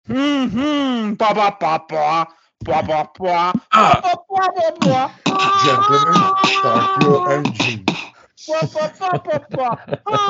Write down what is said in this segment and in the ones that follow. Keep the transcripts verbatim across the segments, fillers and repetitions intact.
Mm-hmm. Pa, pa, pa, pa. Pa, pa, pa. Ah. Pa, pa, pa, pa. Gentlemen, start your engine. Pa, pa, pa, pa, pa.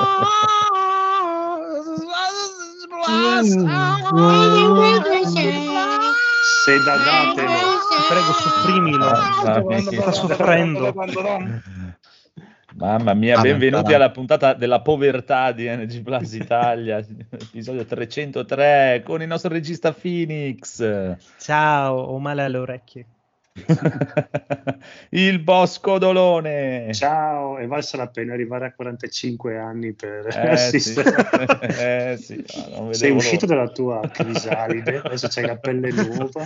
Se da datelo. Prego, sopprimilo. Ah, Mi sta soffrendo. Mamma mia, Ah, benvenuti non alla puntata della povertà di N G Plus Italia, episodio trecentotré, con il nostro regista Phoenix. Ciao, ho male alle orecchie. Il Bosco Dolone. Ciao, è valsa la pena arrivare a quarantacinque anni per Eh, assistere. sì. Eh, sì. No, non Sei vedevo uscito l'ora. dalla tua crisalide, adesso c'hai la pelle nuova.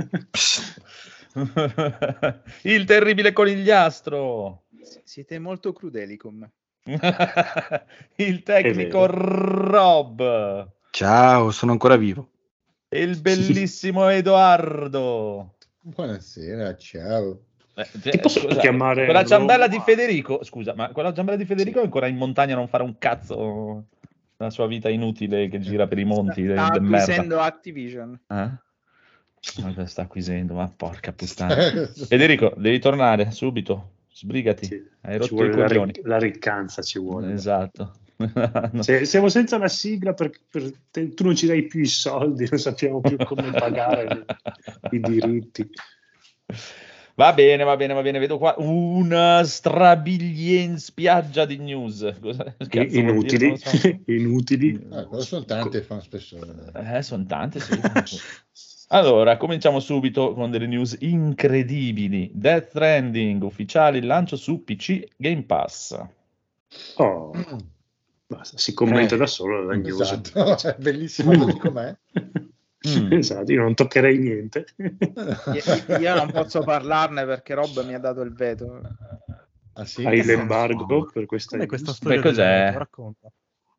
Il terribile conigliastro. Siete molto crudeli con me. Il tecnico Rob. Ciao, sono ancora vivo. E il bellissimo Edoardo. Buonasera, ciao. Eh, Ti posso scusa, chiamare quella ciambella Rob? di Federico, scusa, ma quella ciambella di Federico è ancora in montagna a non fare un cazzo la sua vita inutile che gira per i monti de, Sta de merda. acquisendo Activision. Eh? Ma sta acquisendo, ma porca puttana. Federico, devi tornare subito, sbrigati. Sì, Hai ci rotto vuole i la, coglioni. ric- la riccanza ci vuole. Esatto. No. Se, siamo senza la sigla perché per te, tu non ci dai più i soldi, non sappiamo più come pagare i diritti. Va bene, va bene, va bene. Vedo qua una strabilien spiaggia di news. Cosa cazzo vuol dire? Inutili, Non lo so. inutili. Ah, però sono tante fan spessore. Eh, sono tante, sì. Allora, cominciamo subito con delle news incredibili. Death Stranding, ufficiale il lancio su P C Game Pass. Oh, basta, si commenta Eh, da solo la news. Esatto, è bellissimo così com'è. Mm. Esatto, io non toccherei niente. Io, io non posso parlarne perché Rob mi ha dato il veto. Ah, sì? Hai Che l'embargo senso? per questa Com'è news. questa storia? Beh, cos'è? del veto? Racconta.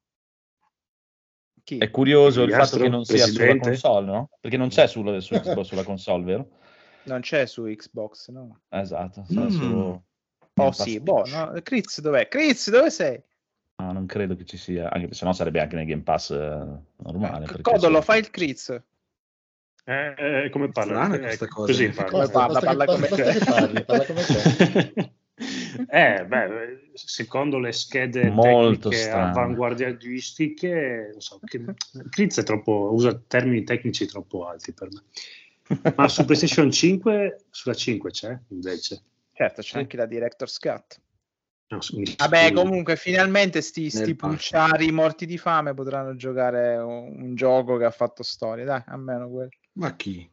Chi? È curioso il Conigliastro, fatto che non sia sulla presidente? console, no? Perché non c'è sulla, su Xbox sulla console, vero? Non c'è su Xbox, no? Esatto, c'è Mm. solo Oh Game Pass sì, P C. boh, no? Chris dov'è? Chris, dove sei? No, non credo che ci sia, anche se no sarebbe anche nel Game Pass eh, normale. Eh, perché Codolo, se- fai il Chris. Eh, eh, come parla? Strana Eh, questa cosa. Così Basta, parla. parla, basta, parla che, come basta te. che parli, parla come te. Eh, beh, secondo le schede Molto tecniche strano. avanguardistiche, non so, che Chris è troppo, usa termini tecnici troppo alti per me. Ma su PlayStation cinque, sulla cinque c'è invece. Certo, c'è Sì. anche la Director's Cut. No, su- mi- Vabbè, su- comunque, finalmente sti, sti Nel parco. pulciari morti di fame potranno giocare un, un gioco che ha fatto storia, dai, almeno quello. Ma chi?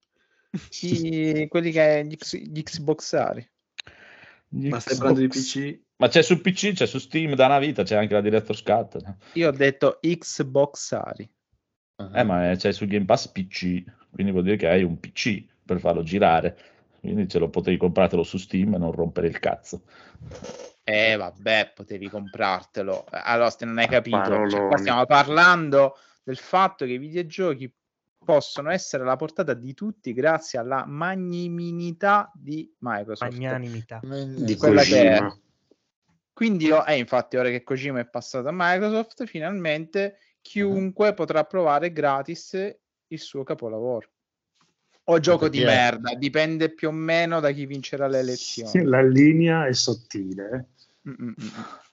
I- quelli che gli, X- gli Xboxari. Gli Ma stai Xbox. parlando di P C? Ma c'è su P C, c'è su Steam da una vita, c'è anche la Director's Cut. Io ho detto Xboxari. Eh, ma c'è su Game Pass P C, quindi vuol dire che hai un P C per farlo girare. Quindi ce lo potevi comprartelo su Steam e non rompere il cazzo. Eh, vabbè, potevi comprartelo. Allora, se non hai capito, cioè, qua Paroloni. stiamo parlando del fatto che i videogiochi possono essere alla portata di tutti grazie alla magnanimità di Microsoft. Magnanimità. di quella che è. Kojima. Quindi, io, eh, infatti, ora che Kojima è passato a Microsoft, finalmente chiunque potrà provare gratis il suo capolavoro. O gioco di chi è? merda, dipende più o meno da chi vincerà le elezioni. La linea è sottile. Mm, mm, mm.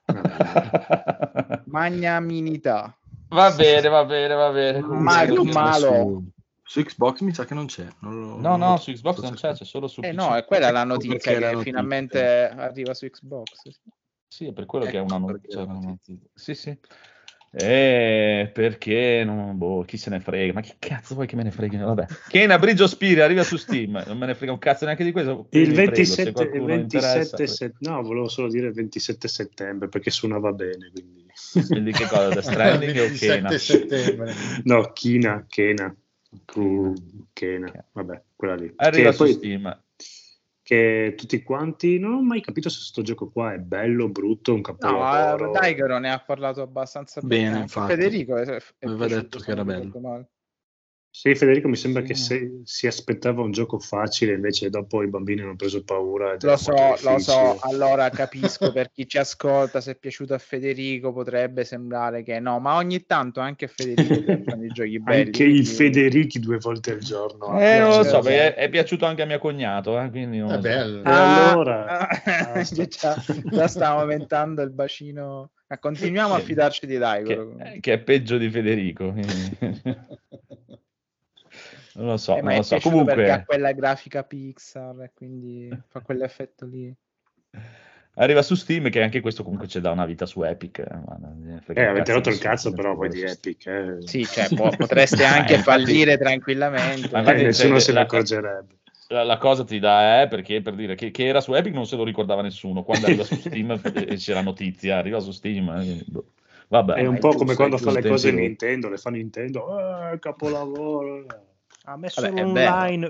eh. Magnaminità. Va bene, va bene, va bene. Ma- Comunque- malo. Su, su Xbox mi sa che non c'è. Non lo- No, non no, lo- su Xbox non c'è, cercare. c'è solo su Eh P C. no, è quella la Ecco notizia perché la che notizia. finalmente arriva su Xbox. Sì, è per quello che è Ecco una perché notizia. è una una notizia. notizia. Sì, sì. Eh, perché non, boh, chi se ne frega? Ma che cazzo vuoi che me ne freghi? Vabbè. Kena Bridge of Spirit arriva su Steam, non me ne frega un cazzo neanche di questo. Il quindi prego, se ventisette, il qualcuno ventisette interessa. set- no, volevo solo dire il ventisette settembre perché suonava bene. Quindi, Quindi che cosa? The Stranding o Kena? ventisette settembre. no, Kina, Kena, Ku- Kena, Ok. vabbè, quella lì. Arriva Che su poi- Steam. Che tutti quanti non ho mai capito se questo gioco qua è bello, brutto, un No, capolavoro. eh, Daigoro ne ha parlato abbastanza bene. Bene, Anche infatti. Federico è, è Aveva piaciuto, detto se che era non bello. ricordo male. Sì, Federico mi sembra Sì. che se, si aspettava un gioco facile, invece dopo i bambini hanno preso paura. Ed Lo è so, molto lo so, difficile. allora capisco per chi ci ascolta, se è piaciuto a Federico potrebbe sembrare che no, ma ogni tanto anche a Federico piacciono i giochi belli. Anche i quindi- Federici due volte al giorno. Eh, non lo so, Esatto. perché è, è piaciuto anche a mio cognato, eh, quindi non lo Eh, so. bello. E allora, Ah, basta. già, già stiamo aumentando il bacino. Ma continuiamo a Che- fidarci di Daigoro. Che, comunque. eh, che è peggio di Federico. quindi- non lo so, Eh, ma non è lo so. piaciuto perché ha Comunque, quella grafica Pixar e quindi fa quell'effetto lì. arriva su Steam, che anche questo comunque c'è da una vita su Epic. eh, ma non gliene frega Eh, un avete cazzo rotto il nessuno, cazzo si però mette voi pure di su Steam. Epic. Eh. Sì, cioè, po- potreste anche Eh, infatti- fallire tranquillamente. Ma infatti Eh, nessuno c'è- se ne la- accorgerebbe. La, la cosa ti dà, eh, perché per dire che, che era su Epic non se lo ricordava nessuno. Quando arriva su Steam eh, c'è la notizia, arriva su Steam. eh, boh. Vabbè, È un è po' giusto, come quando è fa le giusto, cose tempi Nintendo, le fa Nintendo, eh, capolavoro. Ha messo Vabbè, è online.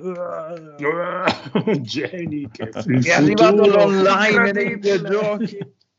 uh, Eh, Geni, che È arrivato l'online nei videogiochi.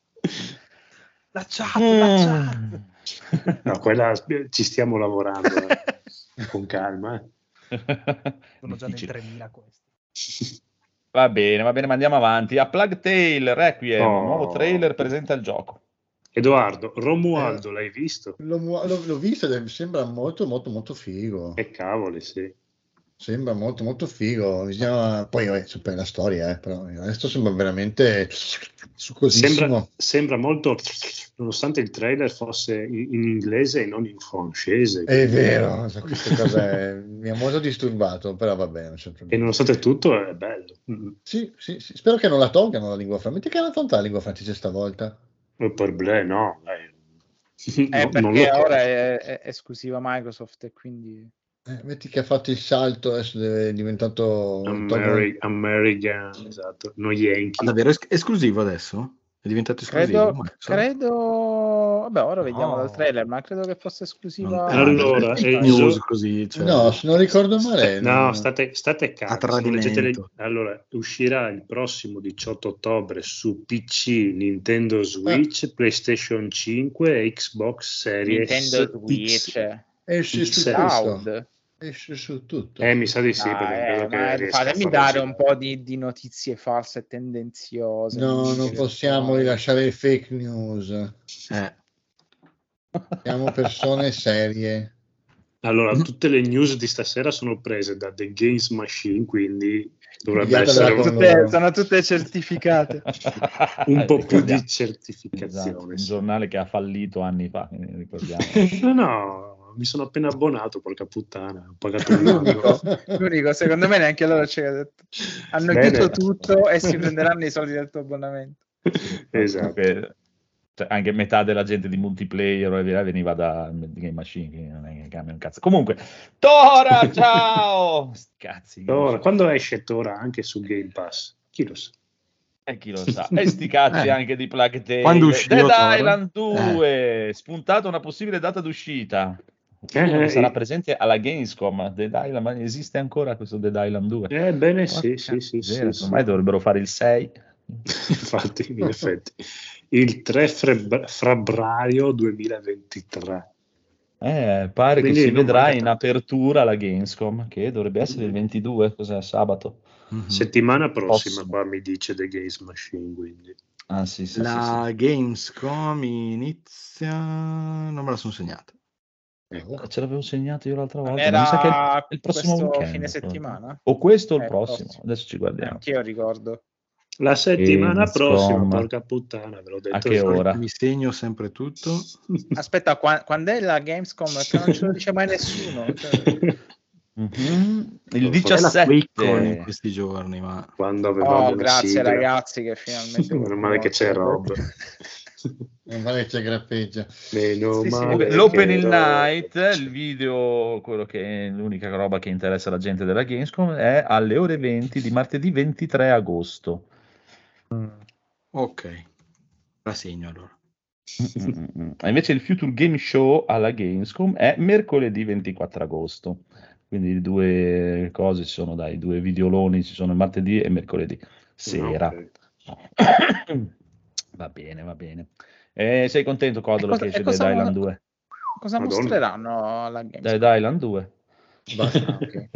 La chat, la chat. Mm. No, quella ci stiamo lavorando, eh. Con calma. Eh. Sono già nel Difficile. tremila questi. Va bene, va bene, ma andiamo avanti. A Plague Tale Requiem, Oh. nuovo trailer presenta il gioco. Edoardo, Romualdo, l'hai visto? L'ho, mu- l'ho- l'ho visto ed è- sembra molto molto molto figo. E cavoli, sì. Sembra molto molto figo. Bisogna... Poi vabbè, so per la storia, eh, però adesso sembra veramente succosissimo. Sembra, sembra molto, nonostante il trailer fosse in, in inglese e non in francese. È vero, so, questa cosa è- mi ha molto disturbato, però va bene, non c'è E problema. nonostante tutto è bello. Mm. Sì, sì, sì. Spero che non la tolgano la lingua francese. Che hanno tolta la lingua francese stavolta? E per Blé, no. eh. Eh, No, non lo perché so. ora è, è esclusiva Microsoft e quindi... Eh, metti che ha fatto il salto, adesso deve- è diventato... Ameri- American, esatto. No Yankee. Ma davvero es- esclusivo adesso? È diventato esclusivo? Credo, Microsoft? credo... Vabbè, ora vediamo No. dal trailer, ma credo che fosse esclusiva... Non- Allora, fake eh, news so- così, cioè, No, se non ricordo male... No, non- state, state calmi. A se non leggete le- tradimento. Allora, uscirà il prossimo diciotto ottobre su P C, Nintendo Switch, PlayStation cinque e Xbox Series Nintendo X. Switch, Esce su Pixel. tutto. Cloud. Esce su tutto. Eh, mi sa di sì, Ah, perché non eh, credo che ma riesca a fatemi farlo dare uscire. un po' di, di notizie false e tendenziose. No, non possiamo rilasciare le fake news. Eh, Siamo persone serie. Allora, tutte le news di stasera sono prese da The Games Machine, quindi dovrebbe Inviate essere dalla un, con- Tutte- sono tutte certificate. un po' più Ricordiamo. di certificazione. Esatto, un sì. giornale che ha fallito anni fa, quindi ricordiamo. No, no, mi sono appena abbonato, porca puttana, ho pagato un anno. L'unico, l'unico, secondo me neanche loro ci hanno detto. Hanno Bene. chiuso tutto e si prenderanno i soldi del tuo abbonamento. Esatto. Comunque, cioè, anche metà della gente di multiplayer e via veniva da Game Machine, quindi non è che cambia un cazzo. Comunque, Tora, ciao! Sti Cazzi. Tora, quando esce Tora anche su Game Pass? Chi lo sa? E chi lo sa. E sti cazzi Eh. anche di Plague Tale. Quando uscirà Dead Tora? Island due, spuntata una possibile data d'uscita. Eh, sarà eh, presente alla Gamescom. Dead Island, ma esiste ancora questo Dead Island due? Ebbene sì, Porca sì, sì, sì, miseria, sì. ormai dovrebbero fare il sei. Infatti, in effetti. Il tre febbraio febbraio duemilaventitré. Eh, pare Quindi che si non vedrà manca in tanto. apertura la Gamescom, che dovrebbe essere il ventidue, cos'è, sabato? mhm. Settimana prossima, Prossimo. qua mi dice The Games Machine, quindi. Ah sì, sì, La Gamescom inizia... non me la sono segnata. Ecco. sì, sì. Ce l'avevo segnato io l'altra Non volta, ma mi sa che è il- era è il prossimo questo weekend, fine proprio. settimana? O questo o il Eh, prossimo, prossimo. adesso ci guardiamo. Anch'io ricordo. La settimana Gamescom. prossima, porca puttana, ve l'ho detto. A che ora? Mi segno sempre tutto. Aspetta, qua- quando è la Gamescom? Perché non ce lo dice mai nessuno. Cioè... Mhm. Il Lo so. È la QuakeCon in diciassette. questi giorni, ma... Quando avevamo Oh, una grazie sigla. ragazzi che finalmente... Meno male che c'è Rob. Non vale che c'è grappeggia. Meno Sì, sì, male L'opening che Rob- night, il video, quello che è l'unica roba che interessa la gente della Gamescom, è alle ore venti di martedì ventitré agosto. Ok, la segno allora. Mm-mm-mm. E invece il Future Game Show alla Gamescom è mercoledì ventiquattro agosto. Quindi due cose ci sono, dai, due videoloni ci sono il martedì e mercoledì sera. Ok. Va bene, va bene. Eh, sei contento, Codolo, E cosa- che esce e cosa Dead mo- Island due? Cosa Madonna. mostreranno alla Gamescom? Dead Island due. Basta. Ah, ok.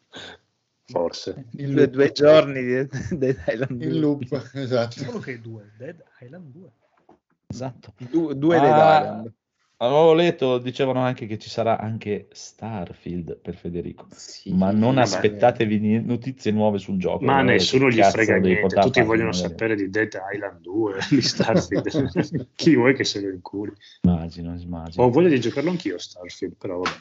Forse. Il Due, loop. due giorni di Dead Island Il due. loop, esatto. Solo che è due, Dead Island due. Esatto. Du- due Ah, Dead Island. Avevo letto, dicevano anche che ci sarà anche Starfield per Federico, Sì, ma non vabbè. aspettatevi ni- notizie nuove sul gioco. Ma a Allora, nessuno che gli cazzo frega devi niente, portare tutti a fare, vogliono magari? sapere di Dead Island due, di Starfield. Chi vuoi che se lo inculi? Immagino, immagino. Ho voglia di giocarlo anch'io Starfield, però vabbè.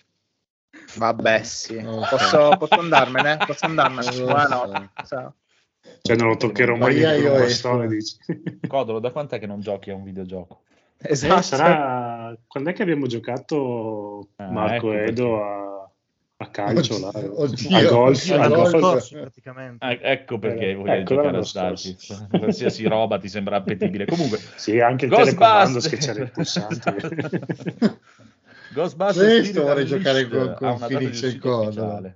Vabbè, sì. Non lo so. Posso, posso andarmene? Posso andarmene? Non lo Buonanotte. so. Ciao. Cioè non lo toccherò mai Maria, neanche con io un esco. bastone, dici. Codolo, da quant'è che non giochi a un videogioco? Eh, Esatto. sarà... Quando è che abbiamo giocato Ah, Marco ecco Edo perché. a... a calcio, là, Oddio, oddio, a golf, a a L'anno golf. golf. scorso praticamente. Ah, ecco perché Eh, volevi ecco, giocare l'anno a Starfield. Qualsiasi roba ti sembra appetibile. Comunque, Sì, anche il telecomando Ghostbusters. schiacciare il pulsante. Ghostbusters Questo Spirit vorrei giocare Unleashed con- con ha una data di Phoenix e uscita Codolo. ufficiale.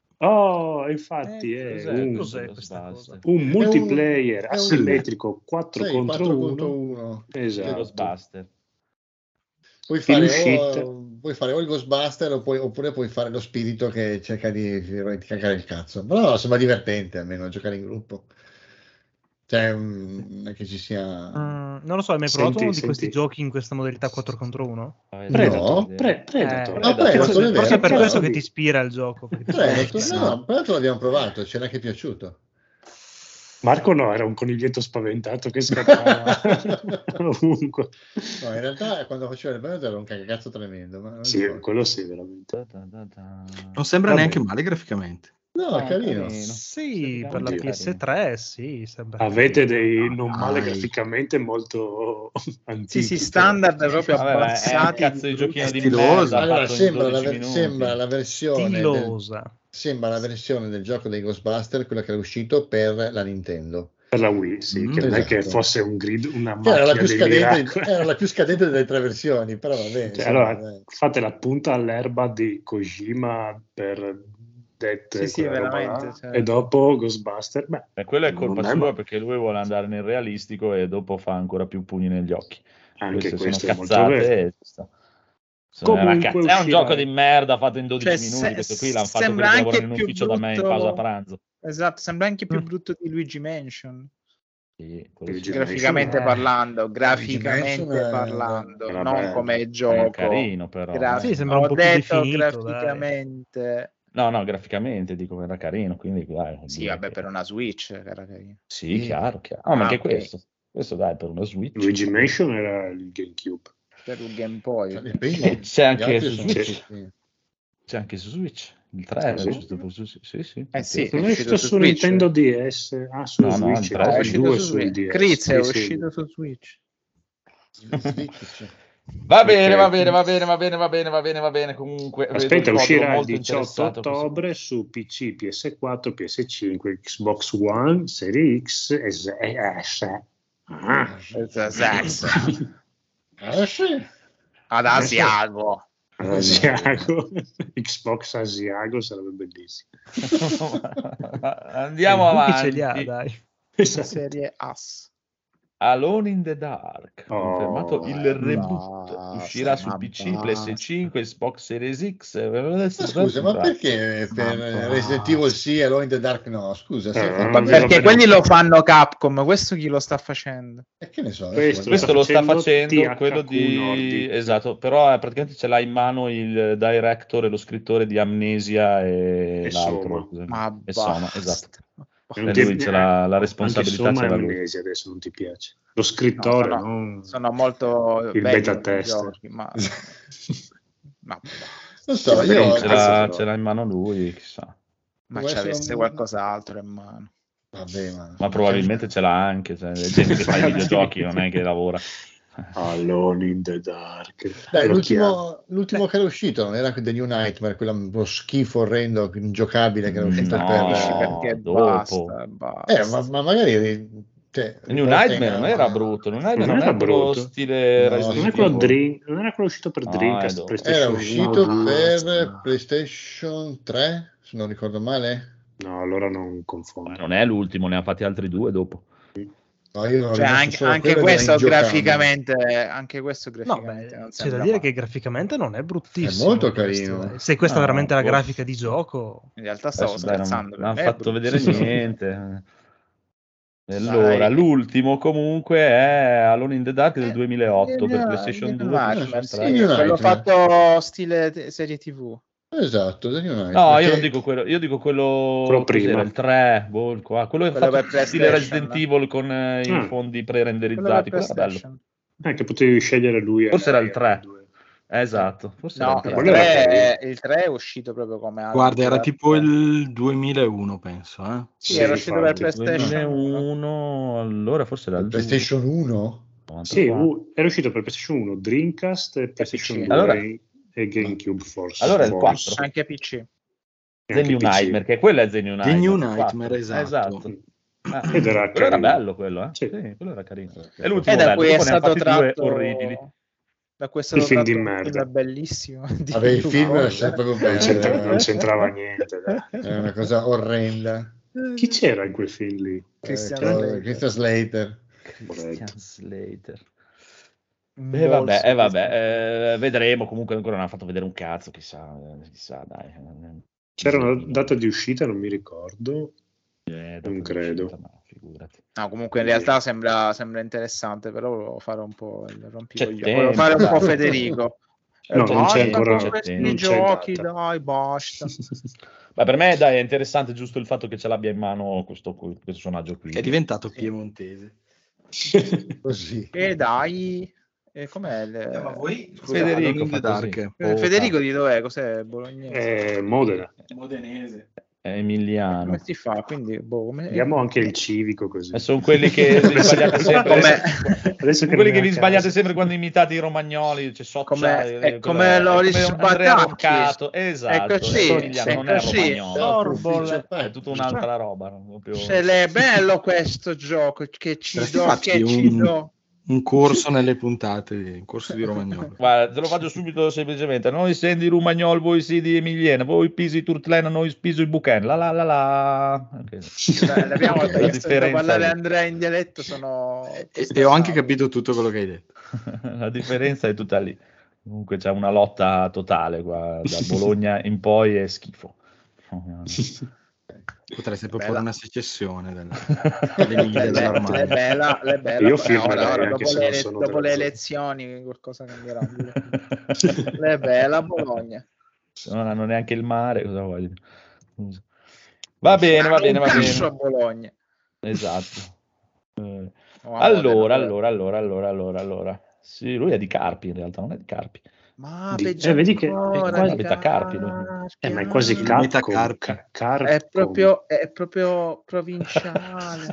Oh, infatti Eh, è cos'è un, questo Cos'è questa Ghostbusters? cosa? un multiplayer è un- asimmetrico quattro Sì, contro quattro uno. contro uno. Esatto. Ghostbusters. Puoi In fare, uscita. o, puoi fare o il Ghostbuster o puoi- oppure puoi fare lo spirito che cerca di, di cagare il cazzo. Però sembra divertente almeno giocare in gruppo. Cioè, mm, non è che ci sia... Mm, non lo so, hai mai Senti, provato uno di senti. questi giochi in questa modalità quattro contro uno? Avete Predator, idea? pre- Predator. Eh, Ah, Predator, Cazzo di- è vero, Forse è per però- questo che di- ti ispira il gioco. perché ti Predator, piace. no, no, Predator l'abbiamo provato, ci era anche piaciuto. Marco no, era un coniglietto spaventato che scappava ovunque. No, in realtà quando faceva il Predator era un cagacazzo tremendo. Ma non Sì, importa. quello sì, veramente. Da, da, da. Non sembra Vabbè. neanche male graficamente. No, No, è carino. carino. Sì, per la Oddio. P S tre sì, sembra. Avete carino. dei non male Dai. graficamente molto antichi. Sì, sì, standard proprio Vabbè, ma è un abbassati. cazzo di giochino di Stiloso. merda Allora, fatto in sembra la, dodici ver- minuti. sembra la versione del, Stilosa. sembra la versione del gioco dei Ghostbuster, quella che era uscito per la Nintendo. Per la Wii, sì, Mm, che non è esatto. che fosse un grid, una Che era la, macchina più dei scadente, miracoli. era la più scadente delle tre versioni, però va bene. Cioè, insomma, allora, dai. fate la punta all'erba di Kojima per Death Sì, sì, quella roba veramente, là, cioè. e dopo Ghostbuster. Beh, E quella è colpa non è sua ma- perché lui vuole andare nel realistico e dopo fa ancora più pugni negli occhi. Anche Queste questo sono è molto cazzate. vero. E ci sta. Sono una Comunque cazz- È un uscirà- gioco di merda fatto in dodici Cioè, minuti. se- Questo qui l'hanno fatto sembra per anche lavorare in più ufficio da me in brutto- pausa pranzo. Esatto, sembra anche più Mm. brutto di Luigi Mansion. Sì, quello Luigi sì. Mansion, Graficamente eh. parlando, graficamente Mansion è- parlando, è non vabbè, come È gioco. carino però. Gra- eh. Sì, sembra un Ho po' più detto definito, graficamente. No, no, graficamente dico era carino, quindi dai, vuol Sì, dire vabbè, che- per una Switch era carino. Sì, Sì. chiaro, chiaro. Ah, ma Ah, anche ok. questo. Questo dai, per una Switch. Luigi Mansion era il GameCube. Per il Game Boy. Cioè, il primo, E c'è gli anche altri su sono Switch. tutti- C'è anche su Switch. Il tre Ah, è sì? uscito per su Sì, sì. Eh sì, Non è è uscito uscito su su Switch. Nintendo D S. Ah, su No, no, Switch. il tre no, è È il uscito due su sul Switch. D S. Chris è Sì, sì. uscito su Switch. Switch. Va bene, Ok. va bene, va bene, va bene, va bene, va bene, va bene. Comunque, vedo Aspetta, il Codolo uscirà il molto diciotto interessato a questo. ottobre su P C, P S quattro, P S cinque, Xbox One, Serie X e S. e S. Ah. Sex. Ah, sì. Ad Asiago. Asiago. Xbox Asiago sarebbe bellissimo. Andiamo Buchi ce li ha, avanti. dai. Esatto. Serie As. Alone in the Dark, Oh, confermato il eh, reboot, basta, uscirà su ma P C, basta. P S cinque, Xbox Series X. Ma scusa, ma perché per Ma Resident Evil sì e Alone in the Dark no? Scusa, stai Eh, facendo- non Ma vi perché va bene. quelli lo fanno Capcom, questo chi lo sta facendo? E che ne so, Questo- Questo lo sta facendo T H Q quello di Nordic. esatto, però eh, praticamente ce l'ha in mano il director e lo scrittore di Amnesia e, E l'altro Soma. Ma e Soma, basta. esatto. E non E ti- lui ce l'ha la responsabilità, anche ce Soma l'ha è lui. Amnesia, adesso non ti piace. Lo scrittore, No, sono, non- sono molto il belli beta i tester. giochi, ma, ma, Non so, Sì, io vabbè, Ce cazzo l'ha, però. ce l'ha in mano lui, chissà. ma Può ci essere avesse un- qualcos'altro in mano. Vabbè, ma, Ma probabilmente ce l'ha anche, cioè, è gente che fa i videogiochi, non è che lavora. Alone in the Dark. Dai, Lo chiamo. l'ultimo, l'ultimo che era uscito non era The New Nightmare, quello schifo orrendo, ingiocabile che era uscito No, per... Capisci No, perché dopo. basta, basta. Eh, ma, ma magari... Cioè, New riporta Nightmare in- non era brutto, New Nightmare Non non, era è quello brutto. stile No, Resident Non è quello, Evil. Dream- non era quello uscito per No, Dreamcast, è dopo. PlayStation Era uscito uno. per PlayStation tre, se non ricordo male. No, allora non Ma confondo. non è l'ultimo, ne ha fatti altri due dopo. No, io Cioè, anche, anche questo graficamente, anche questo graficamente no, non c'è da dire male. che graficamente non è bruttissimo. È molto questo, carino. se questa No, è veramente la forse... grafica di gioco, In realtà stavo Adesso, dai, non, scherzando. non hanno per me è fatto vedere bruttissimo. niente. Allora, Dai. l'ultimo comunque è Alone in the Dark del Eh, duemilaotto per eh, PlayStation eh, due, Nightmare, PlayStation sì, tre. New quello Nightmare. fatto stile te- serie tivù. Esatto, The New Nightmare, No, io che- non dico quello, io dico quello, Quello cos'era, prima. il tre, boh, il qua- quello è Quello fatto per stile PlayStation. Resident Evil con eh, i Ah. fondi Quello per pre-renderizzati, quello era bello. PlayStation. Eh, che potevi scegliere lui. e Forse era lei, il tre. due. Eh, esatto, forse era No, il tre. il quello era tre, carino. è, il tre è uscito proprio come Alan Guarda, era Wake. tipo il duemilauno, penso. Eh? Sì, Sì, era uscito per infatti. PlayStation uno. duemilauno, allora forse era il due. PlayStation uno? Sì, novantaquattro. uh, era uscito per PlayStation uno, Dreamcast e PlayStation P C. due Allora- e GameCube forse. Allora è il forse. quattro. Anche P C. E The anche New P C. Nightmare, che quello è The New The Nightmare. New quattro. Nightmare, esatto. Esatto. Ah, Ed era quello era carino. bello quello, eh? Sì. Sì, quello era carino. Sì. E l'ultimo E da bello, cui è dopo ne hanno stato fatti due tratto orribili. da cui è Il stato film tratto di un merda. film bellissimo di Vabbè, il Luca film Honda. lascia proprio Non, bene, c'entra- non eh. c'entrava niente. dai. È una cosa orrenda. Chi c'era in quel film lì? Christian Eh, Slater. Christian Slater. Christian Slater. Un E vabbè, bolso eh, di- vabbè eh, vedremo. Comunque ancora non hanno fatto vedere un cazzo, chissà, eh, chissà, dai. C'era una Sì. data di uscita, non mi ricordo. Eh, dopo Non credo. l'uscita, ma figurati. No, comunque in realtà sembra, sembra interessante, però volevo fare un po' il rompicoglioni. C'è Volevo tempo, fare un dai. po' Federico. E No, non basta c'è ancora- con questi non c'è giochi, data. dai, basta. Ma per me, dai, è interessante giusto il fatto che ce l'abbia in mano questo, questo personaggio qui. È diventato Sì. piemontese. Così. E dai, e com'è? il- Eh, ma voi Federico Alone in fa the Dark, così. Eh, Federico di dov'è? Cos'è? Bolognese? Eh, Modena. modenese. È emiliano. Come si fa? Quindi, boh, come... Abbiamo anche il civico così. E sono quelli che vi sbagliate sempre. Come- Adesso quelli non che è vi a sbagliate caso. sempre quando imitate i romagnoli. C'è Soccia, Come- eh, è quello come è- Loris è come Andrea Batacchi. Roccato. Esatto, È così, emiliano, è non è così. romagnolo. Orbol. È tutta un'altra roba. Proprio... Se l'è bello questo gioco che ci Dovresti do, farci che ci un- do. Un corso nelle puntate, un corso di romagnolo. Guarda, te lo faccio subito semplicemente. Noi sei di Romagnol, voi sei di Emiliana, voi pisi Turtlena, noi spiso i Buchen. La la la la. Ok. Dai, la prima volta La che sento differenza parlare è- Andrea in dialetto sono... E, e ho anche capito tutto quello che hai detto. La differenza è tutta lì. Comunque c'è una lotta totale qua, da Bologna in poi è schifo. Potreste proporre Bella. una secessione della, dell'Emilia Le, della le, Romagna. le bella, le bella, Io però firmerei, ora, ora, anche dopo, se le, non sono dopo le della zona. elezioni qualcosa cambierà. Le bella Bologna. Non hanno neanche il mare, cosa voglio? Va bene, va Hanno bene, un va cazzo a bene. Bologna. Esatto. Eh, O a Allora, Modena, allora, allora, allora, allora, allora. Sì, lui è di Carpi in realtà, non è di Carpi. Ma Di- peggio eh, vedi che- ancora, è quasi- di abita Carpi, lui. Eh, ma è quasi Metà Capcom. Carpi. Ca- Carcom. è proprio, è proprio provinciale.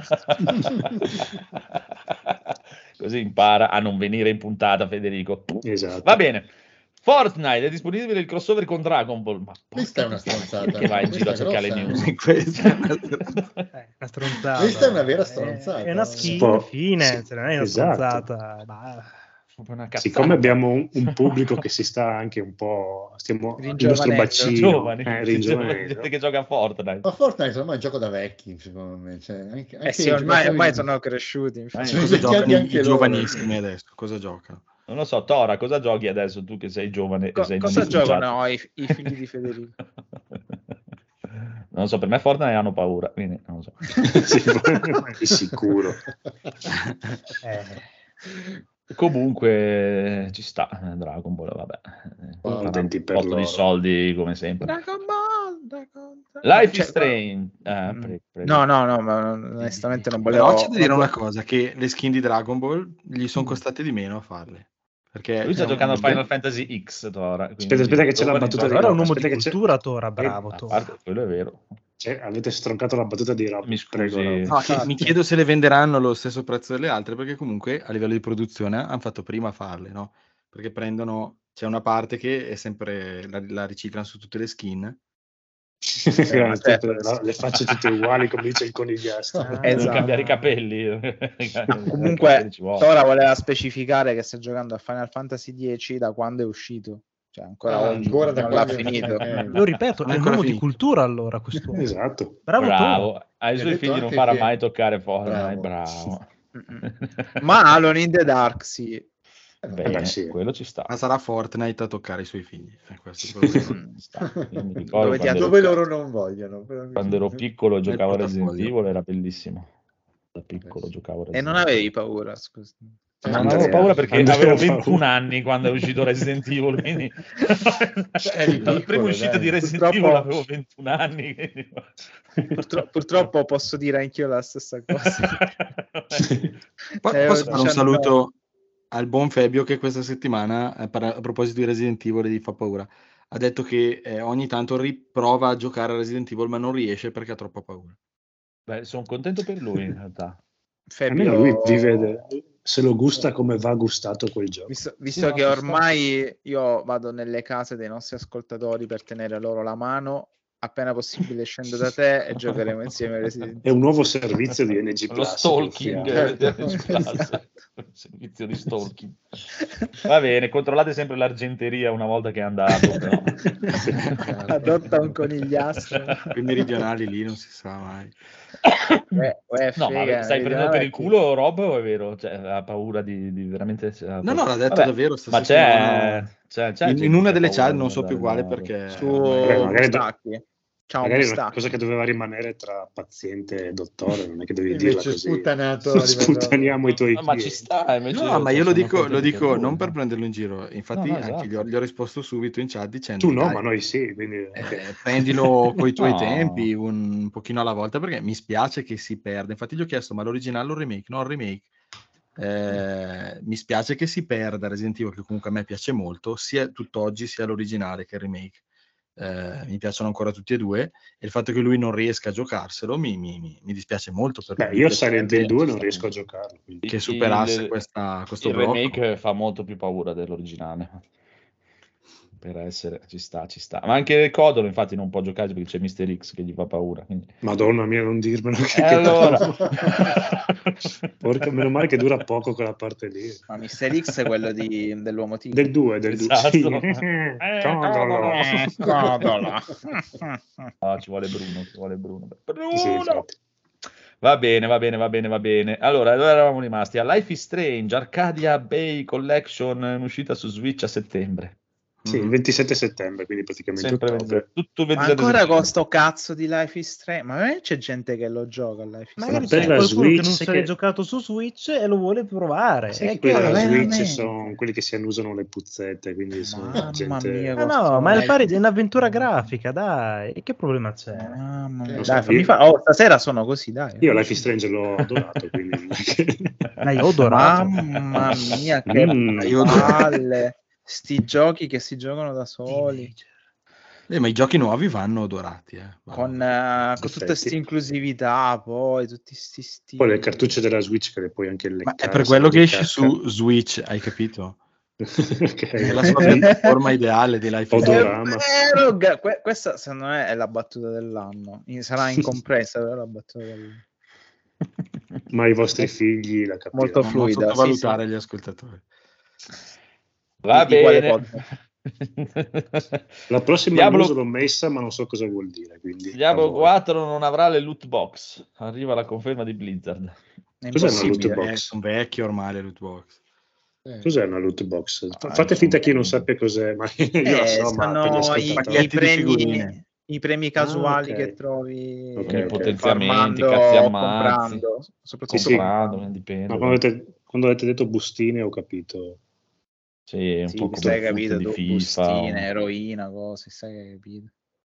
Così impara a non venire in puntata, Federico. Esatto. Va bene. Fortnite è disponibile il crossover con Dragon Ball. Ma Questa è una porca stronzata. Perché vai in Questa giro a è cercare le grossa, news? Questa è una stronzata. Eh, una stronzata. Questa è una vera È- stronzata. È, una Si skin, può- fine, sì, se non è una esatto. stronzata. Ma... Proprio una cazzata. Siccome abbiamo un, un pubblico che si sta anche un po', stiamo il nostro Ringiovanendo. bacino, giovani, eh, sì, ringiovanendo. gente che gioca a Fortnite. Ma Fortnite ormai è un gioco da vecchi, secondo me. Cioè, anche, Eh anche sì, i ormai, giocatori ormai di- sono cresciuti. infatti. Eh, Cosa Sono giocano vecchiati i anche loro. giovanissimi adesso? Cosa giocano? Non lo so, Tora, cosa giochi adesso tu che sei giovane e Co- sei cosa non denunciato? giocano i, i figli di Federico? Non lo so, per me Fortnite hanno paura, quindi non lo so. Sì, di sicuro. Eh, Comunque ci sta eh, Dragon Ball, vabbè. Eh, Contenti un per botto di loro. soldi come sempre. Dragon Ball, Dragon Ball. Life Cioè, is Strange. Eh, mm, pre- prego. No, no, no, ma onestamente non volevo... Però c'è da dire una cosa, che le skin di Dragon Ball gli sono costate di meno a farle. Perché Lui sta è un- giocando a Final Fantasy X Tora. quindi- Aspetta, aspetta che c'è la giovani battuta di giocano- Tora è un uomo Aspetta di che c'è- cultura, Tora, bravo A Tora. parte, quello è vero. Cioè, avete stroncato la battuta di Rob. Mi scusi. Prego, Rob. No, che mi chiedo se le venderanno allo stesso prezzo delle altre, perché comunque a livello di produzione hanno fatto prima a farle, no? Perché prendono, c'è una parte che è sempre, la, la riciclano su tutte le skin. Eh, certo. La- le facce tutte uguali, come dice il conigliastro. Ah, Devo Esatto. cambiare i capelli. Comunque, Ci vuole. Tora voleva specificare che sta giocando a Final Fantasy dieci da quando è uscito. Cioè, ancora Ah, oggi ancora da non l'ha quando è finito. uscito. Lo ripeto, è un Ancora uomo di finito. cultura allora quest'uomo. Esatto. Bravo, Tora. Bravo, ai Mi ha suoi detto figli non anche farà che- mai toccare Fortnite, Bravo. bravo. Ma Alone in the Dark sì. Bene, Beh, sì. quello ci sta. Ma sarà Fortnite a toccare i suoi figli. Eh, questo è quello che- Ci sta. Io mi ricordo Dove ti quando, Dove ero, loro non vogliono. però- quando ero piccolo giocavo a Resident portafoglio. Evil, era bellissimo. Da piccolo giocavo a E Resident non Evil. avevi paura, scusa. Non Andrea- avevo paura perché Andrea avevo ha paura. ventuno anni quando è uscito Resident Evil, quindi eri la prima piccolo, uscita dai. di Resident Purtroppo- Evil avevo ventuno anni. quindi- Purtro- purtroppo posso dire anch'io la stessa cosa. Po- Eh, Posso fare un diciannove. saluto al buon Fabio che questa settimana, eh, par- a proposito di Resident Evil e di Fa Paura, ha detto che eh, ogni tanto riprova a giocare a Resident Evil ma non riesce perché ha troppa paura. Beh, sono contento per lui in realtà. Almeno Fabio, lui vive, se lo gusta come va gustato quel gioco. visto, visto no, che ci sta. ormai io vado nelle case dei nostri ascoltatori per tenere loro la mano, appena possibile scendo da te e giocheremo insieme a Resident È un nuovo servizio di N G Lo Plus. stalking, che Certo. eh, N G Plus, Esatto. servizio di stalking. Va bene, controllate sempre l'argenteria una volta che è andato. Però. Adotta un conigliastro. I meridionali lì non si sa mai. Eh, eh, No, ma figa, stai prendendo per il vecchi. culo Rob o è vero? Cioè, ha paura di, di veramente... No, no, l'ha detto Vabbè, davvero. sta ma settimana. c'è, c'è, c'è in, gente in una che ha delle paura chat, di non so più guardare quale, Marvel. perché Su ormai- magari- Mustacchi. Ciao magari è una Mustacchi. cosa che doveva rimanere tra paziente e dottore, non è che devi dirla Invece così. sputtanato a livello- Sputtaniamo i tuoi No, ma ci clienti. sta, invece No, ma io lo sono dico, lo contento dico per lui, non per no? prenderlo in giro. Infatti, No, no, anche esatto. gli, ho, gli ho risposto subito in chat dicendo: Tu no, "Dai, ma noi sì, quindi eh, ok. prendilo coi tuoi No. tempi, un pochino alla volta, perché mi spiace che si perda. Infatti, gli ho chiesto: ma l'originale o il remake? No, il remake. Eh, mi spiace che si perda Resident Evil, che comunque a me piace molto, sia tutt'oggi sia l'originale che il remake. Eh, mi piacciono ancora tutti e due, e il fatto che lui non riesca a giocarselo mi, mi, mi- mi dispiace molto per Beh, lui. io Mi Silent piacerebbe Hill due ci non sta riesco a tutto. giocarlo. quindi- che superasse Il- questa, questo il blocco. remake fa molto più paura dell'originale. Per essere, ci sta, ci sta. Ma anche Codolo, infatti, non può giocare perché c'è Mister X che gli fa paura. Quindi... Madonna mia, non dirmelo. Che, E che allora... Porca, meno male che dura poco quella parte lì. Ma Mister X è quello di, dell'uomo tigre. Del due, del due. Esatto. Sì. Eh, Codolo. Eh, Codolo. No, ci vuole Bruno, ci vuole Bruno. Bruno! Sì, infatti. Va bene, va bene, va bene, va bene. Allora, dove eravamo rimasti? A Life is Strange, Arcadia Bay Collection, in uscita su Switch a settembre. Sì, il ventisette settembre, quindi praticamente Sempre ottobre. ventisette, tutto il Ma ventisette ancora settembre. con sto cazzo di Life is Strange? Ma veramente c'è gente che lo gioca a Life is Magari per c'è la qualcuno Switch, che non sai si è che- giocato su Switch e lo vuole provare. Sai E che quelli che- della veramente? Switch sono quelli che si annusano le puzzette, quindi sono Mamma gente... mia, Ma no, ma è, pari, è un'avventura grafica, dai. E che problema c'è? Mamma mia. Lo so, Dai, fammi io- fa- oh, stasera sono così, dai. Io Life is Strange l'ho adorato, quindi... Dai, ho odorato. Mamma mia, che Mm, io- palle. Sti giochi che si giocano da soli. Eh, ma i giochi nuovi vanno adorati. Eh. Con, eh, con tutte Effetti. queste inclusività, poi tutti sti stili. Poi le cartucce della Switch che le puoi anche Ma leccare. è per se quello non che di esce cacca. su Switch, hai capito? Ok. È la sua piattaforma ideale di Life is Odora. Strange. Odorama. È vero, ga- que- questa secondo me è la battuta dell'anno. In- sarà incompresa, però la battuta dell'anno. Ma i vostri figli la capiranno. Molto Non fluida, sottovalutare sì, gli ascoltatori. Va Di- di quale bene. La prossima Diablo- news l'ho messa, ma non so cosa vuol dire. Quindi, Diablo a voi. quattro non avrà le loot box. Arriva la conferma di Blizzard. È Cos'è una impossibile. loot Eh, box? sono vecchi ormai le loot box. Eh, Cos'è una loot box? Fa- Ah, Fate finta che io non insomma. sappia cos'è, ma io la Eh, so, ma per gli sono i, ascoltatori. Pacchetti i di premi, figurine. i premi casuali ok. che trovi Ok, Quindi ok. potenziamenti, farmando cazzi o ammazzi. comprando, soprattutto Sì, sì. Comprando, comprando. dipende. Ma quando avete, quando avete detto bustine ho capito. Sì, un Sì, po' come sai il capito, furto tu, di FIFA. bustine, eroina, cose, sai che capito.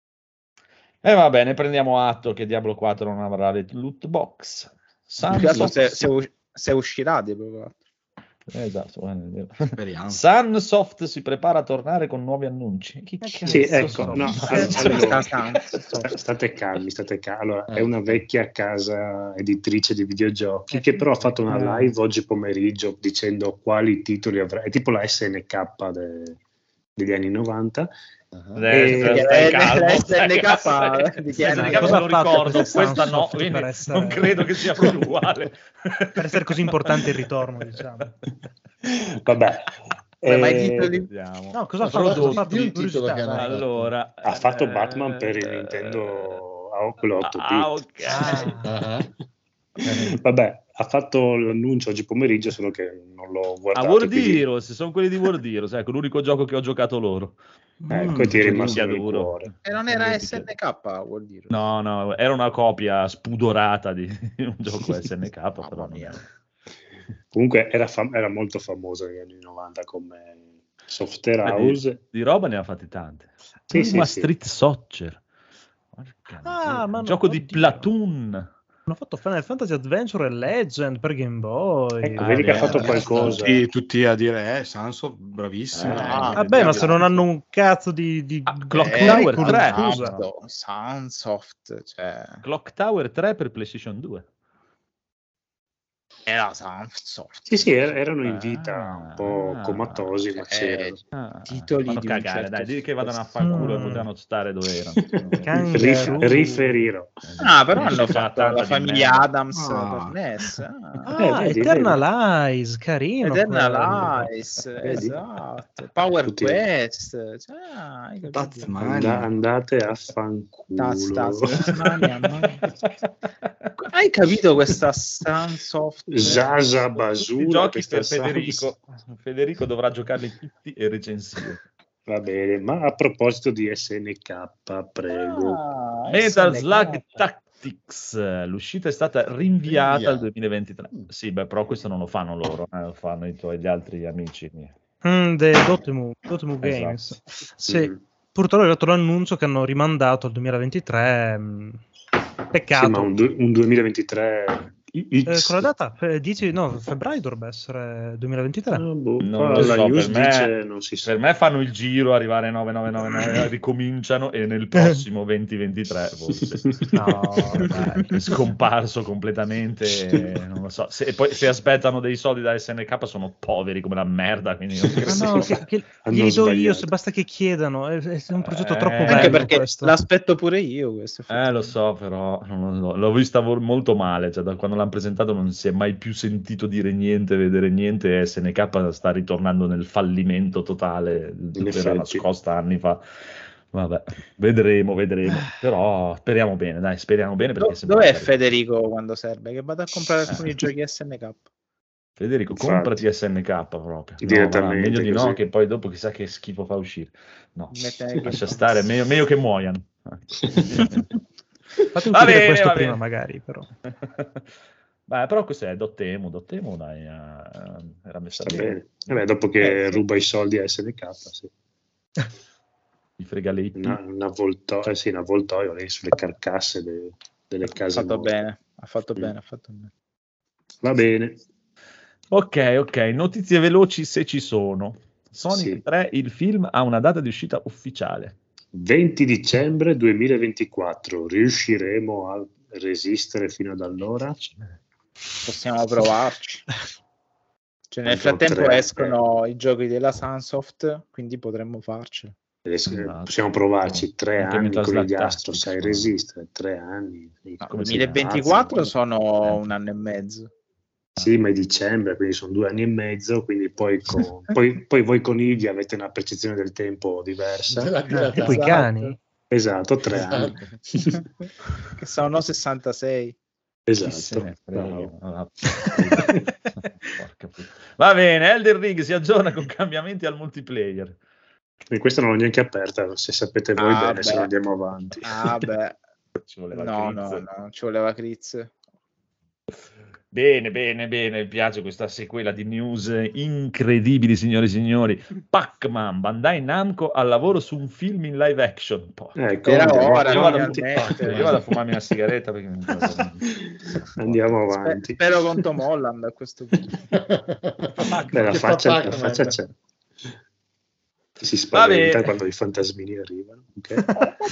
E eh, va bene, prendiamo atto che Diablo quattro non avrà le loot box. Più che altro se, Sunsoft, se, us- se uscirà Diablo quattro. eh, esatto, guarda, è vero. Speriamo. Sunsoft si prepara a tornare con nuovi annunci. Che cazzo Sì, sono? ecco, no, Cazzo allora- sta Sans. Sta- State calmi, state calmi. Allora, è Eh. una vecchia casa editrice di videogiochi Eh, che sì, però ha fatto una eh. live oggi pomeriggio dicendo quali titoli avrà. È tipo la S N K de- degli anni novanta. ah. Adesso Eh, stai eh, calmo, eh, stai S N K, calmo. di chi S è? N K Cosa me lo ha fatto ricordo, questa questa no, Sunsoft quindi per essere- non credo che sia proprio uguale. Per essere così importante il ritorno, diciamo. Vabbè. Beh, ma i Eh, titoli- No, cosa ha Ma fatto? soprattutto Cosa ha fatto di un di titolo curiosità, che hanno dai. fatto. Allora, ha fatto eh, Batman per il Nintendo a quello otto bit. Ah, ok. Ah. Ah. Vabbè, ha fatto l'annuncio oggi pomeriggio, solo che non l'ho A guardato. World quindi- Heroes, sono quelli di World Heroes, ecco, l'unico gioco che ho giocato loro. Ecco, Mm, ti è che rimasto sia nel duro. cuore. E non era S N K, vuol dire. No, no, era una copia spudorata di un gioco S N K, però Mamma non mia. era. Comunque era, fam- era molto famoso negli anni novanta come software Beh, house. di, di roba ne ha fatti tante. Sì, Puma sì, sì. Street Soccer. Porca Ah, miseria. ma no, Gioco di oddio. Platoon. Hanno fatto Final Fantasy Adventure e Legend per Game Boy. Ecco, Ah, vedi che ha vero, fatto vero. qualcosa. Tutti, tutti a dire, eh, Sanso, bravissimo. Eh, Ah, Vabbè, ma se non hanno un cazzo di, di Ah, Clock Eh, Tower curriculum, tre. scusa. Soft, Sunsoft, cioè Clock Tower tre per PlayStation due. era Sunsoft. Sì, sì, er- erano in vita un po' Ah, comatosi, ma cioè, c'erano. Ah, Titoli fanno di un cagare, certo dai, dì che vadano a far culo e Mm. potevano stare dove erano. Kangaroo. Rif- riferiro. Ah, però Esce hanno già fatto tanta la di famiglia merda. Adams Ah. per N E S. Ah. Ah, Eh, vedi, Eternal Eyes, carino. Eternal quello. Eyes, Vedi? esatto. Power Tutti- Quest. Cioè, ah, hai capito. Tazmania. And- andate a fanculo. Taz, taz, Tasmania, ma- Hai capito questa Sunsoft? Zaza Tutti Basura. giochi questa per salsa. Federico. Federico dovrà giocarli tutti e recensire. Va bene, ma a proposito di S N K, prego. Ah, Metal S N K. Slug Tactics, l'uscita è stata rinviata Rinvia. al duemilaventitré. Sì, beh, però questo non lo fanno loro, eh, lo fanno i tuoi gli altri amici. Mm, The Dotemu, Dotemu Esatto. Games. Sì, Mm. purtroppo è arrivato l'annuncio che hanno rimandato al duemilaventitré. mm, Peccato. Sì, ma un, du- un duemilaventitré Eh, X. con la data? Fe- dici, no, febbraio dovrebbe essere duemilaventitré. Ah, boh, Non qua lo la so, news per me- dice non si sa. Per me fanno il giro, arrivare nove nove nove nove, ricominciano e nel prossimo duemilaventitré forse. No, dai. È scomparso completamente, eh, non lo so. Se, e poi se aspettano dei soldi da S N K sono poveri come la merda, quindi non credo. Ma no, che, che Hanno glieli do io, sbagliato. se basta che chiedano. È, è un progetto Eh, troppo anche bello Anche perché questo. l'aspetto pure io questo. Eh, lo so, però non lo so. L'ho vista vo- molto male, cioè da quando l'hanno presentato non si è mai più sentito dire niente, vedere niente, e S N K sta ritornando nel fallimento totale di cui era effetti. nascosta anni fa. Vabbè, vedremo, vedremo, però speriamo bene, dai, speriamo bene perché Do- sembra dov'è carino. Federico quando serve? Che vado a comprare alcuni Eh. giochi S N K. Federico, Infatti. comprati S N K proprio. No, Direttamente, ma meglio di no, così. che poi dopo chissà che schifo fa uscire. No, Mette Game lascia Pass. stare, meglio, meglio che muoiano. Fate Va uscire bene, questo va prima, bene. magari, però. Beh, però questo è Dotemu, Dotemu dai, eh, era messa Sta bene. bene. Vabbè, dopo che Eh, sì. ruba i soldi a S N K, sì. Gli frega le I P. Una, una avvolto- eh sì, un avvoltoio lì sulle carcasse de- delle Ha case fatto morte. bene, ha fatto Mm. bene, ha fatto bene. Va bene. Ok, ok, notizie veloci se ci sono. Sonic Sì. tre, il film ha una data di uscita ufficiale. venti dicembre duemilaventiquattro. Riusciremo a resistere fino ad allora? Possiamo provarci. Cioè, nel Quanto frattempo tre, escono i giochi della Sunsoft, quindi potremmo farcela. Ries- Esatto. Possiamo provarci tre Anche anni Metal con Slug gli Astro, Tactics, sai no? resistere? Tre anni. Sì, No, come si duemilaventiquattro ammazza. sono un anno e mezzo. Sì, ma è dicembre, quindi sono due anni e mezzo, quindi poi, con, poi, poi voi con Ivi avete una percezione del tempo diversa. La Eh, pirata. tipo i Esatto. cani. Esatto, tre Esatto. anni. Che sono sessantasei. Chi se Esatto. ne frega. Bravo. Ah, porca puttana. Va bene, Elden Ring si aggiorna con cambiamenti al multiplayer. E questa non l'ho neanche aperta, se sapete voi Ah, bene, se beh. no andiamo avanti. Ah beh, Ci voleva no, Chris. no, no, ci voleva Chris. Bene, bene, bene, mi piace questa sequela di news incredibili, signori e signori. Pac-Man, Bandai Namco al lavoro su un film in live action. Porca. Ecco, Era andiamo ora, Io vado, avanti. finalmente. io vado a fumarmi una sigaretta perché mi Andiamo Spe- avanti. spero con Tom Holland a questo punto. Beh, la Che faccia, fa la Pac-Man. faccia c'è. Si Va bene. spaventa quando i fantasmini arrivano. ok?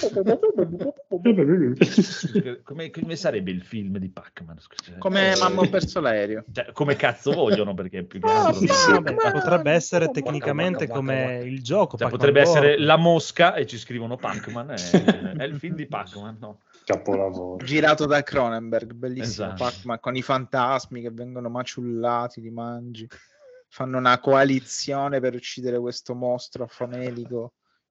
come, come sarebbe il film di Pac-Man? Scusa. Come Eh, Mamma ho perso l'aereo. Cioè, come cazzo vogliono? Perché più che Ah, altro- sì, sì. Vabbè, potrebbe essere tecnicamente come il gioco. Cioè, Pac-Man potrebbe essere World. La Mosca e ci scrivono Pac-Man. È, è il film di Pac-Man, no? Capolavoro. Girato da Cronenberg, bellissimo. Esatto. Pac-Man con i fantasmi che vengono maciullati, li mangi. Fanno una coalizione per uccidere questo mostro famelico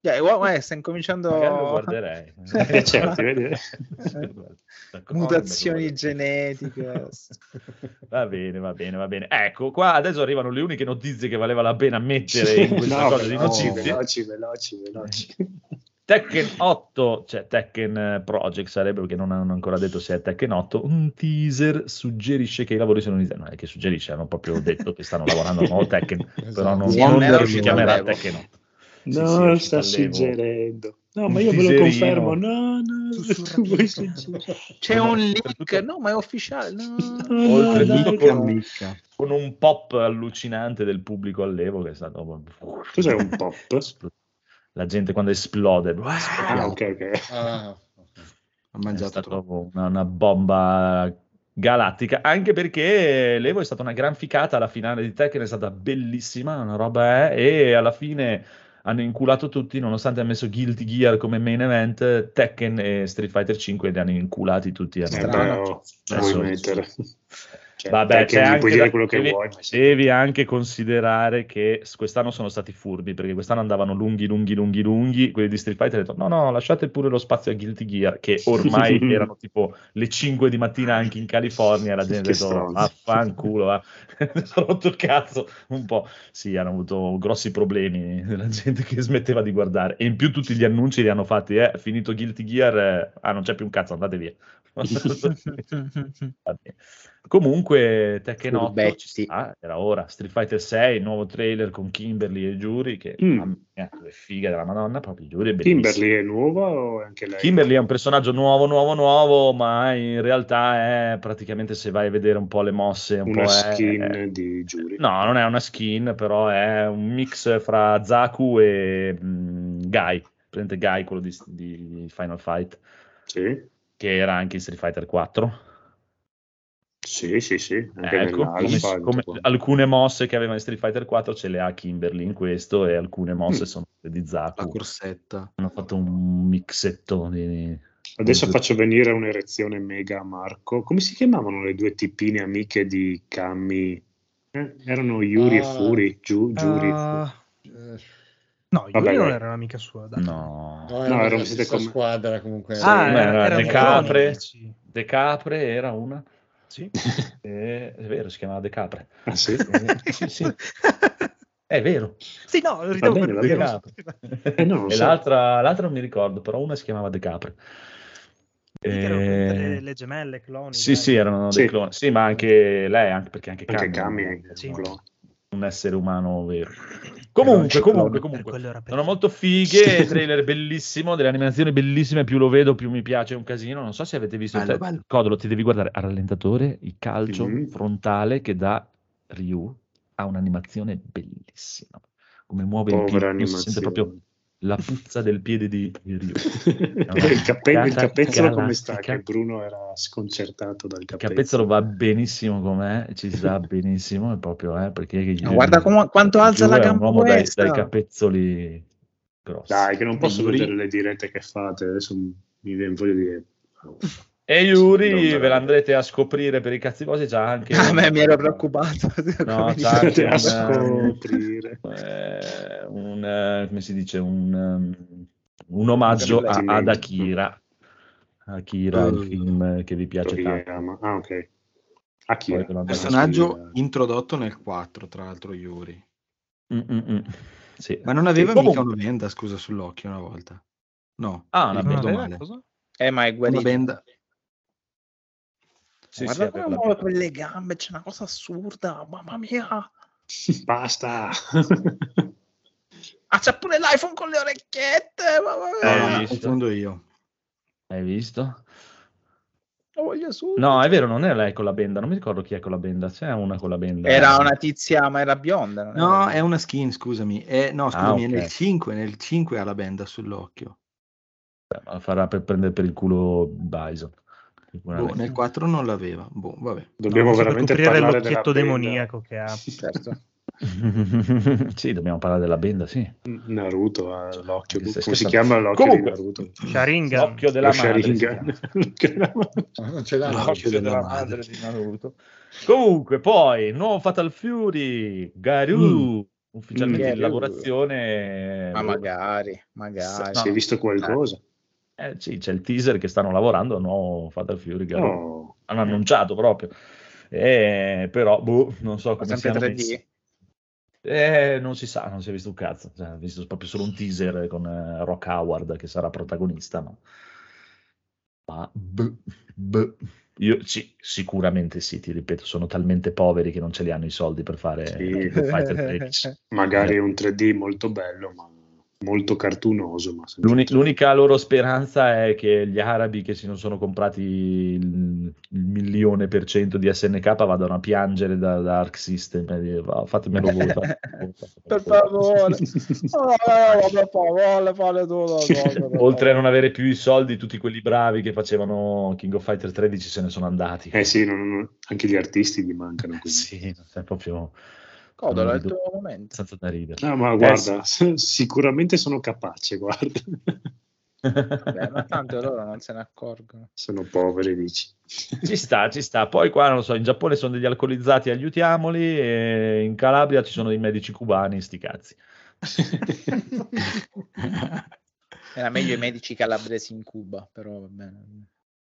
Yeah, guarda, sta incominciando Magari lo guarderei. Eh, certo, vedi? mutazioni genetiche. Va bene, va bene, va bene. Ecco, qua adesso arrivano le uniche notizie che valeva la pena mettere in questa No, cosa di veloci, notizie. veloci, veloci, veloci. Tekken otto, cioè Tekken Project sarebbe, perché non hanno ancora detto se è Tekken otto, un teaser suggerisce che i lavori sono iniziati. Non è che suggerisce, hanno proprio detto che stanno lavorando a un nuovo Tekken, però non, Sì, non non era si uscito chiamerà all'Evo. Tekken otto. Sì, No, sì, è uscito sta all'Evo. suggerendo. No, Un ma io ve lo teaserino. confermo. No, no, Sussurratino. vuoi suggerire? C'è No, un leak, oltretutto- no, ma è ufficiale. No. No, no, Oltretutto dai, con, dai. Micca. con un pop allucinante del pubblico all'Evo che è stato... Cos'è un pop? La gente quando esplode. Ah, ok, ok. Ah, Ha È mangiato stata troppo. una, una bomba galattica, anche perché l'Evo è stata una gran ficata, la finale di Tekken è stata bellissima, una roba è, e alla fine hanno inculato tutti, nonostante hanno messo Guilty Gear come main event, Tekken e Street Fighter cinque li hanno inculati tutti. Eh, Hanno- Strano. beh, oh, Adesso- vuoi mettere. Cioè, Vabbè, Tekken c'è gli anche puoi da- dire quello che devi, vuoi, ma se- devi anche considerare che s- quest'anno sono stati furbi, perché quest'anno andavano lunghi, lunghi, lunghi, lunghi, quelli di Street Fighter hanno detto no, no, lasciate pure lo spazio a Guilty Gear, che ormai erano tipo le cinque di mattina anche in California, e la gente ha Che detto stronzi. affanculo, va. Mi sono rotto il cazzo un po'. Sì, hanno avuto grossi problemi, la gente che smetteva di guardare, e in più tutti gli annunci li hanno fatti, eh, finito Guilty Gear, eh, ah, non c'è più un cazzo, andate via. Vabbè. Comunque Tekken otto Furbetti. ci sta, era ora. Street Fighter sei, nuovo trailer con Kimberly e Yuri, che Mm. mamma mia, che figa della Madonna, proprio Yuri è bellissima. Kimberly è nuova o è anche lei? Kimberly è un personaggio nuovo, nuovo, nuovo, ma in realtà è praticamente, se vai a vedere un po' le mosse, un Una po' è- skin è- di Giuri. No, non è una skin, però è un mix fra Zaku e mm, Guy, presente Guy, quello di, di Final Fight, Sì, che era anche in Street Fighter quattro. sì, sì, sì. Anche Ecco, come, nell'alfa. come tutto qua. alcune mosse che aveva in Street Fighter quattro ce le ha Kimberly in questo, e alcune mosse Mm. sono quelle di La Zaku. corsetta. Hanno fatto un mixetto di... Adesso di- faccio venire un'erezione mega a Marco. Come si chiamavano le due tipine amiche di Cammi? Eh, erano Yuri Ah. e Furi. Giu, Giuri e Furi. Ah, eh, no, Yuri Vabbè, non dai. era un'amica sua. Dai. No, no, No, erano erano della siete stessa come- squadra comunque. Ah, Come era? erano De Capre? cloni, dici. De Capre era una, Sì. e- è vero, si chiamava De Capre. Ah, sì? Eh, sì, sì. È vero. Sì, no, ridevo bene, per va dire, bene. non so- Eh, no, non E so. l'altra, l'altra non mi ricordo, però una si chiamava De Capre. Sì, che erano tutte le, Eh, le gemelle, cloni. Sì, dai. sì, erano dei Sì. cloni. Sì, ma anche lei, anche perché anche Anche Cammy Cammi è è Sì. un clone. un essere umano vero. Comunque, ciclone. comunque, Per comunque. quello era Sono perfetto. molto fighe, trailer bellissimo, delle animazioni bellissime, più lo vedo più mi piace un casino. Non so se avete visto il Bello, tra- bello. Codolo, ti devi guardare a rallentatore, il calcio Mhm. frontale che dà Ryu, ha un'animazione bellissima. Come muove il Povera piede, si sente proprio animazione. la puzza del piede di, di Ryu. il, cape- il figata capezzolo come sta? galattica. Che Bruno era sconcertato dal Il capezzolo. capezzolo va benissimo com'è, ci sta benissimo, è proprio, eh, perché che- Ma guarda come- quanto alza Giù la è un gamba uomo dai, questa. dai capezzoli grossi. Dai, che non posso Yuri- vedere le dirette che fate. Adesso mi viene voglia di dire. E Yuri Non ve l'andrete a scoprire per i cazzi vostri, c'ha anche... A me un- mi ero preoccupato. No, Come c'ha anche a un, scoprire. eh, un, eh, come si dice, un, um, un omaggio a- ad Divertimento. Akira. Akira, il Uh, film che vi piace tanto. Toriyama. Ah, ok. Akira. Poi te lo andate a Personaggio Akira. introdotto nel quattro, tra l'altro Yuri. Mm, mm, mm. Sì. Ma non aveva Sì, mica comunque- una benda, scusa, sull'occhio una volta. No, Ah, una mi benda. ricordo aveva male. cosa? Eh, ma è Una guarito. benda. Sì, Guarda sì, come aveva la muove benda. quelle gambe, c'è una cosa assurda, mamma mia. Basta. Ah, c'è pure l'iPhone con le orecchiette, mamma Eh, No, mia. no, mi visto? confondo io. Hai visto? Lo voglio subito. No, è vero, non è lei con la benda, non mi ricordo chi è con la benda, c'è una con la benda. Era una tizia, ma era bionda. non No, era- è una skin, scusami. È, no, Ah, scusami, ok. è nel cinque, nel cinque ha la benda sull'occhio. La farà per prendere per il culo Bison. Boh, Sicuramente. nel quattro non l'aveva. Boh, vabbè. Dobbiamo No, per veramente coprire parlare l'occhietto della benda. demoniaco che ha. Certo. Sì, dobbiamo parlare della benda, sì. Naruto ha l'occhio. Che stai Come si scherzando? chiama l'occhio Comunque, di Naruto? Sharingan. L'occhio della Lo madre. si Sharingan. chiama. L'occhio della madre. No, non ce l'ha. No. no. L'occhio della della madre. madre di Naruto. Comunque, poi, nuovo Fatal Fury, Garu, Mm. ufficialmente Mm. in lavorazione. Ma boh. magari, magari. No, Si è visto qualcosa? Eh, sì, c'è il teaser che stanno lavorando a un nuovo Fatal Fury che Oh. hanno annunciato proprio. Eh, però, boh, non so Ma come sempre siano tre D? messi. Eh, non si sa, non si è visto un cazzo. Cioè, ho visto proprio solo un teaser con eh, Rock Howard che sarà protagonista, ma, ma boh, boh. Io sì, sicuramente sì, ti ripeto, sono talmente poveri che non ce li hanno i soldi per fare Sì. King of Fighter tredici. Magari un tre D molto bello, ma molto cartunoso. Ma senza L'uni- troppo. l'unica loro speranza è che gli arabi che si non sono comprati il, il milione per cento di S N K vadano a piangere da, da Arc System e dire, "Va, fatemelo voi, fatemelo voi, Per fatemelo voi." favore. Oh, no, per favore, fare tu la cosa, per Oltre a non favore. avere più i soldi, tutti quelli bravi che facevano King of Fighter tredici se ne sono andati. Eh sì, non- non- anche gli artisti gli mancano. Quindi. Sì, è proprio Codola, è il rido- tuo momento. senza da ridere. No, ma Eh, guarda, sicuramente sono capace, guarda. Vabbè, ma tanto loro non se ne accorgono. Sono poveri, dici. Ci sta, ci sta. Poi qua, non lo so, in Giappone sono degli alcolizzati, aiutiamoli, e in Calabria ci sono dei medici cubani, sti cazzi. Era meglio i medici calabresi in Cuba, però va bene.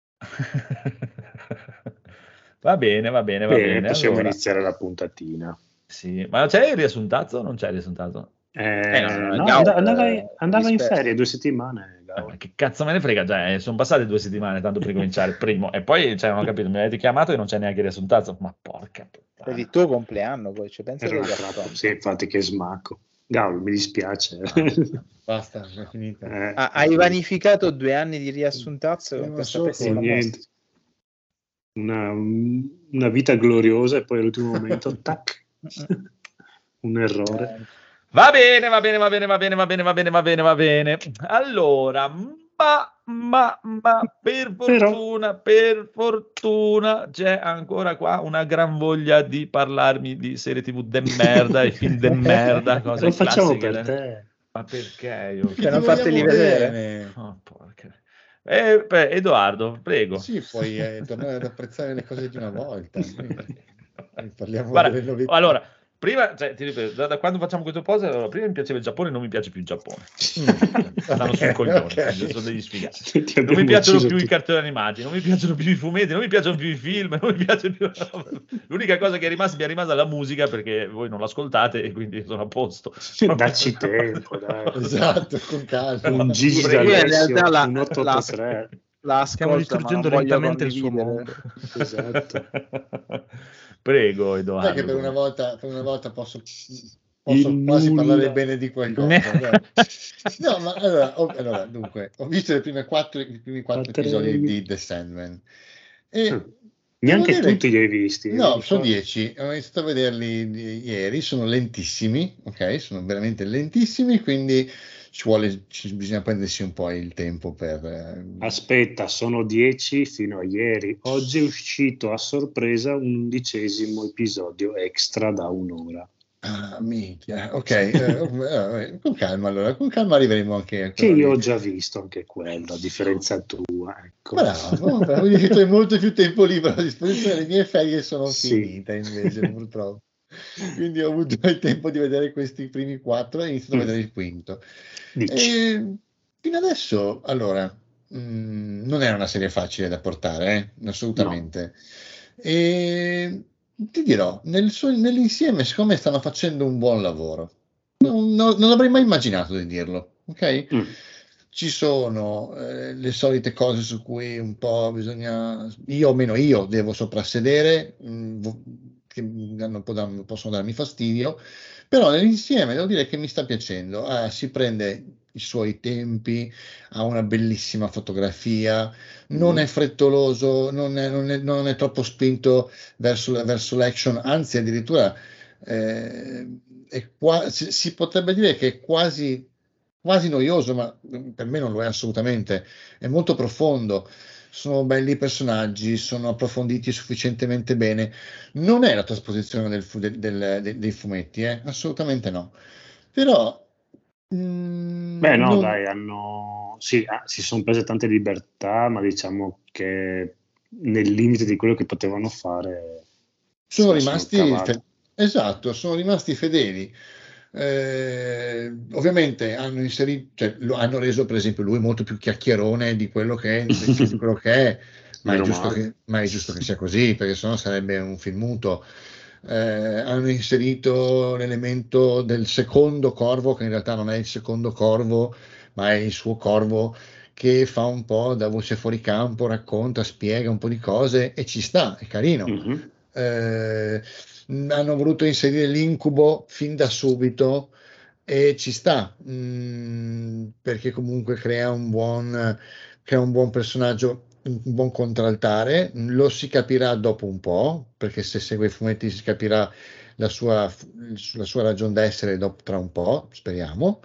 Va bene, va bene, va Bene, bene. possiamo Allora, iniziare la puntatina. sì. Ma c'è il riassuntazzo o non c'è il riassuntazzo? Eh, Eh, no, no, no, Gaul, and- andava, eh, andava in disperso. ferie due settimane. Eh, Gaul. ma che cazzo me ne frega, già, eh, sono passate due settimane tanto per cominciare il primo e poi, cioè, non ho capito, mi avete chiamato e non c'è neanche il riassuntazzo, ma porca Per puttana. il tuo compleanno poi, cioè, pensa Era che una già trappola. Sì, infatti che smacco. Gaul, mi dispiace. Basta, è finita. Eh, Ah, hai vanificato due anni di riassuntazzo Eh, con ma questa so pessima come- niente. Una, una vita gloriosa e poi all'ultimo momento, tac, un errore. mossa. Va bene, va bene, va bene, va bene, va bene, va bene, va bene, va bene. Allora, ma, ma, ma per Però- fortuna, per fortuna c'è ancora qua una gran voglia di parlarmi di serie tivù de merda e film de merda, cose Lo facciamo classiche. per te. Ma perché io? Che non ti farteli vogliamo vedere? bene. Oh, porca. Eh, beh, Edoardo, prego. Sì, puoi eh, tornare ad apprezzare le cose di una volta. Noi- noi parliamo Guarda, delle novità. allora, prima, cioè, ti ripeto, da, da quando facciamo questo pose, allora, prima mi piaceva il Giappone, non mi piace più il Giappone. Stanno Ok, sul coglione, ok. sono degli sfigati. Ti Non mi abbiamo piacciono ucciso più i tutti. cartoni animati, non mi piacciono più i fumetti, non mi piacciono più i film, non mi piace più. L'unica cosa che è rimasta, mi è rimasta la musica perché voi non l'ascoltate e quindi sono a posto. Dacci tempo, dai. Esatto, con calma. Un Gigi Io in d'Alessio, realtà la- un otto otto tre. La Stiamo ascolto, ma non distruggendo voglio lentamente il suo condividere. mondo. Esatto. Prego, Edoardo. Dai che per una volta, per una volta posso, posso Il quasi nulla. parlare bene di qualcosa. dai. No, ma allora, ho- allora, dunque, ho visto le prime quattro, i primi quattro Quattro- episodi di The Sandman. E Ah, Neanche devo dire tutti li hai visti. No, eh, sono so. dieci, ho iniziato a vederli di- ieri, sono lentissimi, ok? Sono veramente lentissimi, quindi ci vuole, ci- bisogna prendersi un po' il tempo per... eh, Aspetta, sono dieci fino a ieri. Oggi è uscito a sorpresa un undicesimo episodio extra da un'ora. Ah, minchia, ok, eh, eh, con calma allora, con calma arriveremo anche a Che quello io lì. ho già visto anche quello, a differenza tua. Ecco. Bravo, bravo, quindi tu hai molto più tempo libero a disposizione, le mie ferie sono Sì. finite invece purtroppo. Quindi ho avuto il tempo di vedere questi primi quattro e ho iniziato a Mm. vedere il quinto. Dici. E fino adesso, allora, mh, non era una serie facile da portare, eh, assolutamente. E ti dirò, nel suo- nell'insieme, secondo me, stanno facendo un buon lavoro. Non, non- non avrei mai immaginato di dirlo, ok? Mm. Ci sono eh, le solite cose su cui un po' bisogna, io o meno io, devo soprassedere, mh, vo- che mi danno un po' da- possono darmi fastidio, però nell'insieme devo dire che mi sta piacendo. Ah, si prende i suoi tempi, ha una bellissima fotografia, non è frettoloso, non è, non è- non è troppo spinto verso, la- verso l'action, anzi addirittura eh, è qua- si, si potrebbe dire che è quasi, quasi noioso, ma per me non lo è assolutamente, è molto profondo. Sono belli i personaggi, sono approfonditi sufficientemente bene. Non è la trasposizione del fu- del- del- dei, dei fumetti, eh? Assolutamente no. Però mm, Beh, no, non- dai, hanno... Sì, ah, si sono prese tante libertà, ma diciamo che nel limite di quello che potevano fare sono se la rimasti cavata. fe- esatto, sono rimasti fedeli Eh, ovviamente hanno inserito, cioè, lo hanno reso per esempio lui molto più chiacchierone di quello che è, di quello che è ma, è giusto che, ma è giusto che sia così, perché sennò sarebbe un film muto. Eh, hanno inserito l'elemento del secondo corvo, che in realtà non è il secondo corvo, ma è il suo corvo, che fa un po' da voce fuori campo, racconta, spiega un po' di cose e ci sta, è carino. Mm-hmm. Eh, hanno voluto inserire l'incubo fin da subito e ci sta, mh, perché comunque crea un buon, crea un buon personaggio, un buon contraltare. Lo si capirà dopo un po', perché se segue i fumetti si capirà la sua, la sua ragion d'essere dopo, tra un po', speriamo.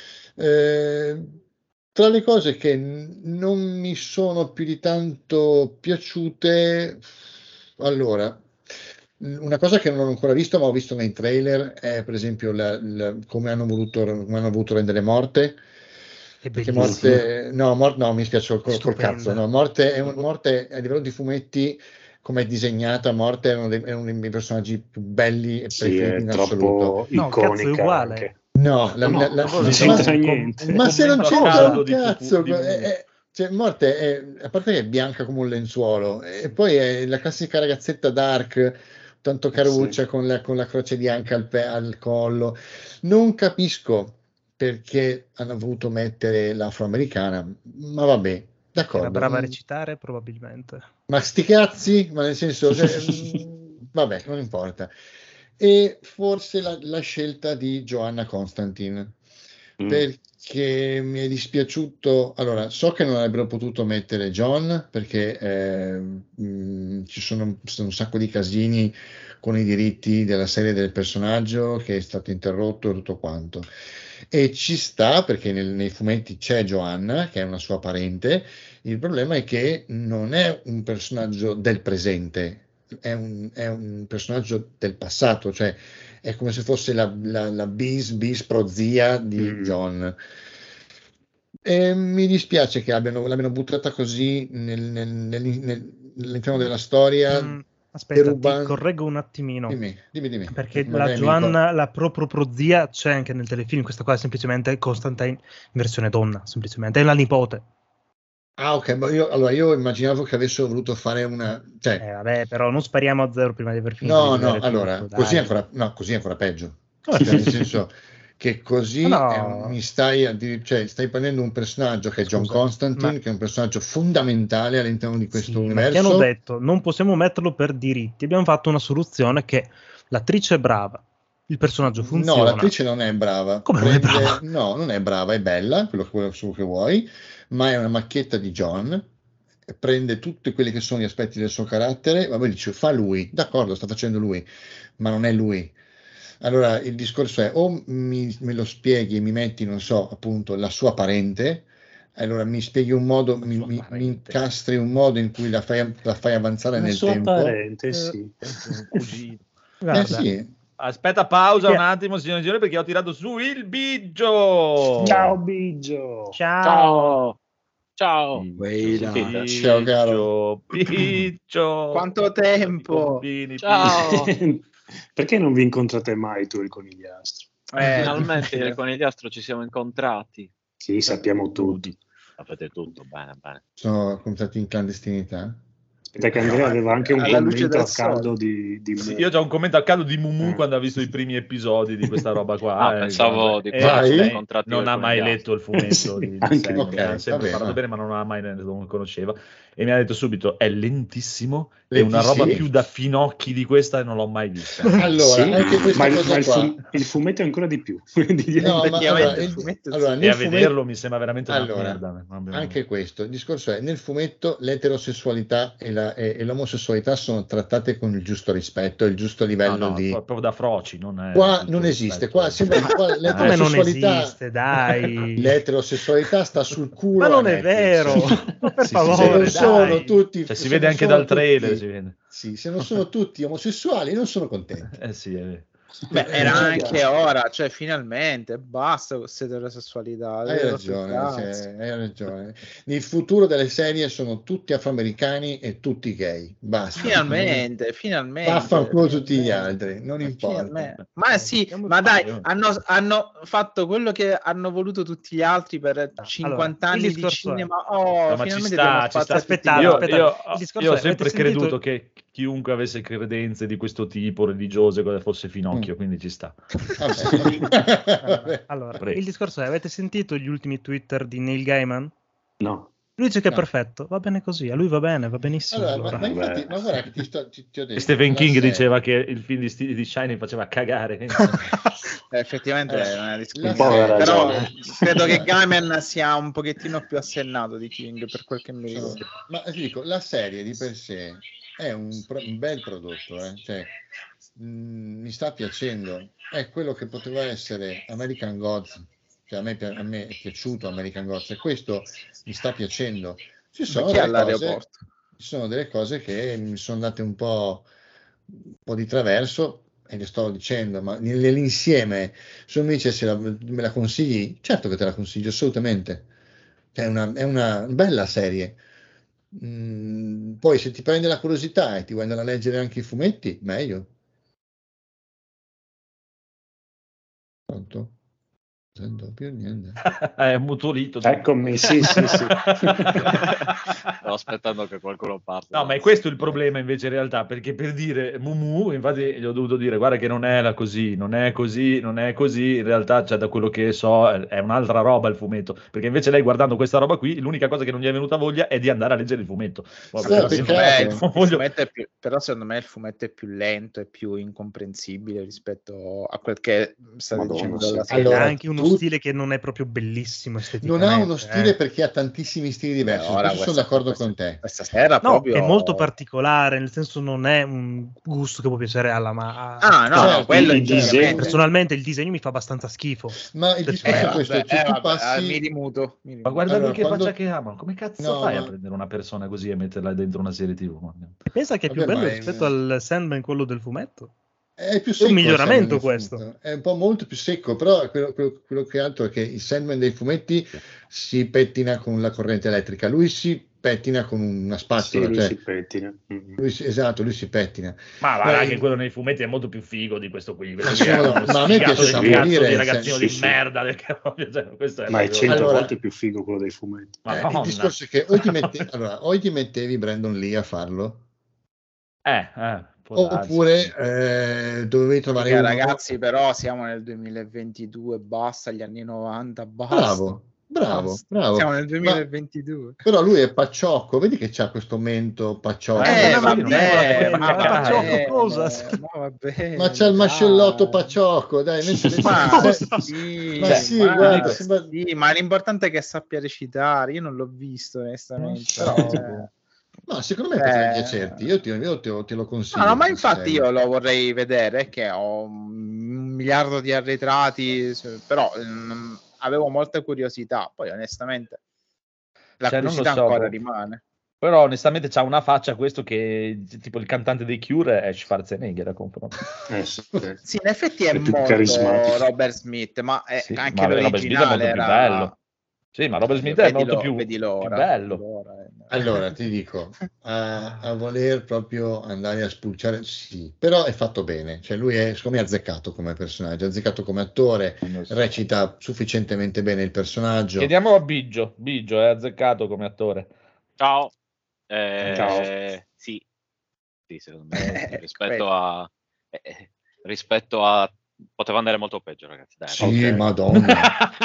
Eh, tra le cose che non mi sono più di tanto piaciute, allora, una cosa che non ho ancora visto, ma ho visto nei trailer, è per esempio la, la, come, hanno voluto, come hanno voluto rendere Morte. Perché Morte, no, Morte, no, mi spiace col, col cazzo. No, Morte, è un, Morte a livello di fumetti, come è disegnata, Morte è uno dei, è uno dei personaggi più belli e sì, preferiti in assoluto. No, cazzo, è uguale. Anche. No, la, no, la, la, non ma, c'entra niente. Ma se non c'entra un cazzo, è, è, cioè, Morte è, a parte che è bianca come un lenzuolo, e poi è la classica ragazzetta dark, tanto caruccia, sì, con, la, con la croce bianca al, pe, al collo. Non capisco perché hanno voluto mettere l'afroamericana, ma vabbè, d'accordo. Era brava a recitare, probabilmente. Ma sti cazzi, ma nel senso, cioè, vabbè, non importa. E forse la, la scelta di Joanna Constantine, mm. perché mi è dispiaciuto. Allora, so che non avrebbero potuto mettere John, perché eh, mh, ci sono, sono un sacco di casini con i diritti della serie del personaggio che è stato interrotto e tutto quanto. E ci sta, perché nel, nei fumetti c'è Joanna, che è una sua parente. Il problema è che non è un personaggio del presente, è un, è un personaggio del passato, cioè è come se fosse la, la, la bis, bis prozia di mm. John. E mi dispiace che abbiano, l'abbiano buttata così nel, nel, nel, nel, all'interno della storia. Mm. Aspetta, ruban... ti correggo un attimino. Dimmi, dimmi, dimmi. Perché la Joanna, la proprio prozia, c'è anche nel telefilm. Questa qua è semplicemente Constantine in versione donna, semplicemente. È la nipote. Ah, ok. Ma io, allora, io immaginavo che avessero voluto fare una... Cioè... Eh, vabbè, però non spariamo a zero prima di aver finito. No, no, allora, tutto, così, ancora, no, così è ancora peggio. Cioè, nel senso che così no. è un, mi stai, cioè, stai prendendo un personaggio che è John Scusa, Constantine, ma... che è un personaggio fondamentale all'interno di questo sì, universo. Ma che hanno detto, non possiamo metterlo per diritti. Abbiamo fatto una soluzione che l'attrice è brava, il personaggio funziona. No, l'attrice non è brava. Come Prende... non è brava? No, non è brava, è bella, quello, quello che vuoi, ma è una macchietta di John, prende tutti quelli che sono gli aspetti del suo carattere, ma poi dice, fa lui, d'accordo, sta facendo lui, ma non è lui. Allora il discorso è o mi, me lo spieghi e mi metti, non so, appunto la sua parente, allora mi spieghi un modo, mi, mi, mi incastri un modo in cui la fai, la fai avanzare la nel sua tempo. Parente, sì. Eh sì. Aspetta, pausa un attimo, signore e signori, perché ho tirato su il Biggio. Ciao Biggio. Ciao. Ciao. Ciao, Ciao caro. Biggio. Quanto tempo. Bini, Ciao. Perché non vi incontrate mai tu e il conigliastro? Eh, Finalmente il conigliastro ci siamo incontrati. Sì, sappiamo tutti. Sapete tutto, bene, bene. Sono contati in clandestinità? Aspetta che Andrea aveva anche un Alla commento a caldo di, di sì, io ho già un commento a caldo di Mumu eh. quando ha visto i primi episodi di questa roba qua. No, eh, pensavo guarda. di quando eh, siamo incontrati. Non ha mai letto il fumetto sì, di, di anche okay, ha sempre parlato bene, ma non ha mai non lo conosceva. E mi ha detto subito: è lentissimo, è una roba più da finocchi di questa e non l'ho mai vista. Allora, sì, anche questa ma, cosa ma il, qua. fu- il fumetto è ancora di più. No, ma allora, il, fumetto, allora, e a fumetto, vederlo mi sembra veramente una allora, merda. Anche questo, il discorso è nel fumetto l'eterosessualità e, la, e, e l'omosessualità sono trattate con il giusto rispetto, il giusto livello no, no, di... proprio da froci, non è qua non esiste, qua sembra qua come non esiste, dai. L'eterosessualità sta sul culo. Ma non è vero, ma per sì, favore, se non dai. sono tutti, cioè, si vede anche dal trailer, tutti, si vede. Sì, se non sono tutti omosessuali non sono contenti. Eh sì, è vero. Beh, era anche ora, cioè finalmente basta con questa eterosessualità. Hai ragione, cioè, hai ragione. Il futuro delle serie sono tutti afroamericani e tutti gay. Basta. Finalmente, finalmente. Vaffanculo tutti gli altri, non importa. Finalmente. Ma sì, ma dai, hanno, hanno fatto quello che hanno voluto tutti gli altri per cinquanta allora, anni di cinema. Oh, no, ma ci finalmente sta, ci sta. Aspettate, io, aspettate. io, Il discorso io ho è, sempre avete sentito- creduto che chiunque avesse credenze di questo tipo religiose cosa fosse Finocchio, Mm. quindi ci sta. Vabbè. Allora, Prego. il discorso è, avete sentito gli ultimi Twitter di Neil Gaiman? No. Lui dice che è No. perfetto, va bene così, a lui va bene, va benissimo. Allora, allora. ma, ma infatti, Beh. ma guarda che ti, sto, ti, ti ho detto. E Stephen la King serie- diceva che il film di, Sti- di Shining faceva cagare. Eh, effettivamente Eh, è una la discussione. Un po' aveva Però ragione. credo che Gaiman sia un pochettino più assennato di King per quel che mi sono- riguarda. ma ti dico, la serie di per sé è un, pro- un bel prodotto, eh? Cioè, mh, mi sta piacendo. È quello che poteva essere American Gods. Cioè, a me, pi- a me è piaciuto American Gods e questo mi sta piacendo. Ci Ma sono, chi è delle cose, all'aeroporto? ci sono delle cose che mi sono andate un po', un po' di traverso e le sto dicendo, ma nell'insieme, se uno mi dice se la- me la consigli, certo che te la consiglio assolutamente. Cioè, È una, è una bella serie. Mm, poi se ti prende la curiosità e ti vuoi andare a leggere anche i fumetti, meglio. Pronto? Non sento più niente. È mutolito. Eccomi, sì, sì, sì. Stavo aspettando che qualcuno parla. No, ma è questo il problema invece in realtà, perché per dire Mumu, infatti gli ho dovuto dire guarda che non era così, non è così, non è così, in realtà cioè, da quello che so è è un'altra roba il fumetto, perché invece lei guardando questa roba qui, l'unica cosa che non gli è venuta voglia è di andare a leggere il fumetto. Vabbè, Sì, Però peccato. secondo, me il, non il voglio- fumetto è più, però secondo me il fumetto è più lento e più incomprensibile rispetto a quel che state Madonna, dicendo sì. della serie. Allora, ha anche uno tu- stile che non è proprio bellissimo Non esteticamente. ha uno stile eh. perché ha tantissimi stili diversi. Beh, ora Questo sono questa- d'accordo questa- con te. Questa sera No, proprio è molto particolare, nel senso non è un gusto che può piacere alla ma Ah, no, Certo, no, quello il indubbiamente. disegno- personalmente il disegno mi fa abbastanza schifo. Ma il discorso Eh, è questo: vabbè, se eh, tu vabbè, passi, eh, mi rimuto. mi Ma rimuto. guarda Allora, lui che quando- faccia che ha, ma come cazzo No, fai a ma- prendere una persona così e metterla dentro una serie tivù? Pensa che è più Vabbè, bello ma è- rispetto al Sandman, quello del fumetto. è più È secco. un il miglioramento Sandman del questo. fumetto. È un po' molto più secco, però quello, quello- quello che altro è che il Sandman dei fumetti si pettina con la corrente elettrica, lui si pettina con una Sì, spazzola. lui cioè, si pettina. Mm. lui si- esatto, lui si pettina. Ma guarda Beh, che quello nei fumetti è molto più figo di questo qui. Ma Questo qui sì, è ma- uno ma a me sfigato piace del da cazzo morire, di ragazzino cioè, di sì, sì. merda. Del cavolo, cioè, questo è Ma è proprio- cento Allora- volte più figo quello dei fumetti. Eh, il Madonna. discorso è che o ti, metti- allora, o ti mettevi Brandon Lee a farlo, Eh, eh, può darsi. oppure eh, dovevi trovare Raga, uno. ragazzi, però siamo nel duemilaventidue, basta gli anni novanta, basta. Bravo, bravo, Basta. bravo. Siamo nel Ma- duemilaventidue. Però lui è pacciocco, vedi che c'ha questo mento pacciocco. Eh, Eh, ma va sì, bene, ma ma che va cazzo, bene, cosa? ma va bene, Ma c'ha il dai. mascellotto pacciocco, dai, mentre Ma Cosa? sì, Ma sì, ma, guarda, sì, sembra- ma l'importante è che sappia recitare. Io non l'ho visto, onestamente. Però, Però, tipo, no, secondo me potrebbe Eh. piacerti, io, ti, io te, te lo consiglio. no, no, ma questa infatti serie. io lo vorrei vedere, che ho un miliardo di arretrati, però mm, avevo molta curiosità. Poi, onestamente, la Cioè, non lo curiosità so, ancora boh. rimane. Però onestamente c'ha una faccia questo che tipo il cantante dei Cure è Schwarzenegger a confronto. Eh, sì. Sì, in effetti è, È più molto carismatico. Robert Smith, ma è Sì, anche ma Robert Smith è molto l'originale più era... bello. Sì, ma Robert Smith è Vedi molto lo- più, vedi più l'ora, bello. vedi l'ora, eh. Allora, ti dico, a, a voler proprio andare a spulciare, sì, però è fatto bene, cioè lui è, secondo me, azzeccato come personaggio, azzeccato come attore, Non so. recita sufficientemente bene il personaggio. Chiediamo a Biggio. Biggio è azzeccato come attore. Ciao. Eh, Ciao. Sì. Sì, secondo me Eh, rispetto quello. a eh, rispetto a poteva andare molto peggio, ragazzi. Dai, Sì, Ok. Madonna.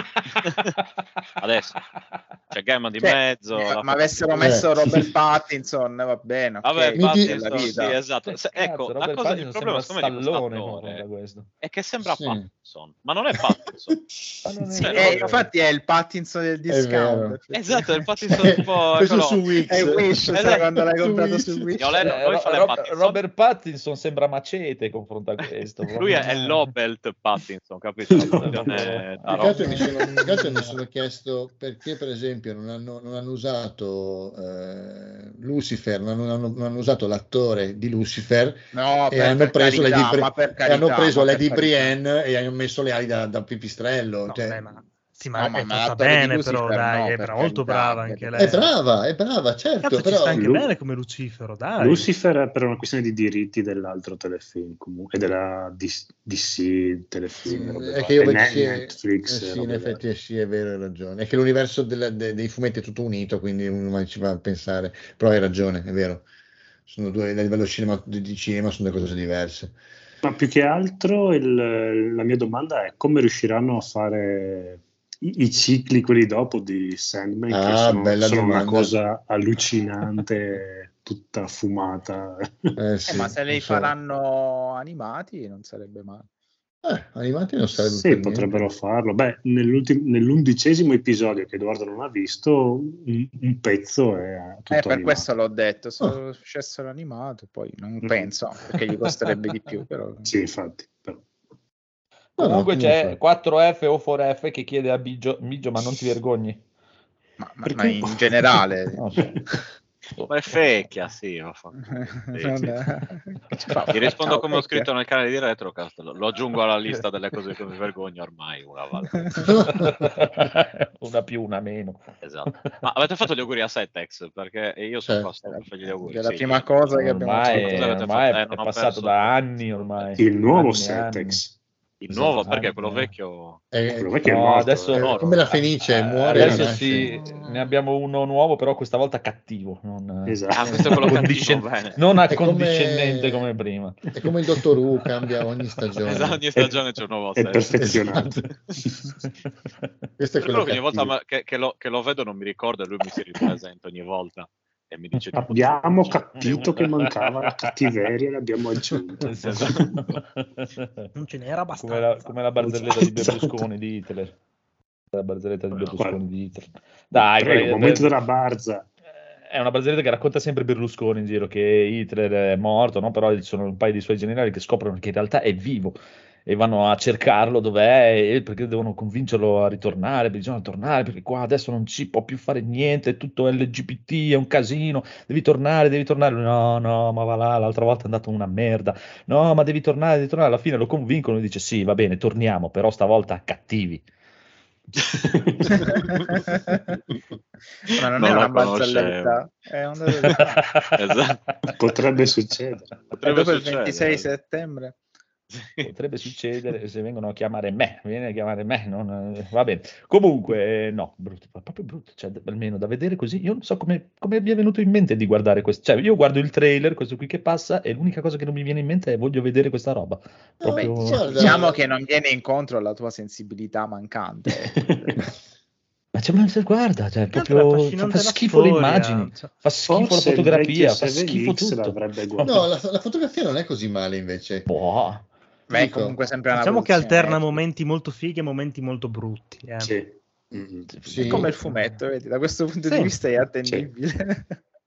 Adesso c'è Gaiman di Cioè, mezzo. ma, la- ma avessero Eh, messo sì, Robert sì. Pattinson, va bene, ok, Vabbè, Mi infatti, di- della sì, vita. esatto. Se- Cazzo, ecco, la Robert cosa, il Pattinson problema sembra secondo me di Stallone quest'attore confronto a questo. è che sembra Sì. fatto, Pattinson, ma non è Pattinson. Ma non è Sì, vero. è- infatti è il Pattinson del discount. Esatto, è il Pattinson tipo Questo quello- su Wix. È Wish, sai Esatto. quando l'hai Su comprato Wish. su Wish. Io le- Eh, noi Ro- fa le Ro- Pattinson. Robert Pattinson sembra macete confronto a questo. Lui è, è Lobelt Pattinson, capito? La funzione Più che altro mi tarocca. sono, più che altro mi sono chiesto perché, per esempio, non hanno, non hanno usato eh, Lucifer, non hanno, non hanno usato l'attore di Lucifer No, e per- hanno per preso, carità, Lady, Bri- ma per e carità, hanno preso ma per Lady carità. Brienne e hanno messo le ali da, da pipistrello. No, cioè, beh, ma, sì, ma No, ma- è ma fatta l'attore di bene, Lucifer però dai, no, è per bra- molto carità, brava per anche carità. lei. è brava, è brava, certo, Cazzo, ci però sta anche Lu- bene come Lucifero, dai. Lucifer è per una questione di diritti dell'altro telefilm comunque, e della D C telefilm. sì, robe è varie. che io E vedo, Ne- sì, eh, Netflix. sì, in robe effetti varie. sì, è vero, hai ragione. È che l'universo della- de- dei fumetti è tutto unito, quindi uno ci va a pensare, però hai ragione, è vero. Sono due, a livello cinema, di, di cinema sono due cose diverse. Ma più che altro il- la mia domanda è come riusciranno a fare i, i cicli quelli dopo di Sandman, che Ah, sono, bella sono una domanda. cosa allucinante, tutta fumata. Eh, Eh, sì, ma se li non so. faranno animati non sarebbe male. Eh, animati non sarebbe Sì, per potrebbero niente. farlo. Beh, nell'ultim- nell'undicesimo episodio che Edoardo non ha visto, un, un pezzo è tutto Eh, per animato. questo l'ho detto, se Oh. lo facessero animato, poi non Mhm. penso, perché gli costerebbe di più, però... Sì, infatti. Però. No, no, Comunque c'è comunque. quattro F o quattro F che chiede a Biggio, Biggio, ma non ti vergogni? Ma, ma- Per ma cui- in generale... Non so. Ma è fecchia, sì. ma fa- sì, Non- sì. che ci fa? Ti rispondo Ciao, come ho vecchia. scritto nel canale di Retrocast, lo, lo aggiungo alla lista delle cose che mi vergogno ormai. Una volta. Una più, una meno. Esatto. Ma avete fatto gli auguri a Setex? Perché io sono Cioè, qua sto per fargli gli auguri. È la sì. prima cosa che abbiamo Ormai, fatto. Cosa avete ormai fatto? Eh, è non ho passato perso. da anni ormai. Il nuovo Anni, Setex. Il Esatto, nuovo, perché anni, quello eh. vecchio... È, Quello vecchio No, è morto. adesso- eh. è come la Fenice, Ah, muore e adesso rinasce. sì, ne abbiamo uno nuovo, però questa volta cattivo. Non, Esatto. Ah, questo è quello accondiscen- cattivo, bene. non È come- accondiscendente come prima. È come il Dottor Who, cambia ogni stagione. Esatto, ogni stagione c'è un nuovo È set. perfezionato. Questo è Per quello quello che ogni volta cattivo. ma- che, che lo, che lo vedo non mi ricordo e lui mi si ripresenta ogni volta e mi dice tipo, Abbiamo cioè, capito che mancava la cattiveria e l'abbiamo aggiunta. Esatto. Non ce n'era Come abbastanza. la, come la barzelletta di Esatto. Berlusconi di Hitler. La barzelletta di Berlusconi Guarda. di Hitler. Dai, Prego, quella- momento della barza. è una barzelletta che racconta sempre Berlusconi in giro che Hitler è morto, no? Però ci sono un paio di suoi generali che scoprono che in realtà è vivo e vanno a cercarlo dov'è e perché devono convincerlo a ritornare, bisogna tornare perché qua adesso non si può più fare niente, è tutto L G B T, è un casino, devi tornare, devi tornare. No, no, ma va là, l'altra volta è andato una merda. No, ma devi tornare, devi tornare. Alla fine lo convincono e dice sì, va bene, torniamo, però stavolta cattivi. Ma non, Non è la una barzelletta, è un dato di fatto. Esatto. Potrebbe succedere. E Potrebbe dopo il succedere. ventisei settembre. Potrebbe succedere se vengono a chiamare me, viene a chiamare me, non, eh, va bene. Comunque, eh, no, brutto, proprio brutto, cioè, d- almeno da vedere così, io non so come, come mi è venuto in mente di guardare questo, cioè io guardo il trailer, questo qui che passa, e l'unica cosa che non mi viene in mente è voglio vedere questa roba. Proprio... Beh, Diciamo, Guarda- diciamo che non viene incontro alla tua sensibilità mancante. Ma c'è, ma se guarda, cioè, Che altro proprio, fa, affascinante fa la schifo le storia, immagini, cioè. fa schifo Forse la fotografia, il fa vecchio schifo seven X tutto. l'avrebbe guardato. No, la, la fotografia non è così male invece. Boh. Beh, è Dico, comunque sempre una Diciamo che produzione alterna Netflix. momenti molto fighi e momenti molto brutti. eh. Sì. Mm. Sì. È come il fumetto, vedi, da questo punto Sì. di vista è attendibile.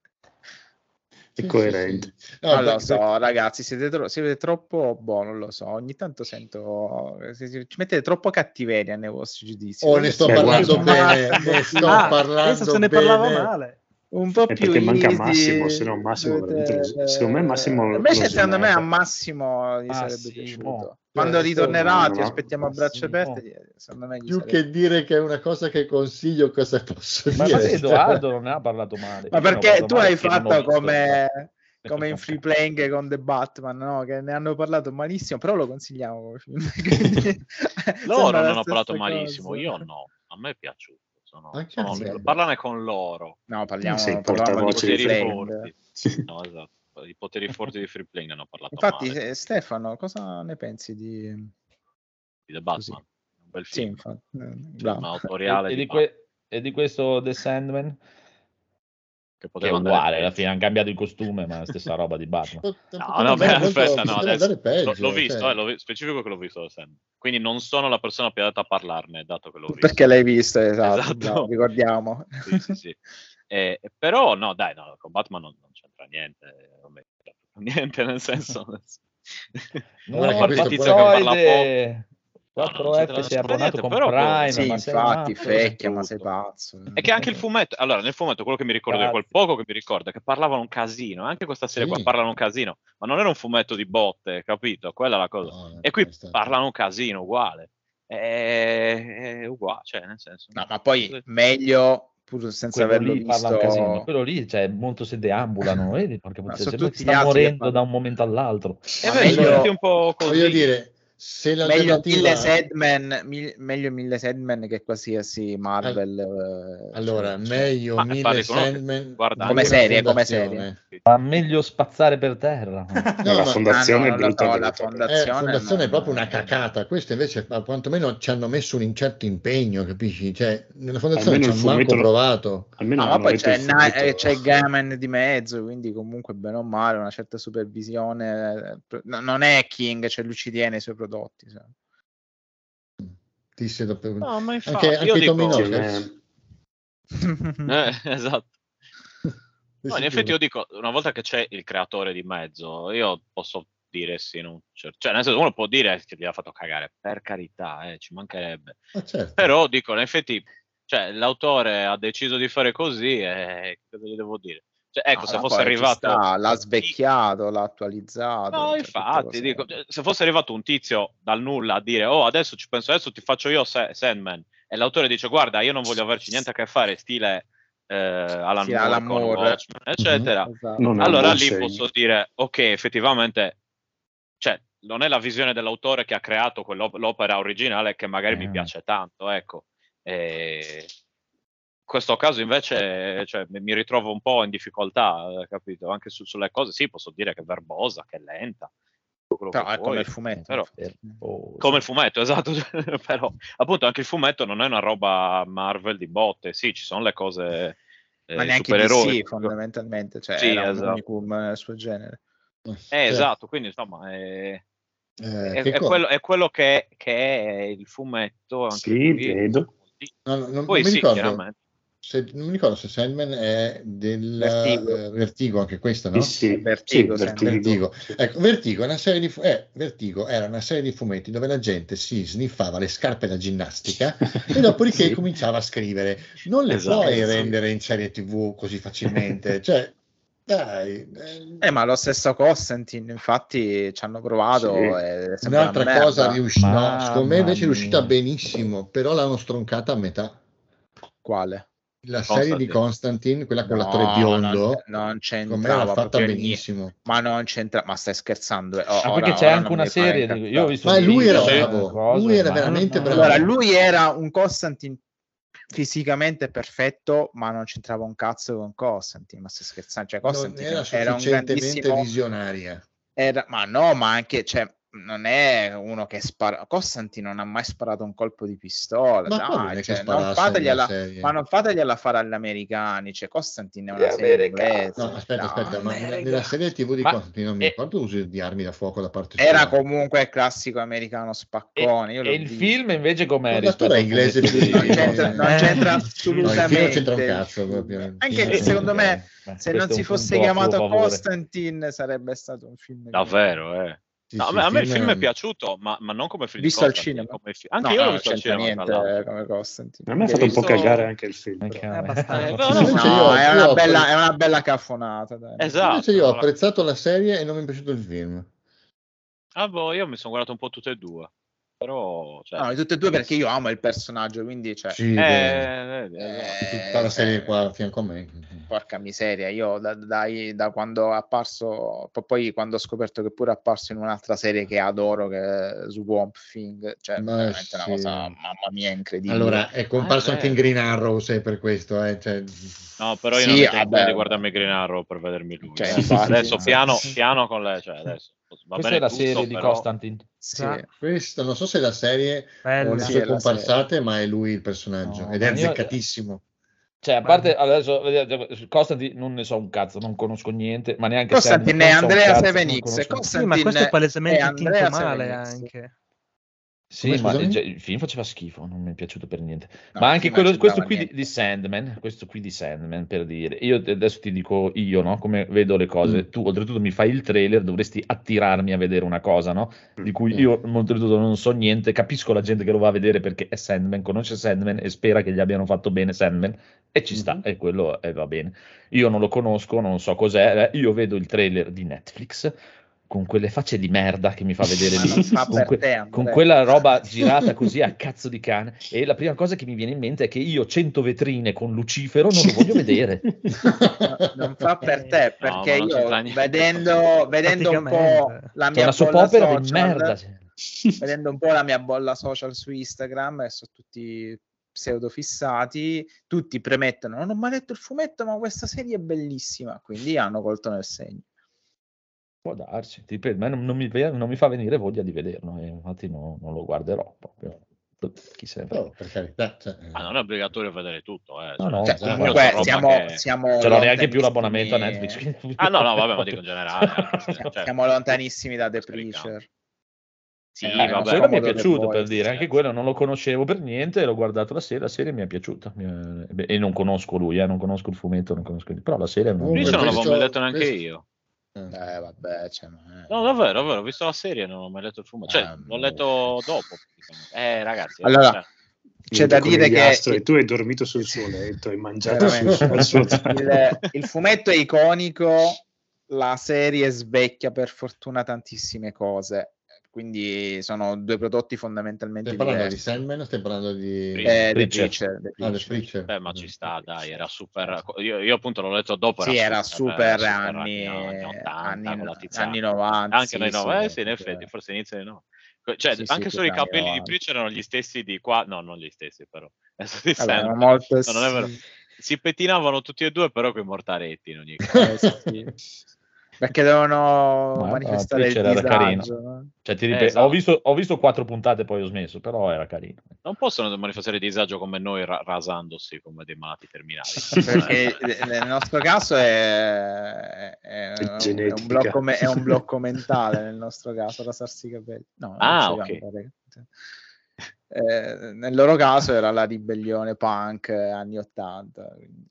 È Sì, coerente. sì, sì. No, Non lo beh, so, ragazzi, siete, tro- siete troppo, boh, non lo so, ogni tanto sento, se- se- ci mettete troppo cattiveria nei vostri giudizi. Oh, ne sto Beh, parlando guarda. bene, ne sto Ah, parlando adesso se ne bene. parlava male. Un po' È più perché manca easy, Massimo, se no Massimo dovete- veramente lo- secondo me Massimo lo Invece secondo me a smerda. Massimo gli sarebbe Massimo. piaciuto. Quando Certo, ritornerà no, ti no. aspettiamo a braccia Massimo. aperte, secondo me gli Più sarebbe- che dire che è una cosa che consiglio, cosa posso Ma, dire? ma Edoardo non ne ha parlato male. Ma Io ne ho perché parlato tu male hai perché non ho fatto visto. come, Ne come in faccio un Free Playing con The Batman, no? Che ne hanno parlato malissimo, però lo consigliamo come film. Quindi, Loro sembra la non hanno parlato stessa malissimo, cosa. io no, a me è piaciuto. Sono, Anche sono- a me. parlane con loro. No, parliamo, Sei il parliamo di portavoce Free di poteri Playing. forti. No, esatto. I poteri forti di Free Play ne hanno parlato Infatti, male. eh, Stefano, cosa ne pensi di... Di The Batman, un bel Sì, film, infatti. eh, un bravo. autoriale E, e di di que- e di questo The Sandman? che Che è poteva andare uguale, alla peggio. fine hanno cambiato il costume, ma è la stessa roba di Batman. Pot- No, poteva no, beh, andare molto- aspetta, no, poteva adesso andare peggio, l'ho, l'ho visto, cioè. eh, l'ho vi- specifico che l'ho visto, Sam. Quindi non sono la persona più adatta a parlarne, dato che l'ho visto. Perché l'hai visto, esatto, Esatto. bravo, ricordiamo. Sì, sì, sì. Eh, però no, dai, no, con Batman non, non c'entra niente, non mi c'entra niente, nel senso... No, Guarda che questo Tizio che parla Pazzoide! No, no, non quattro c'entra F sei abbonato niente, con però, boh, Prime, Sì, ma sei infatti, matto? fecchia, ma sei tutto. pazzo. È che anche il fumetto, allora nel fumetto quello che mi ricordo di quel Grazie. poco che mi ricorda è che parlavano un casino, anche questa serie Sì. qua parlano un casino, ma non era un fumetto di botte, capito? Quella è la cosa. No, E qui è stato- parlano un casino uguale. È, è uguale, cioè nel senso. No, ma poi meglio, pur senza Quello averlo lì parla un visto... casino, ma quello lì, cioè, molto se deambulano, vedi? Porca Ma puttana, sono sembra che tutti sta gli altri che morendo fanno- da un momento all'altro. È Ma vero, sono meglio- tutti un po' così. Voglio dire, se Meglio l'alternativa... mille Sandman, mil- meglio mille Sandman che qualsiasi Marvel. eh, Allora, cioè, meglio Ma mille parli con uno che Sandman guarda Come della serie, come Fondazione. Ma meglio spazzare per terra. No, la ma- fondazione Ah, no, è non lo brutta, so, la brutta, fondazione- Eh, Fondazione fondazione è non- proprio una cacata. Questo invece, ma quantomeno ci hanno messo un certo impegno, capisci? Cioè, nella fondazione Almeno ci il hanno manco fumetto lo- provato. almeno No, ma hanno poi letto c'è, il Na- fumetto. eh, c'è Gaman di mezzo, quindi comunque bene o male una certa supervisione. eh, no- non è King, c'è l'U C D nei suoi prodotti. sai. Disse dopo- No, ma infatti, anche io anche dico... Tommy Sì, Knockers. Eh, esatto. Di No, in sicuro. effetti io dico, una volta che c'è il creatore di mezzo, io posso dire sì, in un certo... cioè nel senso uno può dire che gli ha fatto cagare, per carità, eh, ci mancherebbe. Ma certo. Però dico, in effetti, cioè, l'autore ha deciso di fare così e cosa gli devo dire? Cioè, ecco, No, se ma fosse poi ci arrivato... sta, l'ha svecchiato, l'ha attualizzato. No, cioè, tutte infatti, cose- dico, se fosse arrivato un tizio dal nulla a dire, oh, adesso ci penso, adesso ti faccio io Sa- Sandman, e l'autore dice, guarda, io non voglio averci niente a che fare, stile eh, Alan Sì, Moore Alan con Moore. Watchmen, eccetera. Esatto. Non è un Allora buon lì segno. posso dire, ok, effettivamente, cioè, non è la visione dell'autore che ha creato quell'opera originale che magari mi Eh. piace tanto, ecco. E in questo caso invece cioè, mi mi ritrovo un po' in difficoltà, eh, capito? Anche su- sulle cose, sì, posso dire che è verbosa, che è lenta, quello Però che è come vuoi, il fumetto. però- Oh, come il fumetto, esatto, però appunto anche il fumetto non è una roba Marvel di botte, sì, ci sono le cose eh, Ma neanche supereroi. D C fondamentalmente, cioè Sì, era un esatto. unicum nel suo genere. Eh, Cioè, esatto, quindi insomma è, eh, è- che è co- quello, è quello che, che è il fumetto, anche Sì, qui. vedo. no, no, non, Poi non mi sì, ricordo chiaramente. se, non mi ricordo se Sandman è del Vertigo. eh, Vertigo anche questa, no? Sì, sì, Vertigo, sì, sempre. Vertigo. Sì. Ecco, Vertigo, è una serie di fu- eh, Vertigo era una serie di fumetti dove la gente si sniffava le scarpe da ginnastica e dopodiché Sì. cominciava a scrivere. Non le Esatto, puoi sì. rendere in serie tivù così facilmente, cioè dai. eh, Eh, ma lo stesso Constantine, infatti, ci hanno provato. Sì. E sembra Un'altra una merda. cosa riuscita, no, Mamma secondo me invece è riuscita mia. benissimo, però l'hanno stroncata a metà. Quale? La serie di Constantine, quella con No, l'attore biondo, non, non secondo me era c'entrava fatta proprio niente. benissimo. Ma non c'entra, ma stai scherzando? eh. O- Ah, ora- perché c'è ora anche non una mi fai serie, incazzare. dico, io ho visto Ma un lui video, era sì, bravo, cose, lui era ma- veramente ma- bravo. Allora, lui era un Constantine fisicamente perfetto, ma non c'entrava un cazzo con Constantine. Ma stai scherzando? Cioè, Non Constantine era era un sufficientemente grandissimo. visionaria. Era, ma no, ma anche, cioè, non è uno che spara. Constantine non ha mai sparato un colpo di pistola. Ma qua non Dai, è che cioè, non sparasse fategliela, nella serie. ma non fategliela fare agli americani. Cioè, Constantine è una Gli serie americani. inglese. No, aspetta, No, aspetta, ma America. nella serie tivù di Ma- Constantine non mi e- ricordo l'uso di armi da fuoco da parte era sua. comunque il classico americano spaccone. Io E, l'ho e il visto. film invece com'è? Ma rispetto l'attore al inglese fumetto di- di- non c'entra, non Eh? c'entra No, assolutamente. il film non c'entra un cazzo proprio. Anche Il che film- secondo me, Ok, beh, se questo non è si un fosse punto a chiamato suo favore. Constantine, sarebbe stato un film. Davvero, eh. Sì, No, sì, a me, a me il film film è è- piaciuto, ma, ma non come film Visto di al Constantine, cinema? come fi- Anche No, io l'ho no, visto non al c'entra cinema, tra niente l'altro. come Constantine. A me ha Che fatto un po' visto- cagare anche il film. Ok, però. Eh, abbastanza. Eh, No, no, Invece io- è, io una ho bella, pre- è una bella caffonata. Dai. Esatto. Invece io ho allora- apprezzato la serie e non mi è piaciuto il film. Ah, boh, io mi sono guardato un po' tutte e due. Però, cioè, No, di tutte e due perché io amo il personaggio, quindi cioè, Sì, eh, beh, eh, eh, tutta la serie eh, qua a fianco a me. porca miseria, io da, dai- da quando è apparso, po- poi quando ho scoperto che pure è apparso in un'altra serie che adoro, che è Swamp Thing, cioè Ma veramente una sì. cosa, mamma mia, incredibile. Allora, è comparso Ah, è anche in vero. Green Arrow, se per questo, eh, cioè, No, però io Sì, non mi sento vabbè. di guardarmi Green Arrow per vedermi lui. Cioè, eh. infatti. Adesso piano, piano con lei, cioè adesso. Va Questa bene è la tutto, serie di però- Constantine. Sì. Ah, questo non so se è la serie o bella. le Sì, sue è la comparsate, ma è lui il personaggio No, ed è ma io- azzeccatissimo. Cioè, a parte adesso vedete, Constantine non ne so un cazzo, non conosco niente, ma neanche Constantine è Sandman, non so un Andrea cazzo, seven non X. conosco- Sì, ma Constantine questo è palesemente è Andrea tinto male seven X. anche. Sì, Come, ma scusami? già- il film faceva schifo, non mi è piaciuto per niente. No, ma il anche film quello, non questo c'entrava qui di, niente. di Sandman, questo qui di Sandman, per dire, io adesso ti dico io, no? Come vedo le cose. Mm. Tu oltretutto mi fai il trailer, dovresti attirarmi a vedere una cosa, no? Di cui Mm. io oltretutto non so niente, capisco la gente che lo va a vedere perché è Sandman, conosce Sandman e spera che gli abbiano fatto bene Sandman e ci sta, Mhm. e quello eh, va bene. Io non lo conosco, non so cos'è, eh, io vedo il trailer di Netflix con quelle facce di merda che mi fa vedere Ma lì, non fa con, per que- te, con Andrea. quella roba girata così a cazzo di cane, e la prima cosa che mi viene in mente è che io cento vetrine con Lucifero non lo voglio vedere. No, non fa per te, No, perché ma non io c'entra niente. vedendo, vedendo un po' Praticamente. la C'è mia una soap bolla opera di social, merda. vedendo un po' la mia bolla social su Instagram, e sono tutti pseudo fissati, tutti premettono: non ho mai letto il fumetto, ma questa serie è bellissima, quindi hanno colto nel segno. Può darsi, ti ripeto, a me non, non mi, ve- non mi fa venire voglia di vederlo, e infatti no- non lo guarderò proprio. Chi se ne frega. Oh, per carità, cioè, Ma non è obbligatorio vedere tutto, eh. No, Cioè, no, Cioè, esatto. comunque c'è roba siamo, che- siamo ce l'ho neanche più lontanissimi- l'abbonamento a Netflix. quindi- Ah no, no, vabbè, ma dico in generale. Anche se, siamo, cioè, siamo lontanissimi da The scarichiamo. Preacher. Sì, Eh, Eh, non ma è vabbè. quello mi è comodo The piaciuto, per Voice. dire, anche certo. quello non lo conoscevo per niente, l'ho guardato la serie, la serie mi è piaciuta, mi è- beh, e non conosco lui, eh, non conosco il fumetto, non conosco però la serie non Comunque, Preacher non questo- l'avevo mai letto neanche questo- io. Eh. Eh, vabbè, cioè, ma è- No, davvero, davvero, ho visto la serie e non ho mai letto il fumetto. Cioè, Ah, l'ho letto dopo. praticamente. Eh, ragazzi. Allora, cioè, c'è da Con dire gli che astro, e tu hai dormito sul suo letto, hai mangiato sul, Veramente. sul suo tavolo. il, il fumetto è iconico, la serie svecchia per fortuna tantissime cose, quindi sono due prodotti fondamentalmente Stai parlando di diversi. Sandman o stai parlando di... Sì. Eh, The Preacher. Preacher, The Ah, The Preacher. Preacher. beh, ma ci sta, dai, era super. Io, io appunto l'ho letto dopo. Sì, era super, era anni, anni ottanta anni, con la Tiziana. anni novanta. Anche sì, nei sì, novanta, eh, sì, in proprio- effetti, forse inizio dei novanta. Cioè, Sì, sì, anche solo i proprio anni capelli di novanta. Preacher erano gli stessi di qua. No, non gli stessi, però. Adesso di Vabbè, Sandman. molto No, non è vero. sì. Si pettinavano tutti e due, però con i mortaretti in ogni caso. Eh, sì. Perché devono Ma, manifestare il Preacher era carino. disagio, no? Cioè, ti Eh, ripeto, esatto. ho, visto, ho visto quattro puntate, poi ho smesso, però era carino. Non possono manifestare disagio come noi ra- rasandosi come dei malati terminali. Perché nel nostro caso è, è, È un, è, genetica. un blocco, me- è un blocco mentale nel nostro caso, rasarsi i capelli. No, non Ah, ce ok. l'hanno, raga. Eh, nel loro caso era la ribellione punk eh, anni ottanta. quindi-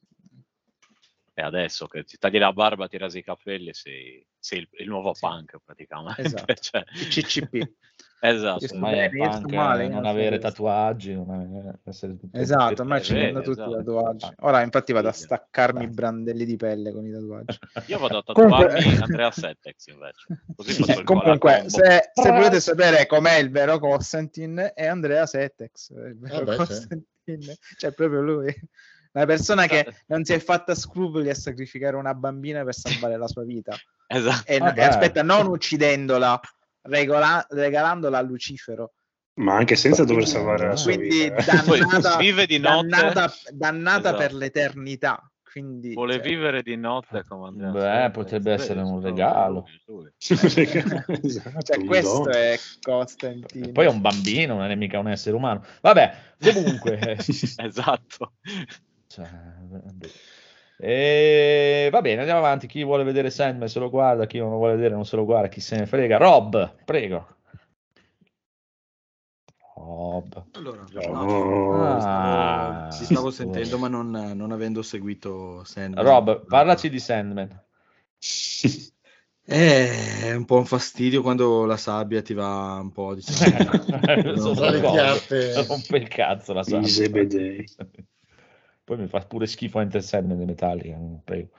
E adesso che ti tagli la barba, ti rasi i capelli, sei, sei il, il nuovo Sì. punk praticamente. Esatto. Cioè, Il C C P. esatto. Io sto Ormai è bene, io sto punk male, eh, io non non so avere questo. tatuaggi, non avere- essere tutto Esatto, ormai Eh, ci vedi, vengono tutti i esatto. tatuaggi. Ora infatti vado a Figlio. staccarmi i Basta. brandelli di pelle con i tatuaggi. Io vado a Comunque- tatuarmi Andrea Settex invece. Così faccio Eh, il comunque, combo. se, se volete sapere com'è il vero Constantine, è Andrea Settex, il vero Ah, beh, Constantine, cioè proprio lui, una persona che Esatto. non si è fatta scrupoli a sacrificare una bambina per salvare la sua vita. Esatto. E, Vabbè. e aspetta, non uccidendola, regola- regalandola a Lucifero. Ma anche senza dover Eh, salvare la sua Quindi vita. eh. Poi dannata, vive di notte. dannata, dannata Esatto. per l'eternità. Quindi, Vuole cioè, vivere di notte come Andrea Beh, Settex. potrebbe Vedi, essere un solo regalo. lui, lui. Esatto, cioè, un questo dono. è Constantine. Poi è un bambino, non è mica un essere umano. Vabbè, comunque. Esatto. Cioè, e va bene, andiamo avanti. Chi vuole vedere Sandman se lo guarda, chi non lo vuole vedere non se lo guarda, chi se ne frega. Rob, prego. Rob. Allora, No. no, Ah, stavo, ti stavo sì. sentendo, ma non, non avendo seguito Sandman. Rob, parlaci di Sandman. È un po' un fastidio quando la sabbia ti va un po', diciamo. Sono Tra le cose, chiappe. rompe il cazzo la I sabbia. zebedei. Poi mi fa pure schifo Enter Sandman di Metallica, prego.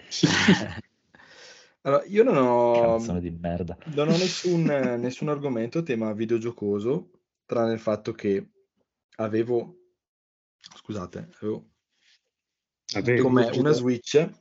Allora, io non ho, Canzone di merda. non ho nessun, nessun argomento tema videogiocoso, tranne il fatto che avevo, scusate, avevo Avevo, come scusa. una Switch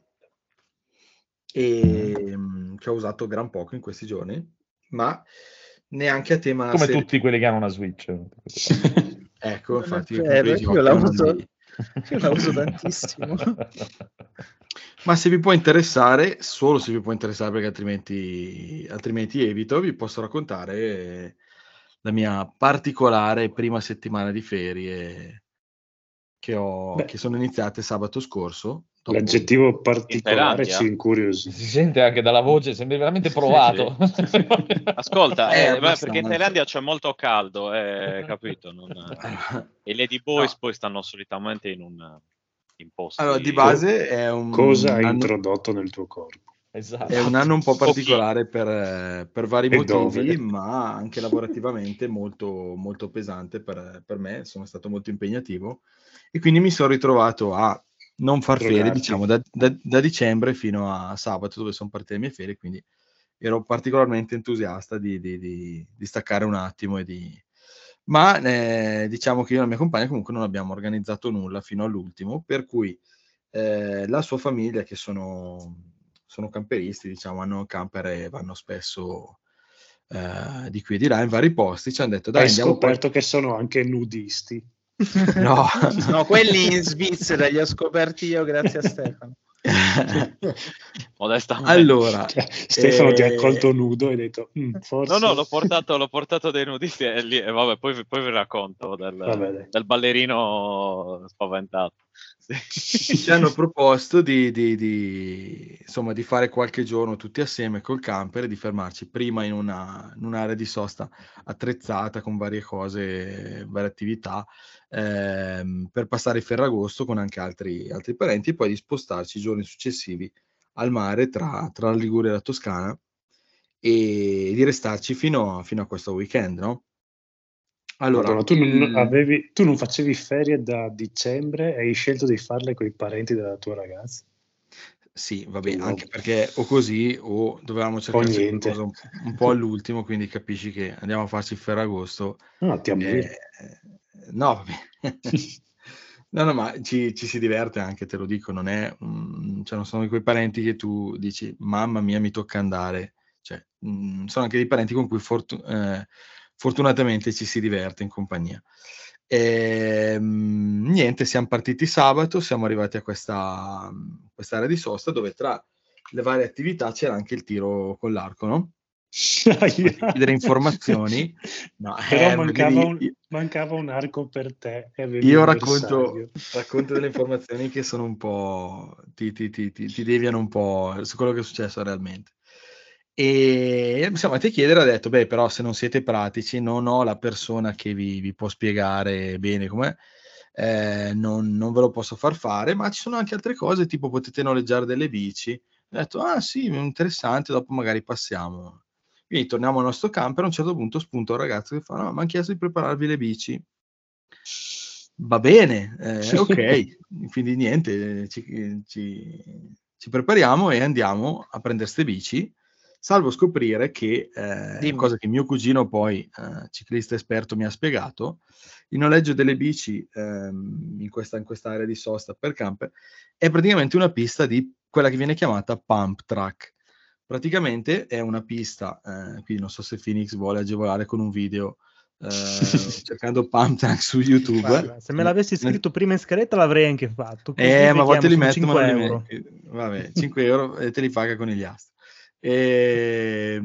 e mm, che ho usato gran poco in questi giorni, ma neanche a tema Come serie- tutti quelli che hanno una Switch. Ecco, Non è infatti, vero, compresi io occhi la non uso- li- io la uso tantissimo. Ma se vi può interessare, solo se vi può interessare, perché altrimenti, altrimenti evito, vi posso raccontare la mia particolare prima settimana di ferie che, ho, Beh. che sono iniziate sabato scorso. dopo- L'aggettivo particolare Thailandia? ci incuriosisce. Si sente anche dalla voce, sembri veramente provato. Ascolta, Eh, eh, beh, abbastanza. perché in Thailandia c'è molto caldo, eh, capito? Non- E i Lady Boys No. poi stanno solitamente in un in posti... Allora, di base è un, Cosa hai anno, introdotto nel tuo corpo? Esatto. è un anno un po' Pochino. particolare per, eh, per vari E motivi, dove? ma anche lavorativamente molto, molto pesante per, per me, sono stato molto impegnativo e quindi mi sono ritrovato a non far ferie, Drogarti. diciamo, da, da- da dicembre fino a sabato, dove sono partite le mie ferie, quindi ero particolarmente entusiasta di, di- di- di staccare un attimo e di... Ma eh, diciamo che io e la mia compagna comunque non abbiamo organizzato nulla fino all'ultimo, per cui eh, la sua famiglia, che sono, sono camperisti, diciamo, hanno camper e vanno spesso eh, di qui e di là in vari posti, ci hanno detto dai Hai andiamo poi... scoperto che sono anche nudisti. No. No, quelli in Svizzera li ho scoperti io grazie a Stefano. Modestamente. Allora, Cioè, Stefano ti ha eh, colto nudo e hai detto "Mm, forse No, no, l'ho portato, l'ho portato dei nudisti e, lì, e vabbè, poi, vi- poi vi racconto del, Vabbè, dai. del ballerino spaventato. Sì. ci hanno proposto di, di- di, insomma, di fare qualche giorno tutti assieme col camper e di fermarci prima in, una, in un'area di sosta attrezzata con varie cose, varie attività, ehm, per passare il Ferragosto con anche altri, altri parenti e poi di spostarci i giorni successivi al mare tra, tra la Liguria e la Toscana e di restarci fino a, fino a questo weekend, no? Allora, Madonna, tu, non il- avevi, tu non facevi ferie da dicembre e hai scelto di farle con i parenti della tua ragazza? Sì, vabbè, Wow. anche perché o così o dovevamo cercarci niente. qualcosa un, un po' all'ultimo, quindi capisci che andiamo a farci il Ferragosto. Ah, ti ammiro. eh, no, vabbè. No, no, ma ci, ci si diverte anche, te lo dico, non è, mm, cioè non sono quei parenti che tu dici, mamma mia, mi tocca andare. Cioè, mm, sono anche dei parenti con cui fortu- eh, fortunatamente ci si diverte in compagnia. E, mm, niente, siamo partiti sabato, siamo arrivati a questa quest'area di sosta dove tra le varie attività c'era anche il tiro con l'arco, no? Poi ti chiedere informazioni. No, Però eh, mancava, vedi, un, mancava un arco per te e avevi io un racconto, bersaglio. racconto delle informazioni che sono un po'... ti, ti, ti, ti, ti deviano un po' su quello che è successo realmente. E siamo andati a chiedere, ha detto, beh, però se non siete pratici, non ho la persona che vi, vi può spiegare bene com'è, eh, non, non ve lo posso far fare, ma ci sono anche altre cose, tipo potete noleggiare delle bici. Ho detto, ah sì, interessante, dopo magari passiamo. Quindi torniamo al nostro camper, a un certo punto spunta un ragazzo che fa, no, mi hanno chiesto di prepararvi le bici. Va bene, eh, ok, quindi niente, ci, ci, ci prepariamo e andiamo a prendere ste bici, salvo scoprire che, eh, Dimmi. cosa che mio cugino poi, eh, ciclista esperto, mi ha spiegato, il noleggio delle bici ehm, in questa in quest'area di sosta per camper è praticamente una pista di quella che viene chiamata pump track. Praticamente è una pista, eh, quindi non so se Phoenix vuole agevolare con un video, eh, cercando pump track su YouTube. Guarda, se me l'avessi scritto prima in scaletta l'avrei anche fatto. Così Eh, ma a volte becchiamo li solo metto, ma non cinque li euro. metti. Vabbè, cinque euro e te li paga con gli astri. E,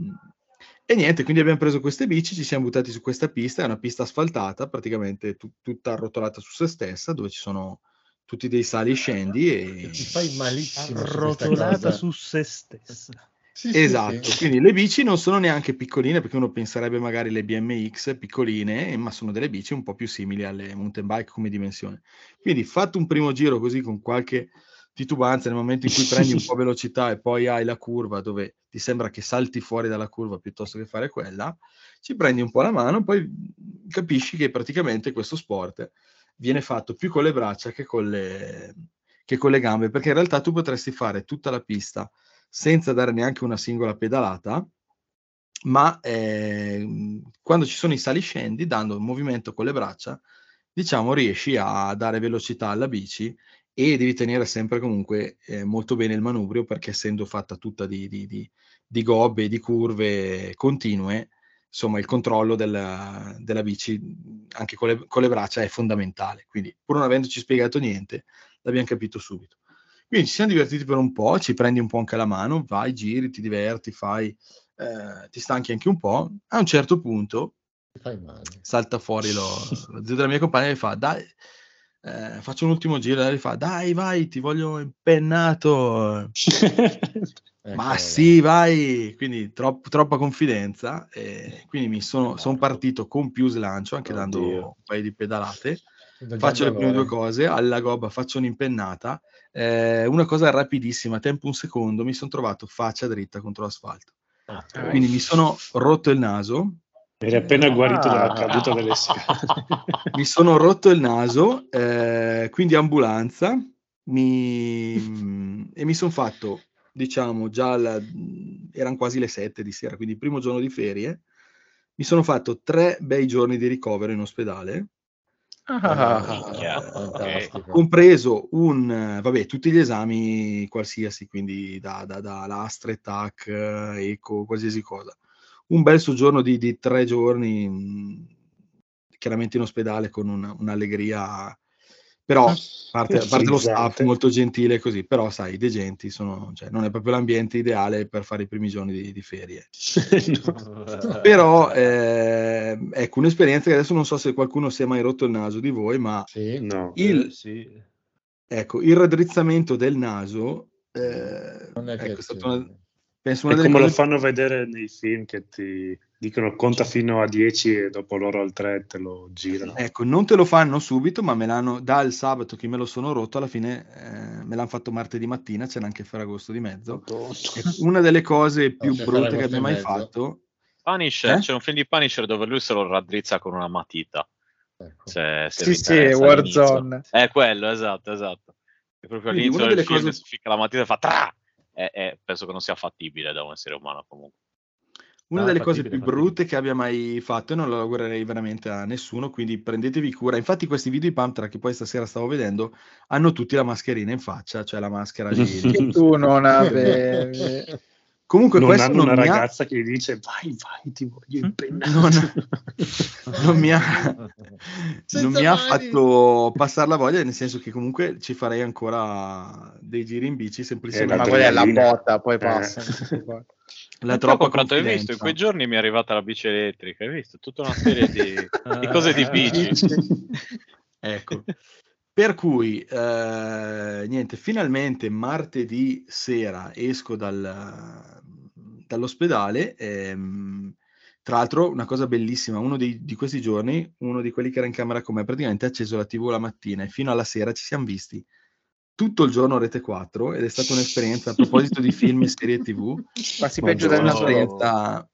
e niente, quindi abbiamo preso queste bici, ci siamo buttati su questa pista, è una pista asfaltata, praticamente tu- tutta arrotolata su se stessa, dove ci sono tutti dei sali e scendi. E... Ti fai malissimo su questa Arrotolata cosa. su se stessa. Sì, sì, Esatto, sì. quindi le bici non sono neanche piccoline, perché uno penserebbe magari le B M X piccoline, ma sono delle bici un po' più simili alle mountain bike come dimensione. Quindi fatto un primo giro così con qualche titubanza, nel momento in cui prendi un po' velocità e poi hai la curva dove ti sembra che salti fuori dalla curva piuttosto che fare quella, ci prendi un po' la mano, poi capisci che praticamente questo sport viene fatto più con le braccia che con le, che con le gambe, perché in realtà tu potresti fare tutta la pista senza dare neanche una singola pedalata, ma eh, quando ci sono i saliscendi, dando un movimento con le braccia, diciamo, riesci a dare velocità alla bici e devi tenere sempre comunque eh, molto bene il manubrio, perché essendo fatta tutta di, di, di, di gobbe, di curve continue, insomma il controllo della, della bici anche con le, con le braccia è fondamentale. Quindi pur non avendoci spiegato niente, l'abbiamo capito subito. Quindi ci siamo divertiti per un po', ci prendi un po' anche la mano, vai, giri, ti diverti, fai, eh, ti stanchi anche un po'. A un certo punto Ti fai male. salta fuori lo, lo zio della mia compagna e fa, dai, eh, faccio un ultimo giro e lei fa dai vai ti voglio impennato. Ma Ecco, sì, vai! Quindi troppo- troppa confidenza. E quindi mi sono son partito con più slancio, anche dando Oddio. un paio di pedalate. dagli Faccio le prime due valori. cose, alla gobba faccio un'impennata. Eh, una cosa rapidissima, tempo un secondo, mi sono trovato faccia dritta contro l'asfalto. Ah, Quindi mi sono rotto il naso, Eri appena guarito dalla Ah. caduta delle scale. mi sono rotto il naso, eh, quindi ambulanza, mi... e mi sono fatto, diciamo, già alla... erano quasi le sette di sera, quindi il primo giorno di ferie, mi sono fatto tre bei giorni di ricovero in ospedale, Ah, Minchia, fantastico. compreso un, eh, vabbè, tutti gli esami qualsiasi, quindi da, da, da lastre, tac, eh, eco, qualsiasi cosa. Un bel soggiorno di, di tre giorni, mh, chiaramente in ospedale con una- un'allegria, però a parte, a parte lo staff Frizzante. molto gentile così, però sai, i degenti sono, cioè, non è proprio l'ambiente ideale per fare i primi giorni di, di ferie. No. Però eh, ecco, un'esperienza che adesso non so se qualcuno si è mai rotto il naso di voi, ma Sì. No. il, Eh, sì. ecco, il raddrizzamento del naso eh, Non è ecco, è stata piacevole. una, penso una È delle come lo cose. fanno vedere nei film che ti dicono conta fino a dieci e dopo loro al tre te lo girano. Ecco, non te lo fanno subito, ma me l'hanno dal sabato che me lo sono rotto, alla fine eh, me l'hanno fatto martedì mattina, c'era anche Ferragosto di mezzo. E una delle cose più c'è brutte che Ferragosto abbia in mai mezzo. fatto, Punisher, Eh? c'è un film di Punisher dove lui se lo raddrizza con una matita. Ecco. Se, se Sì, vi sì, interessa all'inizio. Warzone. È quello, esatto, esatto. È proprio Quindi all'inizio una del delle film cose- si ficca la matita e fa tra! E, e penso che non sia fattibile da un essere umano comunque. una No, delle è cose fattibile, più è fattibile. brutte che abbia mai fatto, e non lo augurerei veramente a nessuno, quindi prendetevi cura. Infatti questi video di Pantera che poi stasera stavo vedendo hanno tutti la mascherina in faccia, cioè la maschera di... di- Che tu non avevi. Comunque Non questo hanno non una mi ha... ragazza che gli dice vai vai ti voglio impennare. Non, non mi ha, non Senza mi ha mani. fatto passare la voglia, nel senso che comunque ci farei ancora dei giri in bici, Eh, semplicemente Ma quella è la L'adrenalina. botta, poi Eh. passa. la Anche ho troppa comprato, hai visto, in confidenza. quei giorni mi è arrivata la bici elettrica, hai visto? Tutta una serie di, di cose di bici. Ecco. Per cui, eh, niente, finalmente martedì sera esco dal, dall'ospedale. ehm, tra l'altro, una cosa bellissima, uno dei- di questi giorni, uno di quelli che era in camera con me, praticamente ha acceso la tivù la mattina e fino alla sera ci siamo visti tutto il giorno Rete quattro ed è stata un'esperienza, a proposito di film e serie tivù, Quasi peggio del Madonna. naso rotto. un'esperienza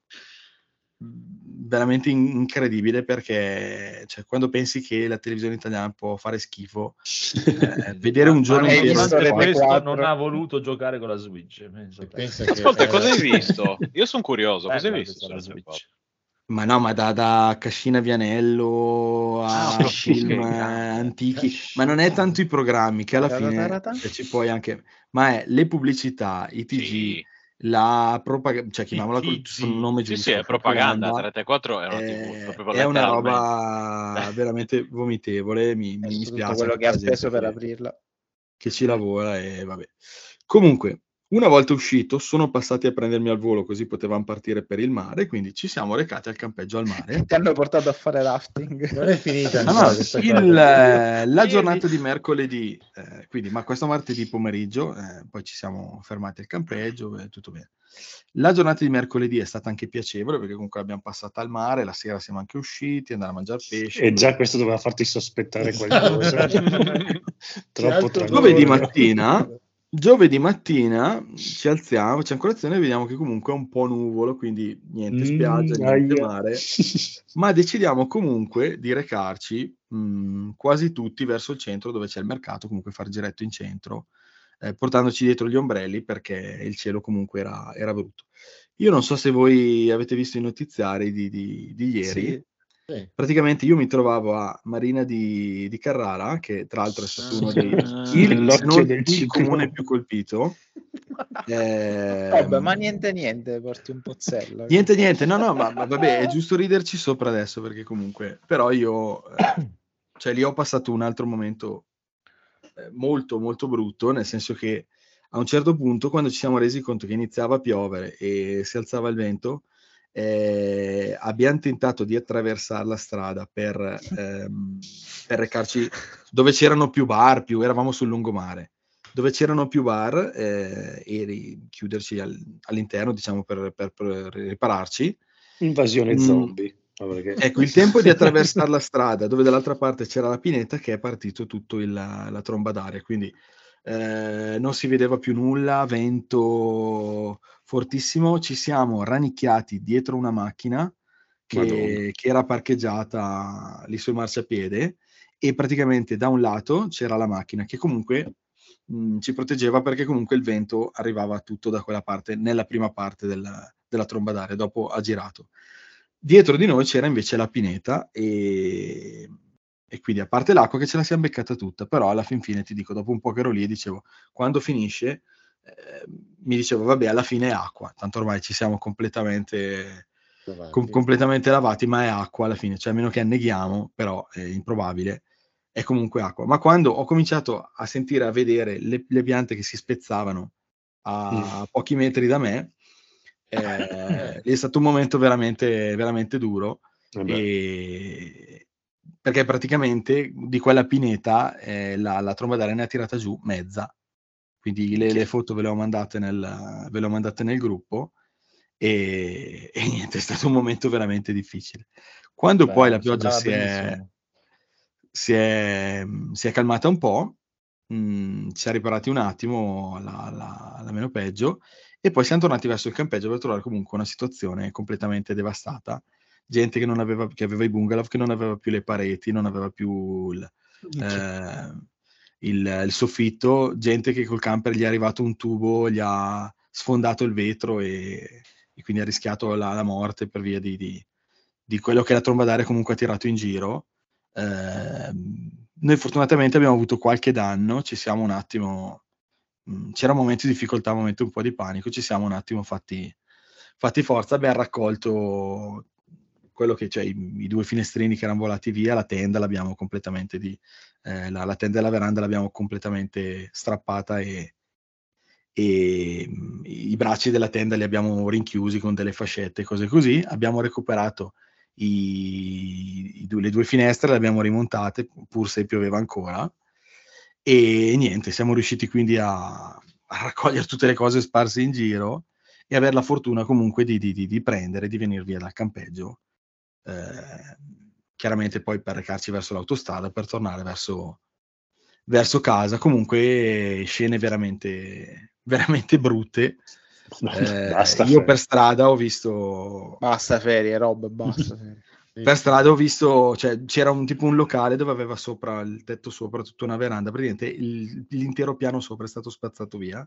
veramente in- incredibile, perché cioè, quando pensi che la televisione italiana può fare schifo, eh, vedere un giorno ma hai intero visto Rete Rete quattro, quattro? non ha voluto giocare con la Switch. penso. Pensa che Ascolta, era- cosa hai visto? Io sono curioso, cosa hai Bella visto? questa la su Rete Switch. ma no, ma da, da Cascina Vianello a Ah, ok, film ok. eh, antichi, ma non è tanto i programmi che alla fine Taratarata. cioè, ci puoi anche, ma è le pubblicità, i T G, Sì. la propaganda, cioè chiamiamola col I T G. suo nome Sì, giusto, sì, è propaganda. Rete quattro è una tivù, è, proprio è una letteralmente. roba veramente vomitevole, mi, mi Adesso tutto spiace quello anche che ha per la gente speso per che, aprirla. che ci lavora e vabbè. Comunque, una volta uscito, sono passati a prendermi al volo, così potevamo partire per il mare, quindi ci siamo recati al campeggio al mare. Ti hanno portato a fare rafting. Non è finita No, ancora no, questa il, cosa. eh, la giornata di mercoledì, eh, quindi, ma questo martedì pomeriggio, eh, poi ci siamo fermati al campeggio e tutto bene. La giornata di mercoledì è stata anche piacevole, perché comunque l'abbiamo passata al mare, la sera siamo anche usciti, andare a mangiare pesce. E già questo doveva farti sospettare qualcosa. Troppo tranquillo. Giovedì mattina, giovedì mattina ci alziamo, facciamo colazione e vediamo che comunque è un po' nuvolo, quindi niente spiaggia, Mm, niente aia. mare, ma decidiamo comunque di recarci mh, quasi tutti verso il centro dove c'è il mercato, comunque far giretto in centro, eh, portandoci dietro gli ombrelli perché il cielo comunque era, era brutto. Io non so se voi avete visto i notiziari di, di, di ieri. Sì. Sì. Praticamente io mi trovavo a Marina di, di Carrara, che tra l'altro è stato uno dei il, se L'occhio non del il ciclone. comune più colpito. Eh, Vabbè, ma niente niente, porti un pozzello. niente niente, no no, ma, ma vabbè, è giusto riderci sopra adesso, perché comunque, però io, eh, cioè lì ho passato un altro momento eh, molto molto brutto, nel senso che a un certo punto, quando ci siamo resi conto che iniziava a piovere e si alzava il vento, eh, abbiamo tentato di attraversare la strada per, ehm, per recarci dove c'erano più bar, più eravamo sul lungomare, dove c'erano più bar eh, e ri- chiuderci al- all'interno, diciamo, per, per, per ripararci. Invasione Mm, zombie. No, perché- Ecco, il tempo di attraversare la strada, dove dall'altra parte c'era la pineta, che è partito tutto il- la tromba d'aria, quindi eh, non si vedeva più nulla, vento fortissimo, ci siamo rannicchiati dietro una macchina che, che era parcheggiata lì sul marciapiede, e praticamente da un lato c'era la macchina che comunque mh, ci proteggeva, perché comunque il vento arrivava tutto da quella parte, nella prima parte della, della tromba d'aria, dopo ha girato. Dietro di noi c'era invece la pineta, e, e quindi a parte l'acqua che ce la siamo beccata tutta, però alla fin fine ti dico, dopo un po' che ero lì, dicevo, quando finisce, eh, mi dicevo, vabbè, alla fine è acqua, tanto ormai ci siamo completamente, com- completamente lavati, ma è acqua alla fine, cioè a meno che anneghiamo, però è improbabile, è comunque acqua. Ma quando ho cominciato a sentire, a vedere le, le piante che si spezzavano a, a pochi metri da me, eh, è stato un momento veramente, veramente duro, e... perché praticamente di quella pineta eh, la, la tromba d'aria ne ha tirata giù mezza, quindi le, le foto ve le ho mandate nel, ve le ho mandate nel gruppo, e, e niente, è stato un momento veramente difficile. Quando Beh, poi la pioggia sembrava si è, bellissimo. si è, si è calmata un po', mh, ci ha riparati un attimo la, la, la meno peggio, e poi siamo tornati verso il campeggio per trovare comunque una situazione completamente devastata. Gente che non aveva, che aveva i bungalow, che non aveva più le pareti, non aveva più il, eh, il, il soffitto, gente che col camper gli è arrivato un tubo, gli ha sfondato il vetro, e, e quindi ha rischiato la, la morte per via di, di, di quello che la tromba d'aria comunque ha tirato in giro. Eh, noi fortunatamente abbiamo avuto qualche danno, ci siamo un attimo, mh, c'era un momento di difficoltà, un momento un po' di panico, ci siamo un attimo fatti, fatti forza, abbiamo raccolto quello che, cioè i, i due finestrini che erano volati via, la tenda l'abbiamo completamente di, eh, la, la tenda della veranda l'abbiamo completamente strappata, e, e mh, i bracci della tenda li abbiamo rinchiusi con delle fascette, cose così. Abbiamo recuperato i, i due, le due finestre, le abbiamo rimontate pur se pioveva ancora, e niente, siamo riusciti quindi a, a raccogliere tutte le cose sparse in giro, e avere la fortuna comunque di, di, di, di prendere, di venire via dal campeggio, eh, chiaramente poi per recarci verso l'autostrada, per tornare verso, verso casa. Comunque scene veramente, veramente brutte. Eh, Basta io ferie. per strada ho visto Basta ferie, Rob, basta ferie. per strada ho visto, cioè c'era un tipo un locale dove aveva sopra il tetto sopra tutta una veranda, praticamente il, l'intero piano sopra è stato spazzato via.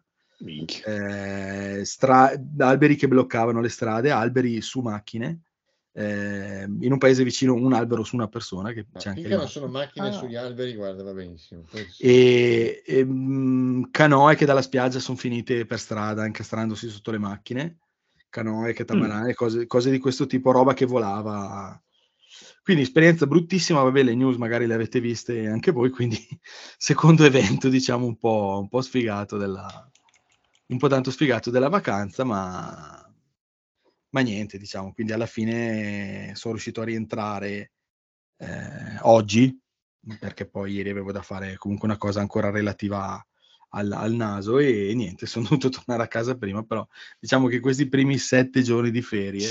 Eh, stra- alberi che bloccavano le strade, alberi su macchine, eh, in un paese vicino un albero su una persona, che Ma c'è anche finché non rimasto. sono macchine Ah. sugli alberi, guarda, va benissimo. Poi sì. E, e mh, canoe che dalla spiaggia sono finite per strada incastrandosi sotto le macchine, canoe, catamarani, cose, cose di questo tipo, roba che volava. Quindi esperienza bruttissima. Vabbè, le news magari le avete viste anche voi, quindi secondo evento, diciamo, un po', un po' sfigato della, un po' tanto sfigato della vacanza, ma ma niente, diciamo. Quindi alla fine sono riuscito a rientrare eh, oggi, perché poi ieri avevo da fare comunque una cosa ancora relativa al, al naso, e niente, sono dovuto tornare a casa prima, però diciamo che questi primi sette giorni di ferie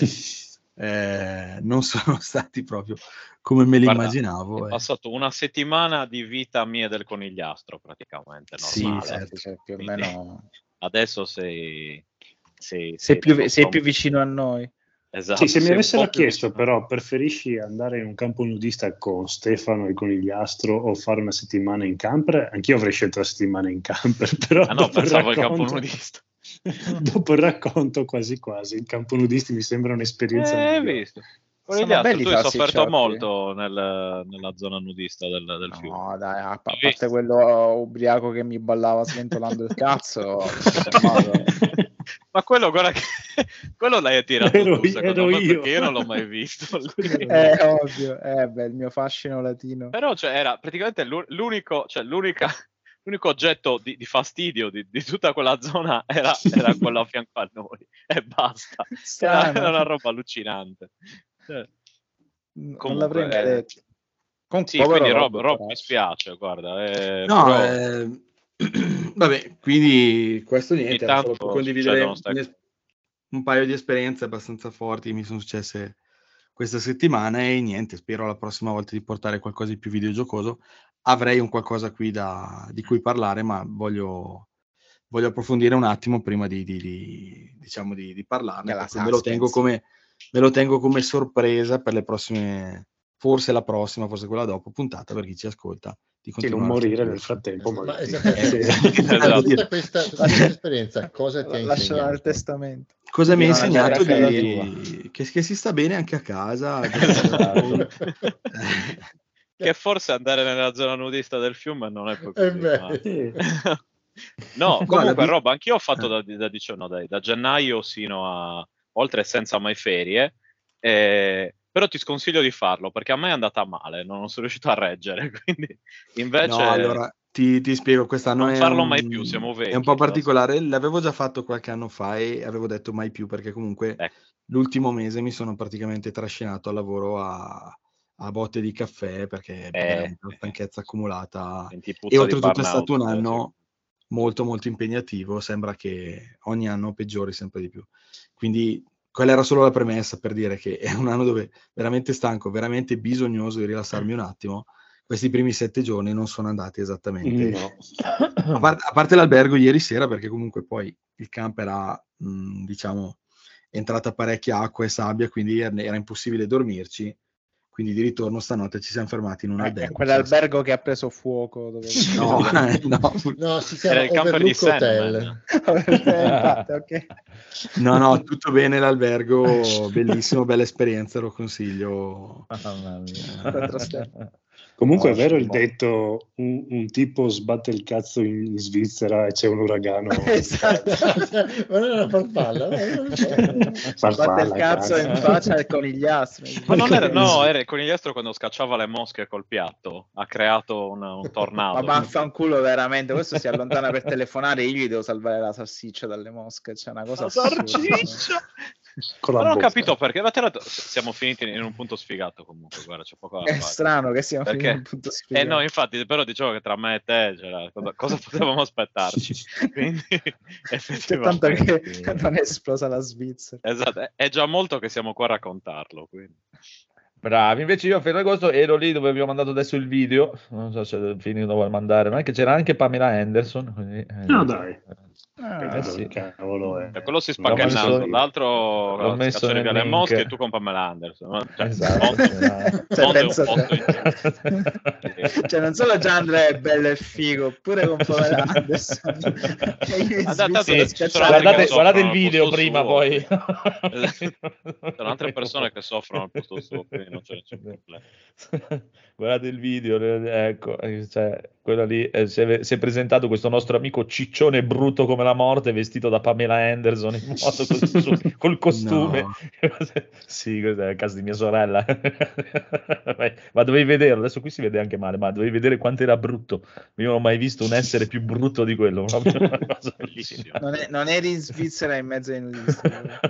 eh, non sono stati proprio come me li Guarda, immaginavo. è eh. passato una settimana di vita mia e del conigliastro, praticamente, Sì, normale. certo. Cioè, più o Quindi meno adesso sei, sei, sei più, un sei po'- più vicino a noi. Esatto, Sì, se mi sei un avessero po' più chiesto vicino. però, preferisci andare in un campo nudista con Stefano e il conigliastro o fare una settimana in camper? Anch'io avrei scelto la settimana in camper, però Ah no, dopo il pensavo al racconto, campo nudista. dopo il racconto quasi quasi, il campo nudisti mi sembra un'esperienza Eh, hai migliore. visto. Sono Conigliastro, belli tu i hai sofferto salsicciotti. molto nel- nella zona nudista del, del fiume. No, dai, a, a Hai parte visto? quello ubriaco che mi ballava sventolando il cazzo, tutto sommato. Ma quello, guarda che quello l'hai tirato Ero- tu, secondo ero me, io. perché io non l'ho mai visto. È ovvio, eh, beh, il mio fascino latino. Però cioè, era praticamente l'u- l'unico, cioè, l'unica, l'unico oggetto di, di fastidio di, di tutta quella zona era, era quello a fianco a noi e basta. Era, era una roba allucinante. Cioè, non comunque, l'avrei mai eh, detto. Comunque, sì, povero quindi Rob, Rob, Rob però. mi spiace, guarda. Eh, No, però eh, vabbè, quindi questo ogni niente, era solo per tanto condividere succedono ste un, un paio di esperienze abbastanza forti che mi sono successe questa settimana e niente, spero la prossima volta di portare qualcosa di più videogiocoso. Avrei un qualcosa qui da, di cui parlare, ma voglio, voglio approfondire un attimo prima di, di, di, diciamo di, di parlarne, Che la per cui me lo tengo suspense. come me lo tengo come sorpresa per le prossime, forse la prossima, forse quella dopo, puntata per chi ci ascolta. Di Che non continuare a morire seguire. nel frattempo, Ma magari. esattamente. Sì. Ah, Esatto. tutta questa, tutta questa esperienza, cosa ti ha Lasciala nel insegnato? testamento. Cosa mi ha Di non andare insegnato? a casa Di... Che, che si sta bene anche a casa. Esatto. Eh, Che forse andare nella zona nudista del fiume non è poi Eh così. beh. ma- Sì. No, No, comunque la vi- roba, anch'io ho fatto eh. da, da, diciamo, dai, da gennaio sino a oltre senza mai ferie, eh, però ti sconsiglio di farlo perché a me è andata male, non sono riuscito a reggere, quindi invece No, allora ti, ti spiego, quest'anno non è farlo un, mai più, siamo vecchi. è un po' però- particolare, l'avevo già fatto qualche anno fa e avevo detto mai più perché comunque Ecco. l'ultimo mese mi sono praticamente trascinato al lavoro a, a botte di caffè perché Eh, veramente la eh, stanchezza accumulata senti e puzza di oltretutto è burnout, stato un eh, anno molto molto impegnativo, sembra che ogni anno peggiori sempre di più. Quindi quella era solo la premessa per dire che è un anno dove veramente stanco, veramente bisognoso di rilassarmi un attimo. Questi primi sette giorni non sono andati esattamente. No. A, par- a parte l'albergo ieri sera, perché comunque poi il camper ha, mh, diciamo, entrata parecchia acqua e sabbia, quindi era, era impossibile dormirci. Quindi di ritorno stanotte ci siamo fermati in un Eh, è albergo. quell'albergo che ha preso fuoco. Dove... No, eh, no. No, si Era chiama il camper di Overlook Hotel. Sandman. Infatti, ok. No, no, tutto bene l'albergo, bellissimo, bella esperienza, lo consiglio. Mamma mia. Quattro stelle. Comunque è vero il Ottimo. detto un, un tipo sbatte il cazzo in, in Svizzera e c'è un uragano. Esatto. Ma non è una farfalla. Farfalla, Batte il cazzo cazzo. in faccia al conigliastro. Ma non era, no, era il conigliastro quando scacciava le mosche col piatto, ha creato un, un Ma tornado. vaffanculo veramente, questo si allontana per telefonare, io gli devo salvare la salsiccia dalle mosche, c'è una cosa La assurda. salsiccia! Con la Non ho bocca. capito perché, ma te la- siamo finiti in un punto sfigato comunque, guarda, c'è poco da È fare. strano che siamo Perché? finiti in un punto Eh sfigato. no, infatti, però dicevo che tra me e te c'era, cosa, cosa potevamo aspettarci? Quindi, C'è tanto effettivamente, che non è esplosa la Svizzera. esatto, è- è già molto che siamo qua a raccontarlo. Quindi. Bravi, invece io a Ferragosto ero lì dove vi ho mandato adesso il video, non so se finito vuole mandare, ma anche c'era anche Pamela Anderson. Quindi, eh, No, dai. Ah, eh sì. Cavolo, è. Cioè, quello si L'ho spacca il messo- naso, l'altro l'ho messo scacciare via nel le link. mosche e tu con Pamela Anderson. no? Cioè, Esatto, mondo- c'era- Cioè, mondo è un pensa posto te. in- Cioè, non solo Gianandrea è bello e figo, pure con Pamela Anderson. E io in Ah, da- tanto Svizzera ci sono scacciavo- altri Guardate, che guardate il soffrono al video posto prima, suo. poi. Sono altre persone che soffrono al posto suo, quindi non c'è nessun problema. Guardate il video, eh, ecco, eh, cioè, quello lì eh, si, è, si è presentato questo nostro amico ciccione brutto come la morte, vestito da Pamela Anderson in moto col, su- col costume. No. Sì, questa è a casa di mia sorella. Vai, ma dovevi vederlo, adesso qui si vede anche male, ma dovevi vedere quanto era brutto. Io non ho mai visto un essere più brutto di quello, proprio una cosa Bellissimo. non, è- non eri in Svizzera in mezzo ai nudisti.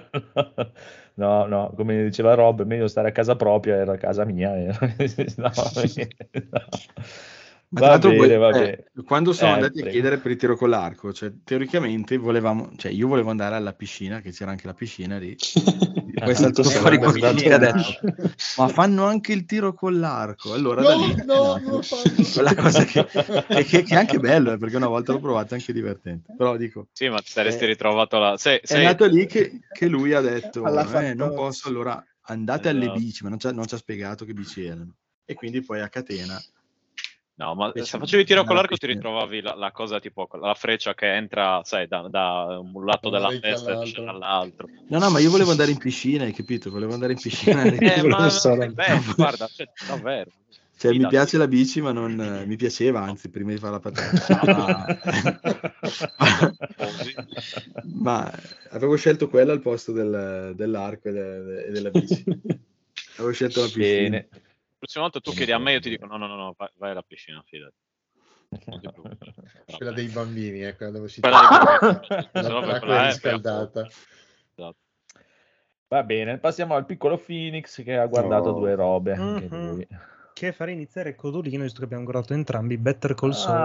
No, no, come diceva Rob, è meglio stare a casa propria, era a casa mia. Era... no, no. Ma tra Va l'altro bene, voi- va eh, bene. quando siamo Eh, andati a prego. chiedere per il tiro con l'arco, cioè teoricamente volevamo, cioè io volevo andare alla piscina, che c'era anche la piscina lì, poi è saltato Tutto fuori sarebbe qualcuno stato- che ha detto ma fanno anche il tiro con l'arco, allora da No, lì è no, nato non lo fanno. quella cosa che, che- che- che è anche bello, eh, perché una volta l'ho provato, è anche divertente, però dico, Sì, ma ti saresti Eh, ritrovato là. Sei, è sei- nato lì che, che lui ha detto Alla eh, non Fantozzi. posso, allora andate alle Esatto. bici, ma non ci ha, non ci ha spiegato che bici erano, e quindi poi a catena No, ma Invece se facevi tiro con nella l'arco ti piscina. ritrovavi la, la cosa tipo la freccia che entra, sai, da, da un lato Da un della orecchio testa e esce all'altro. dall'altro. No, no, ma io volevo andare in piscina, hai capito? Volevo andare in piscina. Eh, ma Non so, beh, guarda, cioè, davvero. Cioè, mi Fidati. piace la bici, ma non eh, mi piaceva, anzi, prima di fare la patente. Ma, ma avevo scelto quella al posto del- dell'arco e, de- e della bici. Avevo scelto la piscina. Bene. La prossima volta tu chiedi a me, io ti dico no, no, no, no vai, vai alla piscina, fidati. Non ti preoccupare. Quella dei bambini, eh, quella dove si Quella dei taglia. bambini. Quella- Se no, quella quella è riscaldata. Esatto. Va bene, passiamo al piccolo Phoenix che ha guardato Oh. due robe. Anche Mhm. lui. Che farei iniziare Codolino, visto che abbiamo guardato entrambi Better Call Saul.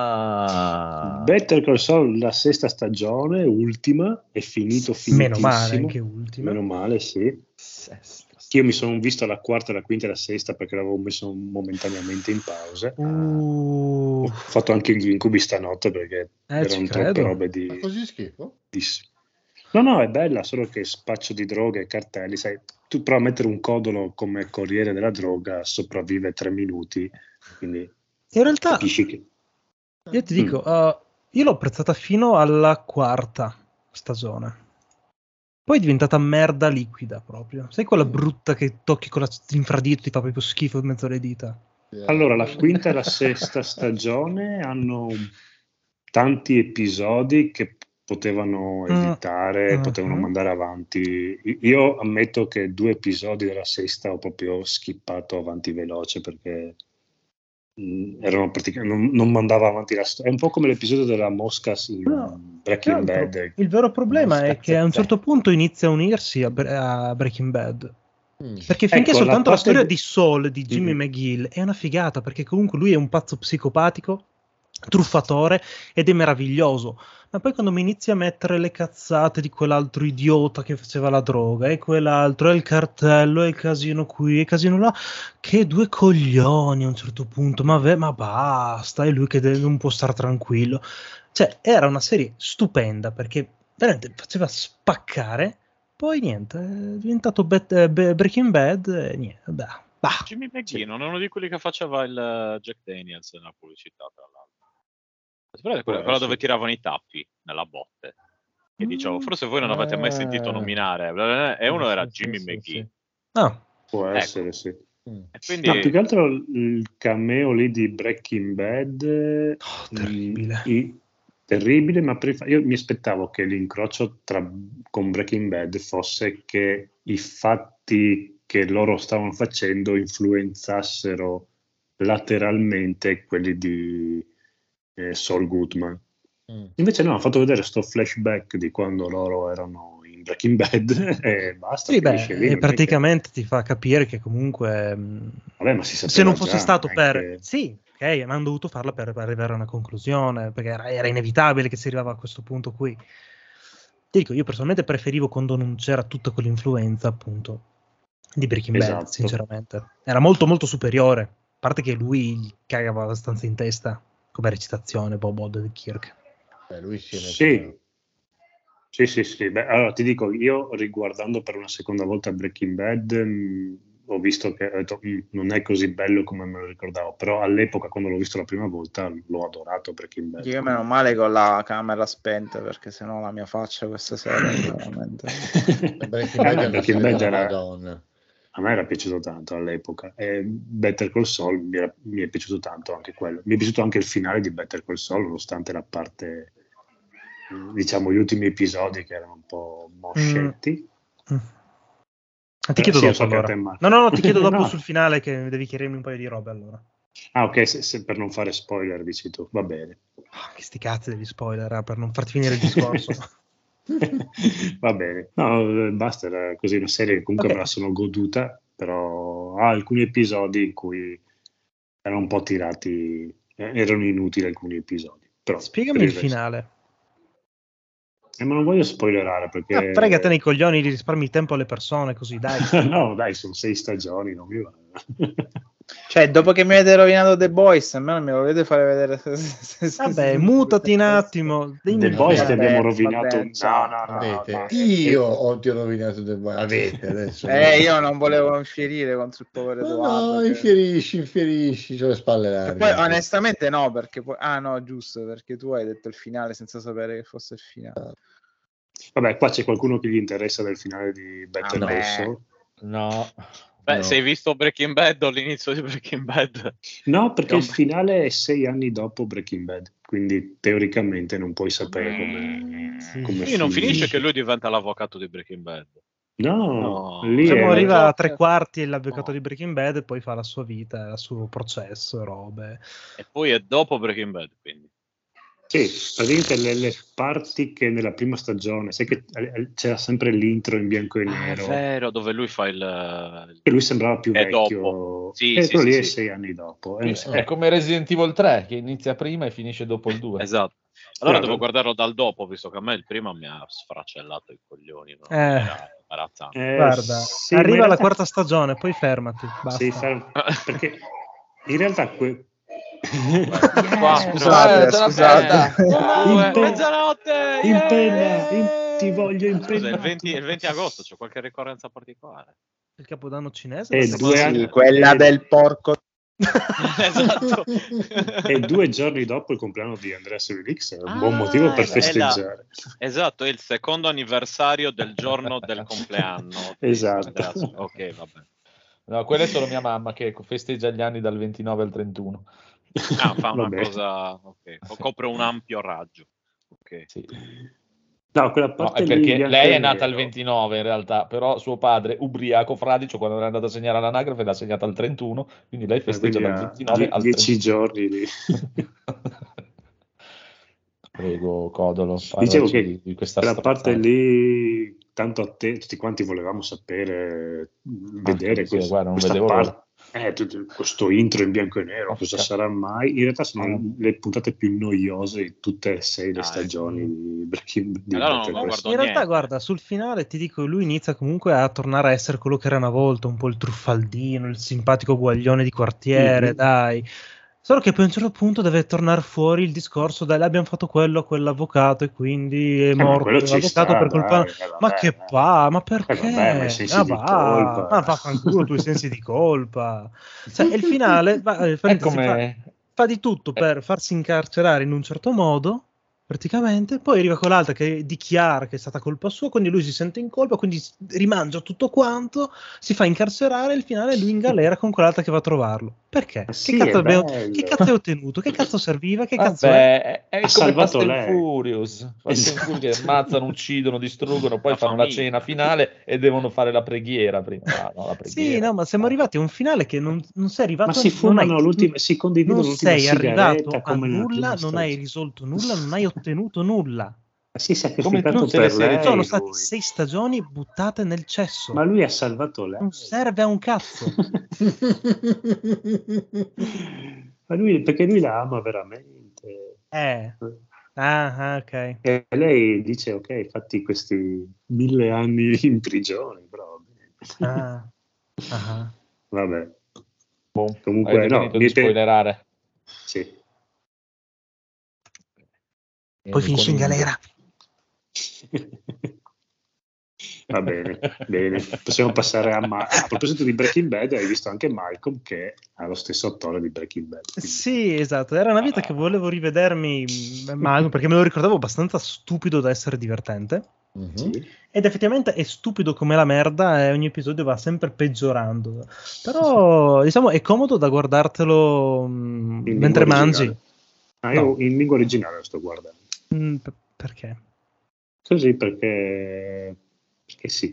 Ah. Better Call Saul, la sesta stagione, ultima, è finito, finitissimo. Meno male, anche ultima. Meno male, sì. Sesta. Io mi sono visto la quarta, la quinta e la sesta perché l'avevo messo momentaneamente in pausa. Uh, Ho fatto anche gli incubi stanotte perché Eh, ci erano credo. troppe robe Ma di... così schifo? di- No, no, è bella, solo che spaccio di droga e cartelli, sai, tu prova a mettere un codolo come corriere della droga, sopravvive tre minuti, quindi in realtà, capisci che... io ti dico, uh, io l'ho apprezzata fino alla quarta stagione. Poi è diventata merda liquida proprio. Sai quella brutta che tocchi con la- l'infradito, ti fa proprio schifo in mezzo alle dita. Allora, la quinta e la sesta stagione hanno tanti episodi che potevano Mm, evitare, mhm. potevano mandare avanti. I- Io ammetto che due episodi della sesta ho proprio skippato avanti veloce perché mm, erano praticamente non, non mandava avanti la storia. È un po' come l'episodio della mosca in No, Breaking tra l'altro, Bad. il vero problema è Mosca che a un zezze. certo punto inizia a unirsi a, Bre- a Breaking Bad. Mm. Perché finché Ecco, la soltanto la parte storia di- di Saul, di Jimmy Mhm. McGill, è una figata, perché comunque lui è un pazzo psicopatico, truffatore, ed è meraviglioso. Ma poi quando mi inizi a mettere le cazzate di quell'altro idiota che faceva la droga, e quell'altro, e il cartello, e il casino qui, e il casino là, che due coglioni a un certo punto, ma, ve- ma basta, è lui che deve- non può stare tranquillo. Cioè, era una serie stupenda, perché veramente faceva spaccare. Poi niente, è diventato Bet- eh, Be- Breaking Bad e niente, bah, bah. Jimmy McGee non è uno di quelli che faceva il eh, Jack Daniels nella pubblicità, tra l'altro. Sapete, quella, quella dove tiravano i tappi nella botte. E dicevo, forse voi non avete mai sentito Eh. nominare. bla bla bla, E uno Sì, era sì, Jimmy sì, McGee. sì. Ah, Può Ecco. essere, sì. Mm. E quindi No, più che altro il cameo lì di Breaking Bad Oh, mm, terribile. i- terribile, ma per il fa- io mi aspettavo che l'incrocio tra, con Breaking Bad fosse che i fatti che loro stavano facendo influenzassero lateralmente quelli di eh, Saul Goodman. Mm. Invece no, ha fatto vedere sto flashback di quando loro erano in Breaking Bad e basta, sì, beh, finisce lì. e non è che- praticamente ti fa capire che comunque mh, Vabbè, ma si sapeva se non fosse già, stato non è per che- sì, ok, ma hanno dovuto farla per, per arrivare a una conclusione, perché era, era inevitabile che si arrivava a questo punto qui. Ti dico, io personalmente preferivo quando non c'era tutta quell'influenza, appunto, di Breaking Bad, Esatto. sinceramente. Era molto molto superiore, a parte che lui gli cagava abbastanza in testa come recitazione, Bob Odenkirk. Beh, lui si è molto Sì. bravo. Sì, sì, sì. Beh, allora ti dico, io riguardando per una seconda volta Breaking Bad, mh, ho visto che ho detto, "Mm, non è così bello come me lo ricordavo", però all'epoca, quando l'ho visto la prima volta, l'ho adorato Breaking Bad. Io meno male con la camera spenta, perché sennò la mia faccia questa sera è veramente... Breaking A Bad me è una Breaking serie Bad della era- Madonna. A me era piaciuto tanto all'epoca. E Better Call Saul mi, era- mi è piaciuto tanto anche quello. Mi è piaciuto anche il finale di Better Call Saul, nonostante la parte, diciamo, gli ultimi episodi che erano un po' moscetti. Mm. Ah, ti Eh, chiedo sì, io dopo so che a allora. te manca. No, no, no, ti chiedo dopo No. sul finale che devi chiedermi un paio di robe allora. Ah, ok, se, se per non fare spoiler, dici tu, va bene. Ah, che sti cazzi degli spoiler, eh, per non farti finire il discorso. Va bene, no, eh, basta, era così una serie che comunque Ok. me la sono goduta, però ha alcuni episodi in cui erano un po' tirati, eh, erano inutili alcuni episodi. Però, Spiegami per il resto- finale. Eh, ma non voglio spoilerare perché... Ah, fregatene i coglioni, li risparmi il tempo alle persone, così dai. No, dai, sono sei stagioni, non mi va. Cioè, dopo che mi avete rovinato The Boys, a me non me lo volete fare vedere... se- se- se- Vabbè, se- mutati un attimo. Dimmi The il Boys ti finale. abbiamo Vabbè, rovinato. vabbè, No, ciao. no, no, no, Avete, no. io ho ti ho rovinato The Boys. Avete adesso. Eh, io non volevo infierire contro il povero No, Edoardo. no, che- infierisci, infierisci, c'ho le spalle che larghe. poi onestamente no, perché poi... Ah no, giusto, perché tu hai detto il finale senza sapere che fosse il finale. Vabbè, qua c'è qualcuno che gli interessa del finale di Better A Call me. Saul? No. Beh, No. se hai visto Breaking Bad o l'inizio di Breaking Bad? No, perché Io- il finale è sei anni dopo Breaking Bad, quindi teoricamente non puoi sapere come, Sì. come Quindi non finisce. finisce che lui diventa l'avvocato di Breaking Bad. No, No. lì Diciamo, è- arriva a esatto. tre quarti l'avvocato No. di Breaking Bad e poi fa la sua vita, il suo processo e robe. E poi è dopo Breaking Bad, quindi. Sì, praticamente le, le parti che nella prima stagione, sai che eh, c'era sempre l'intro in bianco e Ah, è nero, vero, dove lui fa il... e lui sembrava più È vecchio, dopo. Sì, e sì, quello sì, lì è sì. sei anni dopo. Sì, Eh, è come Resident Evil tre che inizia prima e finisce dopo il due. Esatto. Allora Guarda. devo guardarlo dal dopo, visto che a me il primo mi ha sfracellato i coglioni, no? Eh. Era imbarazzante. Eh, Guarda, sì, ma in arriva la realtà- quarta stagione, poi fermati, basta. Sì, fermo, perché in realtà que- Quattro. Scusate, Aspetta, scusate. aspetta. In Due, pe- mezzanotte! in yeah! penna, in- ti voglio Scusa, il impennato. venti, il venti agosto c'è qualche ricorrenza particolare? Il capodanno cinese? E perché- due Sì, anni- quella e- del porco. Esatto. E due giorni dopo il compleanno di Andrea Sevilix è un Ah, buon motivo per è la- è la- festeggiare. Esatto, è il secondo anniversario del giorno del compleanno. di Esatto. Andrea. Ok, va bene. No, quella è solo mia mamma che festeggia gli anni dal ventinove al trentuno. Ah, fa una Vabbè. cosa... Ok, copre un ampio raggio. Ok. Sì. No, quella No, parte è lì perché bianco lei e è nata il nero. ventinove in realtà, però suo padre, ubriaco fradicio, quando era andato a segnare all'anagrafe l'ha segnata al trentuno, quindi lei Eh, festeggia quindi dal ha ventinove die- al dieci trentuno. giorni lì. Prego, Codolo, Dicevo parlaci che di, di questa quella parte stronzata. lì tanto attenti, tutti quanti volevamo sapere, vedere sì, quest- guarda, non questa vedevo parte, eh, tutto- questo intro in bianco e nero, Oh, cosa cazzo. sarà mai? In realtà sono Mm. le puntate più noiose di tutte e sei le Ah, stagioni ecco. di Breaking di Allora non- Better non Call guardo In realtà, niente. guarda, sul finale ti dico, lui inizia comunque a tornare a essere quello che era una volta, un po' il truffaldino, il simpatico guaglione di quartiere, Mhm. dai. Solo che poi a un certo punto deve tornare fuori il discorso, dai, abbiamo fatto quello a quell'avvocato e quindi è Eh, ma morto quello ci l'avvocato sta, per colpa... dai, eh, Ma vabbè, che eh. pa, ma Eh, perché? vabbè, ma i sensi Ah, di va, colpa. ma vaffanculo tu i sensi di colpa. Cioè, e il finale va- eh, È parentesi, fa, come... fa di tutto Eh. per farsi incarcerare in un certo modo, praticamente, poi arriva quell'altra che dichiara che è stata colpa sua, quindi lui si sente in colpa, quindi s- rimangia tutto quanto, si fa incarcerare e il finale lui in galera con quell'altra che va a trovarlo. Perché? Ma Che sì, cazzo, è abbiamo- bello. che cazzo hai ottenuto? Che cazzo serviva? Che cazzo è? Vabbè, è, è Ha come salvato Fast and lei. Furious. Fast and Esatto. Furious che ammazzano, uccidono, distruggono, poi La fanno la famiglia. cena finale e devono fare la preghiera prima. Ah, no, la preghiera. Sì, no, ma siamo arrivati a un finale che non, non sei arrivato, Ma si non fumano hai, l'ultima, si condividono non l'ultima sei arrivato sigaretta a come nella nulla, prima non hai stagione. risolto nulla, non hai ottenuto nulla. Ma si è Come sacrificato tutte le per serie lei. Sono stati lui. sei stagioni buttate nel cesso. Ma lui ha salvato lei. Non serve a un cazzo. Ma lui, perché lui la ama veramente. Eh. Ah, ah, ok. E lei dice, ok, fatti questi mille anni in prigione, però. Ah, ah. Vabbè, Boh, comunque, avete no, finito di niente- spoilerare. sì. Poi finisce in galera. Va bene, bene. Possiamo passare a Ma- a proposito di Breaking Bad, hai visto anche Malcolm che ha lo stesso attore di Breaking Bad. quindi- Sì, esatto. Era una vita che volevo rivedermi, ma perché me lo ricordavo abbastanza stupido da essere divertente. Mhm. Sì. Ed effettivamente è stupido come la merda e ogni episodio va sempre peggiorando. Però, diciamo, è comodo da guardartelo mm, In mentre lingua mangi. originale. Ah, io No. in lingua originale lo sto guardando. Mm, p- perché? Così perché... perché sì.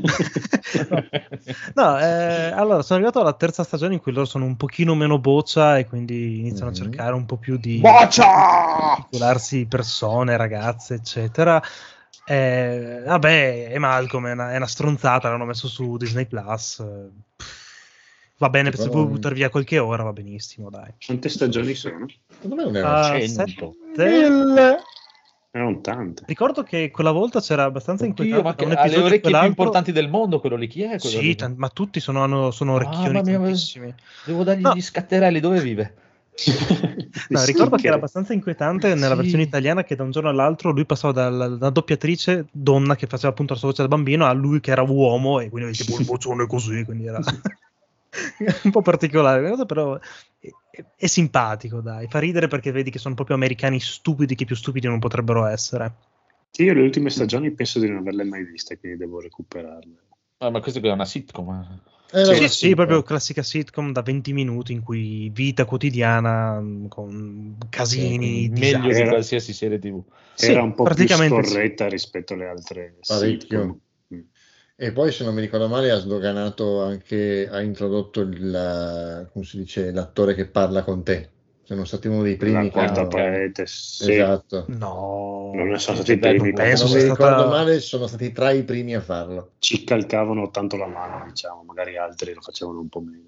No, eh, allora sono arrivato alla terza stagione in cui loro sono un pochino meno boccia e quindi iniziano Mhm. a cercare un po' più di Boccia! articolarsi persone, ragazze, eccetera. Eh, vabbè, è Malcolm, è una, è una stronzata, l'hanno messo su Disney Plus. eh, pff, Va bene, se Però- vuoi buttare via qualche ora va benissimo, dai. Quante stagioni sono? Secondo me non era Ah, cento. sette. Erano tante. Ricordo che quella volta c'era abbastanza Oddio, inquietante ma da che un ha le episodio a orecchie più quell'altro. importanti del mondo, quello lì. Chi è quello Sì, lì? tan- ma tutti sono, hanno, sono Ah, orecchioni mamma mia, tantissimi. devo dargli No. gli scatterelli, dove vive? No, ricordo che era abbastanza inquietante nella Sì. versione italiana che da un giorno all'altro lui passava dalla, dalla doppiatrice donna che faceva appunto la sua voce da bambino a lui che era uomo e quindi aveva tipo il vocione così, quindi era un po' particolare, cosa però è, è- è simpatico, dai, fa ridere perché vedi che sono proprio americani stupidi che più stupidi non potrebbero essere. Sì, io le ultime stagioni penso di non averle mai viste, quindi devo recuperarle. Ah, ma questo è una sitcom. Era Sì, una sì, sitcom. proprio classica sitcom da venti minuti in cui vita quotidiana mh, con casini, Meglio disastri. di Era- qualsiasi serie tivù. Sì, Era un po' più praticamente sì. scorretta rispetto alle altre Parecchio. sitcom. Mm. E poi, se non mi ricordo male, ha sdoganato anche, ha introdotto il, come si dice, l'attore che parla con te. Sono stati uno dei primi La che quarta hanno... parete, sì. Esatto. No, Non ne sono Sì, stati i beh, primi, non Se penso non però mi sia ricordo stata... male, sono stati tra i primi a farlo. ci calcavano tanto la mano, diciamo, magari altri lo facevano un po' meno.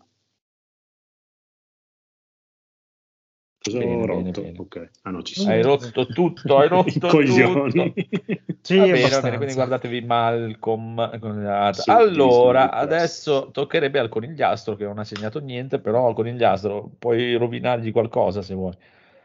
Cosa Bene, ho bene, rotto? bene. Ok, ah no, ci Hai sono. rotto tutto, hai I rotto coglioni. tutto. Sì, Va bene, va bene, abbastanza. quindi guardatevi Malcolm. con la- Sì, Allora, Disney Plus. adesso toccherebbe al conigliastro che non ha segnato niente, però al conigliastro puoi rovinargli qualcosa se vuoi.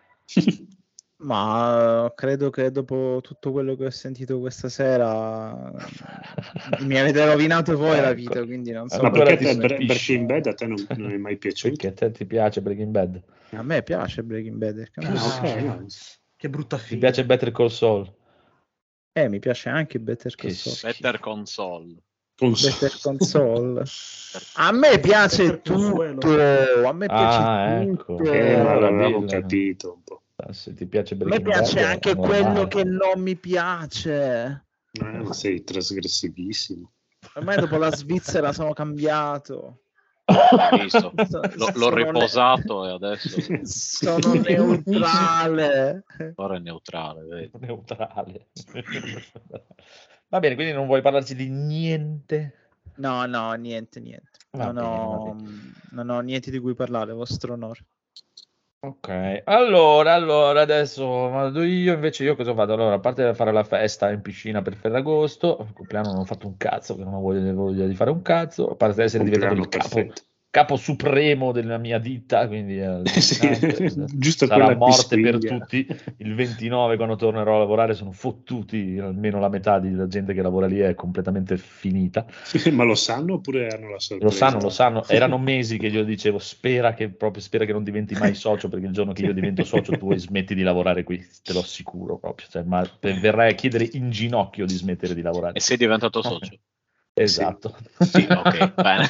Ma eh, credo che dopo tutto quello che ho sentito questa sera mi avete rovinato voi la vita, Ecco. quindi non so. Ma Ancora perché ti a te Bre- stupisci? Breaking Bad a te non, non è mai piaciuto? Perché a te ti piace Breaking Bad? A me piace Breaking Bad, perché non Ah, so. ok, no. Che brutta Ti fine. piace Better Call Saul? Eh, mi piace anche Better Call Che Saul. schifo. Better Console. Better Console. A me piace Better Consuelo. tutto, a me piace Ah, ecco. tutto. Eh, ma Allora l'avevamo dillo. capito un po'. Se ti piace A me Breaking piace Bad, anche è quello normale. che non mi piace. Eh, ma sei trasgressivissimo. Ormai dopo la Svizzera sono cambiato. Hai visto? So- L'ho, l'ho sono riposato e adesso ne- sono neutrale. ora è neutrale, vedi? Neutrale. Va bene, quindi non vuoi parlarci di niente? No, no, niente, niente. Va Non bene, va ho, non ho niente di cui parlare, vostro onore. Ok, allora, allora, adesso vado io, invece io cosa vado? Allora, a parte fare la festa in piscina per Ferragosto, il compleanno non ho fatto un cazzo, perché non ho voglia, voglia di fare un cazzo, a parte essere diventato il Compleanno capo, perfetto. capo supremo della mia ditta, quindi è allucinante. Sì, giusto Sarà quella morte per pispiglia. tutti, il ventinove quando tornerò a lavorare sono fottuti, almeno la metà della gente che lavora lì è completamente finita. Ma lo sanno oppure hanno la Lo sorpresa? sanno, lo sanno, erano mesi che io dicevo spera che, proprio, spera che non diventi mai socio, perché il giorno che io divento socio tu smetti di lavorare qui, te lo assicuro proprio, cioè, ma te- verrai a chiedere in ginocchio di smettere di lavorare. E sei diventato socio? Esatto. Sì, ok, bene.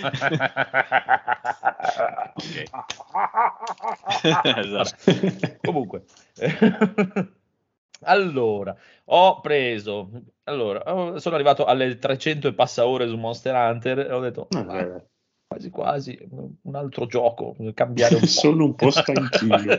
Ok. Esatto. Comunque, allora, ho preso, allora, ho- sono arrivato alle trecento e passa ore su Monster Hunter e ho detto, Ah, "Ah, beh, quasi quasi, un altro gioco, cambiare un po'. sono un po' stanchino.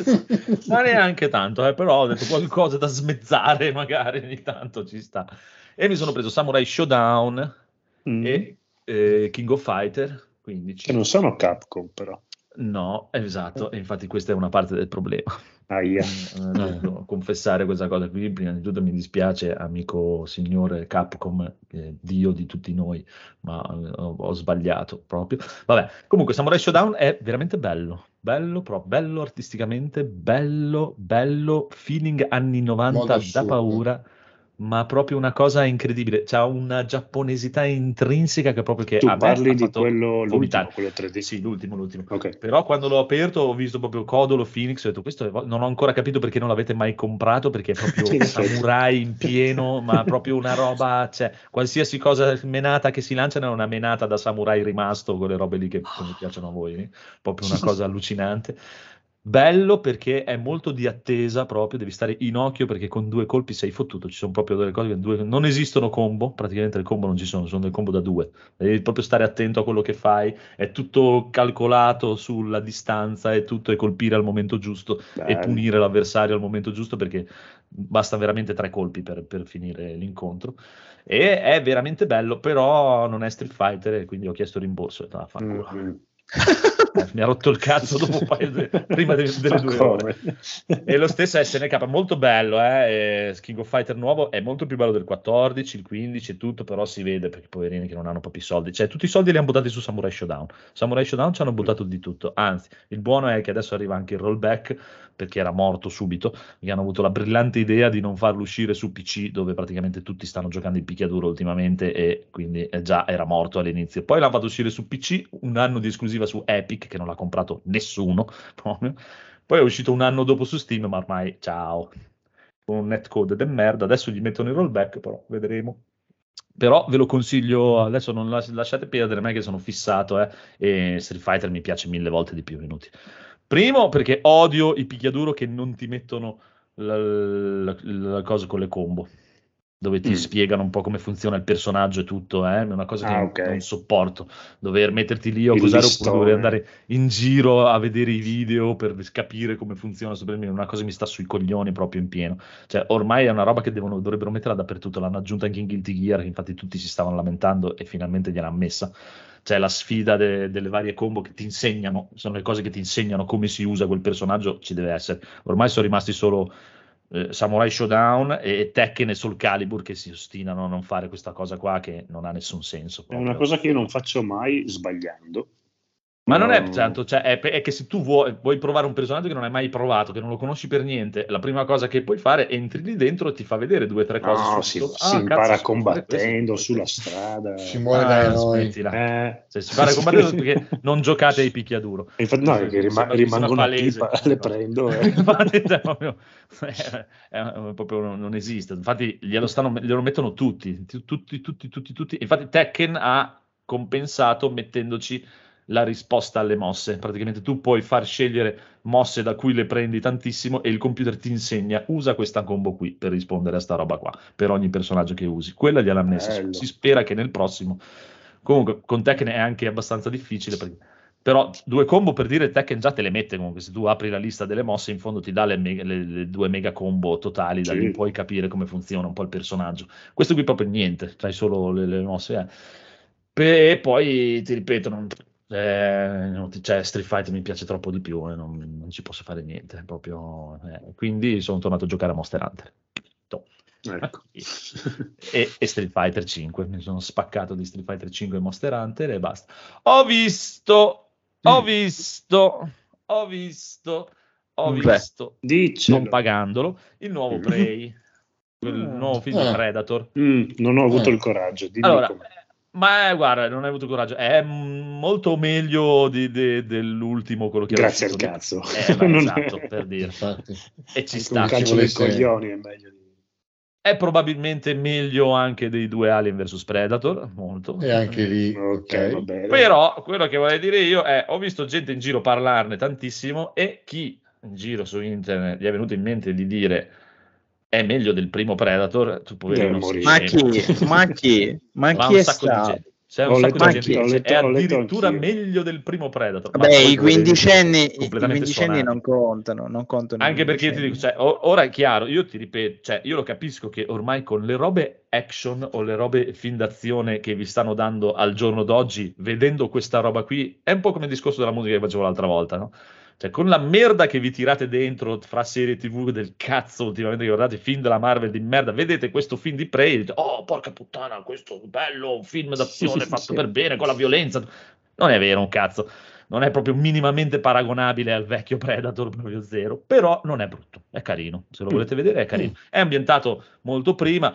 Ma neanche tanto, eh, però ho detto qualcosa da smezzare magari ogni tanto ci sta. E mi sono preso Samurai Showdown Mm. e eh, King of Fighter quindici. Che non sono Capcom, però. No, esatto, e infatti questa è una parte del problema. Aia. Mm, devo confessare questa cosa qui. Prima di tutto mi dispiace, amico signore Capcom, eh, dio di tutti noi, ma eh, ho, ho sbagliato proprio. Vabbè, comunque Samurai Showdown è veramente bello, bello, però bello artisticamente, bello, bello, feeling anni novanta Modo da assurdo. paura, ma proprio una cosa incredibile. C'ha una giapponesità intrinseca che proprio che Tu a me parli ha di fatto quello, vomitare. l'ultimo, quello tre D. Sì, l'ultimo, l'ultimo. Ok. Però quando l'ho aperto ho visto proprio Codolo, Phoenix, ho detto questo è- non ho ancora capito perché non l'avete mai comprato, perché è proprio Sì, in effetti. samurai in pieno, ma proprio una roba, cioè qualsiasi cosa menata che si lanciano è una menata da samurai rimasto, quelle robe lì che come piacciono a voi, eh? Proprio una cosa allucinante. Bello perché è molto di attesa proprio, devi stare in occhio perché con due colpi sei fottuto, ci sono proprio delle cose che due, non esistono combo, praticamente le combo non ci sono, sono delle combo da due, devi proprio stare attento a quello che fai, è tutto calcolato sulla distanza e tutto e colpire al momento giusto e Bello. punire l'avversario al momento giusto perché basta veramente tre colpi per, per finire l'incontro e è veramente bello, però non è Street Fighter e quindi ho chiesto rimborso e ho detto, "Ah, fanculo." Mm-hmm. Eh, mi ha rotto il cazzo dopo un paio di, prima de, delle Ma due come? ore. E lo stesso S N K, molto bello, eh? e King of Fighter nuovo è molto più bello del quattordici, il quindici e tutto, però si vede perché poverini che non hanno proprio i soldi, cioè tutti i soldi li hanno buttati su Samurai Showdown. Samurai Showdown ci hanno buttato di tutto, anzi il buono è che adesso arriva anche il rollback perché era morto subito, mi hanno avuto la brillante idea di non farlo uscire su P C dove praticamente tutti stanno giocando in picchiaduro ultimamente e quindi eh, già era morto all'inizio. Poi l'hanno fatto uscire su P C, un anno di esclusiva su Epic che non l'ha comprato nessuno proprio. Poi è uscito un anno dopo su Steam, ma ormai ciao, con un netcode de merda, adesso gli mettono il rollback, però vedremo. Però ve lo consiglio, adesso non las- lasciate perdere me che sono fissato, eh, e Street Fighter mi piace mille volte di più, inutile. Primo perché odio i picchiaduro che non ti mettono la, la- la cosa con le combo. dove ti Mm. spiegano un po' come funziona il personaggio e tutto, eh? È una cosa che Ah, non- ok. non sopporto, dover metterti lì a Il cosare oppure dover listone. andare in giro a vedere i video per capire come funziona, Super Mario, una cosa che mi sta sui coglioni proprio in pieno. Cioè, ormai è una roba che devono- dovrebbero metterla dappertutto, l'hanno aggiunta anche in Guilty Gear, che infatti tutti si stavano lamentando e finalmente gliel'hanno messa. Cioè, la sfida de- delle varie combo che ti insegnano, sono le cose che ti insegnano come si usa quel personaggio, ci deve essere. Ormai sono rimasti solo eh, Samurai Showdown e Tekken e Soul Calibur che si ostinano a non fare questa cosa qua che non ha nessun senso È una proprio. cosa che io non faccio mai sbagliando. Ma non è No. tanto, cioè, è, è che se tu vuoi, vuoi provare un personaggio che non hai mai provato, che non lo conosci per niente, la prima cosa che puoi fare è entri lì dentro e ti fa vedere due o tre cose No, subito. si, si Ah, impara cazzo, si può fare combattendo questo, sulla questo. strada. Si muore da Ah, eroi. smettila. Eh. Se si impara a combattere perché non giocate ai picchiaduro. E infatti, no, è che Mi rima- sembra- mi sembra rimango una palese tipa, questa le cosa. prendo. eh. Infatti, cioè, proprio, è- è- proprio non, non esiste. Infatti glielo, stanno, glielo mettono tutti, tu- tutti, tutti, tutti, tutti. Infatti Tekken ha compensato mettendoci la risposta alle mosse. Praticamente tu puoi far scegliere mosse da cui le prendi tantissimo e il computer ti insegna usa questa combo qui per rispondere a sta roba qua, per ogni personaggio che usi. Quella gliel'ha messa. Bello. Si spera che nel prossimo... Comunque con Tekken è anche abbastanza difficile perché... Però due combo per dire Tekken già te le mette comunque, se tu apri la lista delle mosse in fondo ti dà le, mega- le- le due mega combo totali, da Sì. lì puoi capire come funziona un po' il personaggio. Questo qui proprio niente, c'hai solo le, le mosse. Eh. Pe- E poi ti ripeto, non, eh, non ti- cioè, Street Fighter mi piace troppo di più e non, non ci posso fare niente, proprio, eh. Quindi sono tornato a giocare a Monster Hunter. Toh. Ecco. E, e Street Fighter cinque, mi sono spaccato di Street Fighter cinque e Monster Hunter e basta. Ho visto, ho Mm. visto, ho visto, ho Beh. visto, Dicelo. non pagandolo, il nuovo Mm. Prey, il Ah. nuovo film di Ah. Predator. Mm, non ho avuto Eh. il coraggio. Dimmi Allora, com'è. ma eh, guarda, non hai avuto coraggio, è mm, molto meglio di- de- dell'ultimo, quello che era Grazie al uscito. cazzo. Eh, ma Non è- esatto, per dire. Infatti. E ci Anche sta. un Ci calcio dei volesse- coglioni è meglio di... È probabilmente meglio anche dei due Alien versus Predator, molto. E anche lì, Ok, ok. va bene. Però quello che vorrei dire io è ho visto gente in giro parlarne tantissimo e chi in giro su internet gli è venuto in mente di dire è meglio del primo Predator, tu poverino Deve sei morire. Ma scemo. chi? Ma chi? Ma Ma chi un è sacco di stato? gente. C'è Ho un letto sacco di anch'io, gente che ho dice letto- è ho letto addirittura anch'io. meglio del primo Predator. Ma Vabbè, poi i poverini quindicenni, sono i completamente quindicenni suonati. non contano, non contano. i Anche perché io ti dico, quindicenni. cioè, o- ora è chiaro, io ti ripeto, cioè, io lo capisco che ormai con le robe action o le robe film d'azione che vi stanno dando al giorno d'oggi, vedendo questa roba qui, è un po' come il discorso della musica che facevo l'altra volta, no? Cioè, con la merda che vi tirate dentro fra serie tivù del cazzo ultimamente, che guardate film della Marvel di merda, vedete questo film di Prey e dite, oh, porca puttana, questo è bello, un film d'azione fatto Sì. per bene, con la violenza. Non è vero un cazzo. Non è proprio minimamente paragonabile al vecchio Predator proprio zero, però non è brutto, è carino, se lo volete vedere è carino. È ambientato molto prima,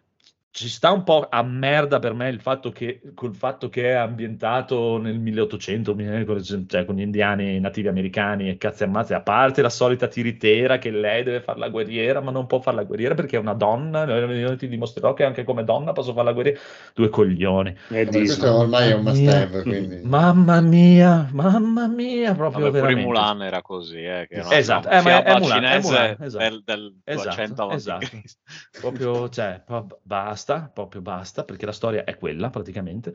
ci sta un po' a merda per me il fatto che col fatto che è ambientato nel milleottocento, cioè con gli indiani nativi americani e cazzi ammazzi, a parte la solita tiritera che lei deve fare la guerriera, ma non può fare la guerriera perché è una donna, io ti dimostrerò che anche come donna posso fare la guerriera. Due coglioni. È Vabbè, questo Disney. ormai è un must Mia- have, quindi... Mamma mia, mamma mia, proprio Vabbè, pure veramente. Mulan era così, eh, che era Esatto, una eh, ma è- è fiaba Mulan, è cinese Mulan, esatto. del, del Esatto, duecento avanti esatto. Cristo. Proprio, cioè, po- basta, proprio basta, perché la storia è quella praticamente.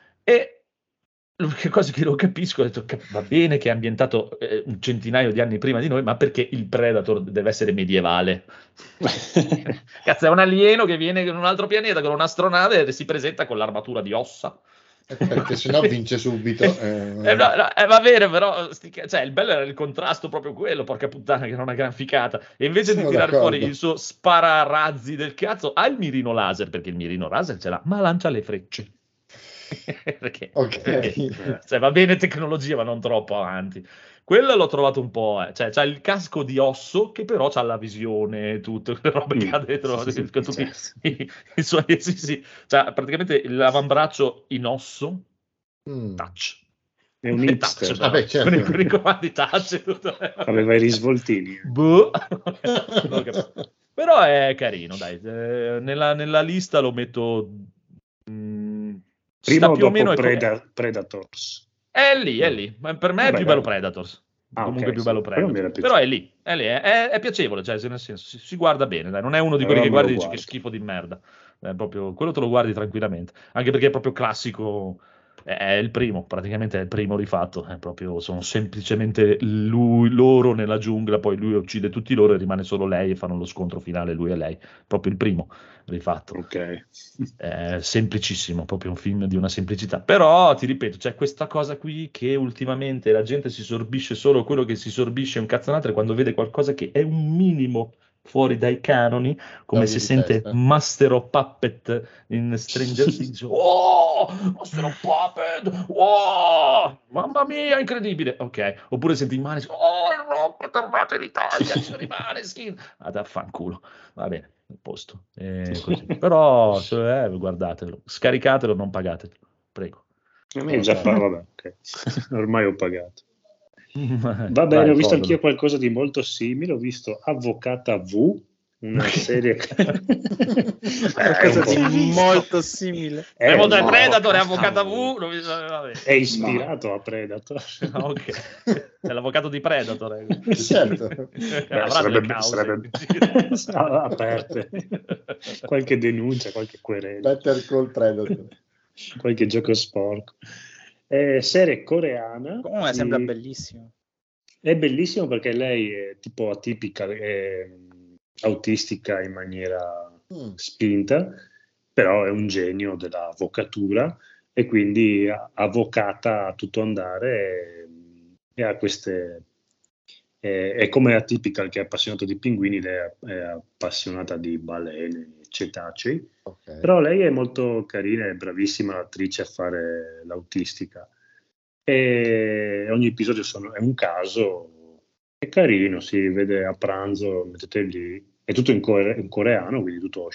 E l'unica cosa che non capisco, ho detto, cap- va bene che è ambientato eh, un centinaio di anni prima di noi, ma perché il Predator deve essere medievale? Cazzo, è un alieno che viene in un altro pianeta con un'astronave e si presenta con l'armatura di ossa. Eh, perché sennò vince subito. Eh, Eh, no, no, eh, va bene, però sti ca- cioè, il bello era il contrasto proprio quello, porca puttana, che era una gran ficata. E invece Sono di tirare d'accordo. fuori il suo spararazzi del cazzo, ha il mirino laser, perché il mirino laser ce l'ha, ma lancia le frecce. perché, Ok. perché, cioè, va bene tecnologia, ma non troppo avanti. Quello l'ho trovato un po', eh. Cioè, c'ha il casco di osso che però c'ha la visione, tutte le robe che ha dentro, Sì, sì, con tutti certo. i, i suoi, sì, sì. Cioè, praticamente l'avambraccio in osso, Mm. touch. È un Touch, hipster. però, Vabbè, certo. con, i, con i comandi touch e tutto. Aveva i risvoltini. Boh. Non ho capito. Però è carino, dai. Eh, nella, nella lista lo metto mh, Prima sta o più o dopo meno è, Preda- Predators? è lì, è lì. Ma per me è Vabbè, più bello dai. Predators. Ah, comunque ok, più sì. bello Quello mi Predator. era piaciuto. Però è lì, è lì, è, è- è piacevole, cioè, nel senso, si, si guarda bene, dai, non è uno di quelli Allora che me lo guardi e dici che guardo. schifo di merda. È proprio, quello te lo guardi tranquillamente, anche perché è proprio classico, è, è il primo, praticamente è il primo rifatto, è proprio, sono semplicemente lui, loro nella giungla, poi lui uccide tutti loro e rimane solo lei e fanno lo scontro finale lui e lei, proprio il primo rifatto. Ok. È semplicissimo, proprio un film di una semplicità. Però ti ripeto, c'è questa cosa qui che ultimamente la gente si sorbisce solo quello che si sorbisce un cazzonate quando vede qualcosa che è un minimo fuori dai canoni, come Cambio si di sente testa. Master of Puppet in Stranger Things. Oh, Master of Puppet! Oh, mamma mia, incredibile! Ok, oppure senti Maneskin. Oh, il rock, tornate in Italia, ci sono i Maneskin. Ah, affanculo. Va bene, a posto. Eh, così. Però se, eh, guardatelo, scaricatelo, non pagatelo. Prego. A me è già pa- vabbè, ok. Ormai ho pagato. Va bene, Vai, ho visto Codolo. anch'io qualcosa di molto simile, ho visto Avvocata V, una serie Qualcosa è un di po'- molto simile. è È molto un po' Predator, è Avvocata V. non mi- vabbè. è ispirato a Predator. Ah, ok, è l'avvocato di Predator. eh. Certo. Beh, Avrà sarebbe, delle cause. sarebbe aperte, qualche denuncia, qualche querela, Better Call Predator. qualche gioco sporco. Eh, serie coreana. Comunque sembra di- bellissimo. È bellissimo perché lei è tipo atipica, è autistica in maniera Mm. spinta, però è un genio dell'avvocatura e quindi a- avvocata a tutto andare e, e ha queste... È, è come atipica che è appassionato di pinguini, lei è, è appassionata di balene, cetacei, Ok. però lei è molto carina, è bravissima l'attrice a fare l'autistica. E ogni episodio sono- è un caso, è carino, si vede a pranzo, mettete lì, è tutto in, core- in coreano, quindi tutto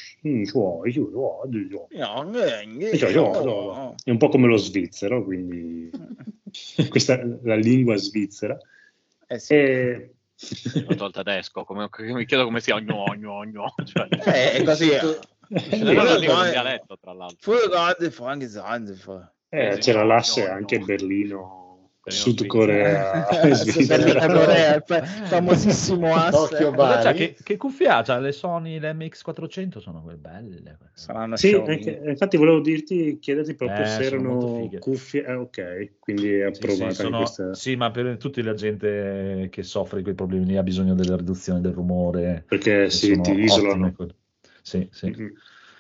è un po' come lo svizzero, quindi questa è la lingua svizzera. Eh sì. E... Tutto il tedesco, come, mi chiedo come sia ogno, ogno, ogno. Cioè, Eh, è così. Eh, è una lingua, un dialetto, tra l'altro. Fu grande, fu anche grande, fu. Eh, Sì, c'era no, l'asse no, anche no. Berlino, Berlino, Sud Corea, Sì, Svizzera. Berlino, Corea, il fa- famosissimo asse. Tokyo Cosa c'ha? Bari. Che, che cuffia c'ha? Le Sony, le M X quattrocento sono quelle belle. Saranno Sì, Xiaomi. anche- infatti volevo dirti, chiederti proprio Eh, se sono molto erano fighe. cuffie. Eh, ok, quindi è Sì, approvata sì, anche sono- questa. sì, ma per tutta la gente che soffre di quei problemi lì ha bisogno della riduzione del rumore. Perché e sì, sono ti isolano. ottime quelle. Sì, sì. Mm-mm.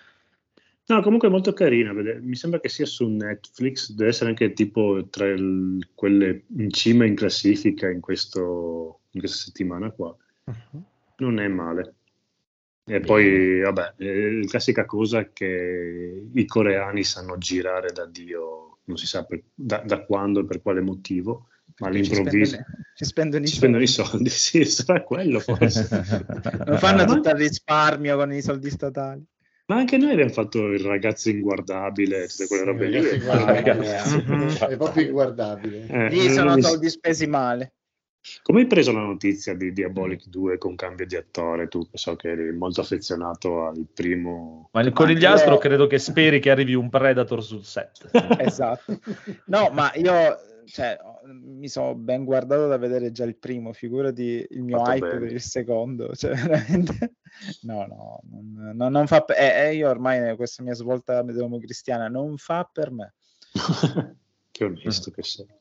No, comunque è molto carina. vede- Mi sembra che sia su Netflix, deve essere anche tipo tra il- quelle in cima in classifica in, questo, in questa settimana qua. Non è male. E Bene. poi, vabbè, eh, la classica cosa che i coreani sanno girare da Dio, non si sa per- da, da quando e per quale motivo, ma Perché ci all'improvviso spendono- ci spendono i ci spendono i soldi. soldi, sì, sarà quello forse. Lo fanno Ma- tutto al risparmio con i soldi statali. Ma anche noi abbiamo fatto il ragazzo inguardabile, tutte quelle robe lì. Ragazzi, e- guardate, ragazzi. è proprio inguardabile. Eh, Lì non sono mi- soldi spesi male. Come hai preso la notizia di Diabolic due con cambio di attore? Tu che so che eri molto affezionato al primo. Ma il Ma conigliastro io- credo che speri che arrivi un Predator sul set. Esatto. No, ma io cioè, mi sono ben guardato da vedere già il primo, figurati il mio Fatto hype bene. per il secondo. Cioè, veramente... No, no, non, non- non fa per... eh, eh, io ormai questa mia svolta democristiana non fa per me. Che onesto che sei.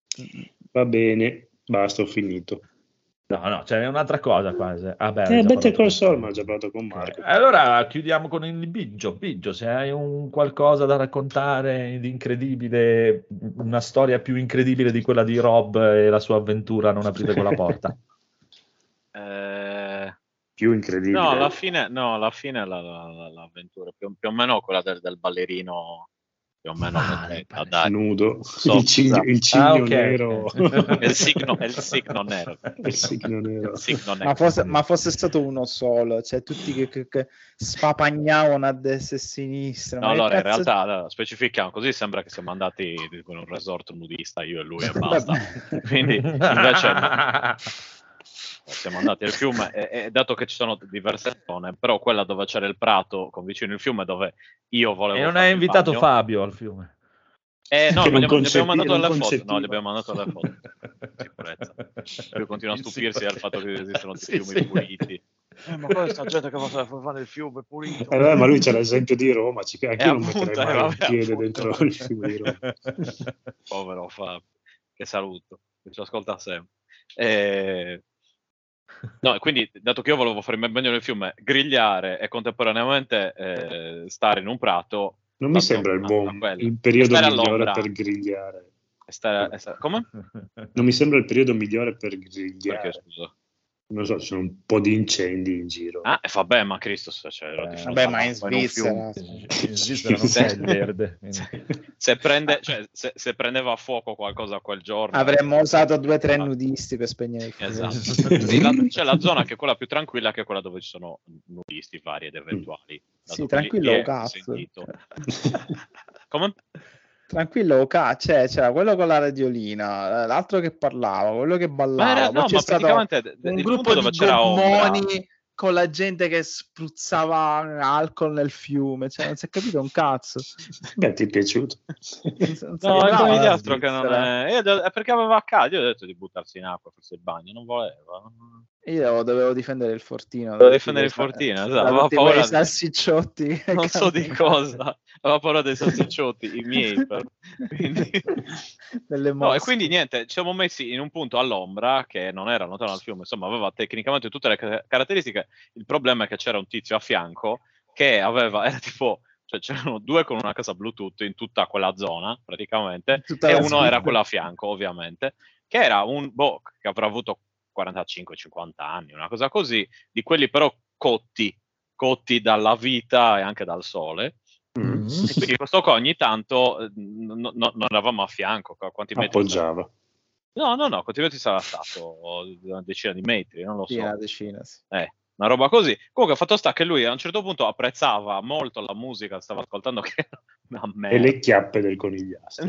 Va bene, basta, ho finito. No, no, c'è un'altra cosa qua. se- Ah, beh, Eh, avevo già Better parlato Call con- Saul, ma ho già parlato con Ok. Marco. Allora chiudiamo con il Biggio. Biggio, se hai un qualcosa da raccontare di incredibile, una storia più incredibile di quella di Rob e la sua avventura a non aprire quella porta. Eh, Più incredibile. no, alla fine, no, alla fine la- la- la- l'avventura più, più o meno quella del, del ballerino, più o meno Ah, netta, il dai. Nudo, So, il cigno, esatto. il cigno Ah, ok, nero. ok. È il signo, è il signo nero. Il signo nero. Il signo nero. Ma fosse, ma fosse stato uno solo, cioè tutti che, che, che spapagnavano a destra e a sinistra. No, ma che allora in cazzo- realtà allora, specifichiamo, così sembra che siamo andati in un resort nudista, io e lui e basta. Vabbè. Quindi invece no. Siamo andati al fiume e, e dato che ci sono diverse zone, però quella dove c'era il prato con vicino il fiume dove io volevo E non fare hai il invitato bagno. Fabio al fiume. Eh, no, Che ma non gli abbiamo, gli abbiamo consenti- mandato non delle foto. consentiva. No, gli abbiamo mandato delle foto. Sicurezza. Lui continua a stupirsi del fatto che esistono dei Sì, fiumi sì. puliti. Eh, ma questa gente che fa fare il fiume pulito? Eh, ma lui c'è l'esempio di Roma, ci- E anch'io non appunto, metterei eh, mai un vabbè, piede appunto. dentro il fiume di Roma. Povero Fabio, che saluto, che ci ascolta sempre. Eh, No, e quindi, dato che io volevo fare il bagno nel fiume, grigliare e contemporaneamente eh, stare in un prato, Non mi la sembra il zona era buon quella. il E periodo stare migliore all'ombra. per grigliare. E stare, e stare- come? Non mi sembra il periodo migliore per Perché, grigliare. scusa? Non so, ci sono un po' di incendi in giro. Ah, e vabbè, ma Cristo, se cioè, ero di Eh, fronte Vabbè, ma in all'acqua, in un fiume. Svizzera. In Svizzera non Se- c'è il verde. quindi- Se, se prende, cioè, se, se prendeva a fuoco qualcosa quel giorno... Avremmo usato due o tre Ah, nudisti per spegnere il fuoco. esatto. Sì, la- c'è la zona che è quella più tranquilla, che è quella dove ci sono nudisti vari ed eventuali. Sì, Dato che tranquillo, lì è cazzo. consentito. Come? Tranquillo, ca- c'è, c'era quello con la radiolina, l'altro che parlava, quello che Ma ballava. era, Poi no, c'è ma stato praticamente d- d- un il gruppo punto dove di c'era ombra. gommoni con la gente che spruzzava alcol nel fiume, cioè non si è capito un cazzo. Beh, ti è piaciuto? Non so- non so- No, il no, conigliastro la che non Svizzera. è... io ho detto- è perché aveva caldo, io ho detto di buttarsi in acqua, forse il bagno, non voleva. Io dovevo difendere il fortino. Dovevo da tutti difendere il quei sa- fortino, esatto, da aveva tutti paura quei di- salsicciotti. che Non so di camminavano. cosa, aveva paura dei salsicciotti, i miei, per... quindi... Delle No, e mosche. quindi niente, ci siamo messi in un punto all'ombra che non era lontano dal fiume, insomma aveva tecnicamente tutte le ca- caratteristiche. Il problema è che c'era un tizio a fianco che aveva, era tipo, cioè c'erano due con una casa Bluetooth in tutta quella zona praticamente, Tutta e la uno era Svizzera. quello a fianco ovviamente, che era un, boh, che avrà avuto quarantacinque cinquanta anni, una cosa così, di quelli però cotti, cotti dalla vita e anche dal sole. Mm. E quindi questo qua ogni tanto eh, n- n- non eravamo a fianco, a quanti metri sarà? Appoggiava. No, no, no, quanti metri sarà stato? Una decina di metri, non lo Sì, so. una decina, sì. Eh, una roba così. Comunque, fatto sta che lui a un certo punto apprezzava molto la musica, stava ascoltando che era una E merda. le chiappe del conigliastro.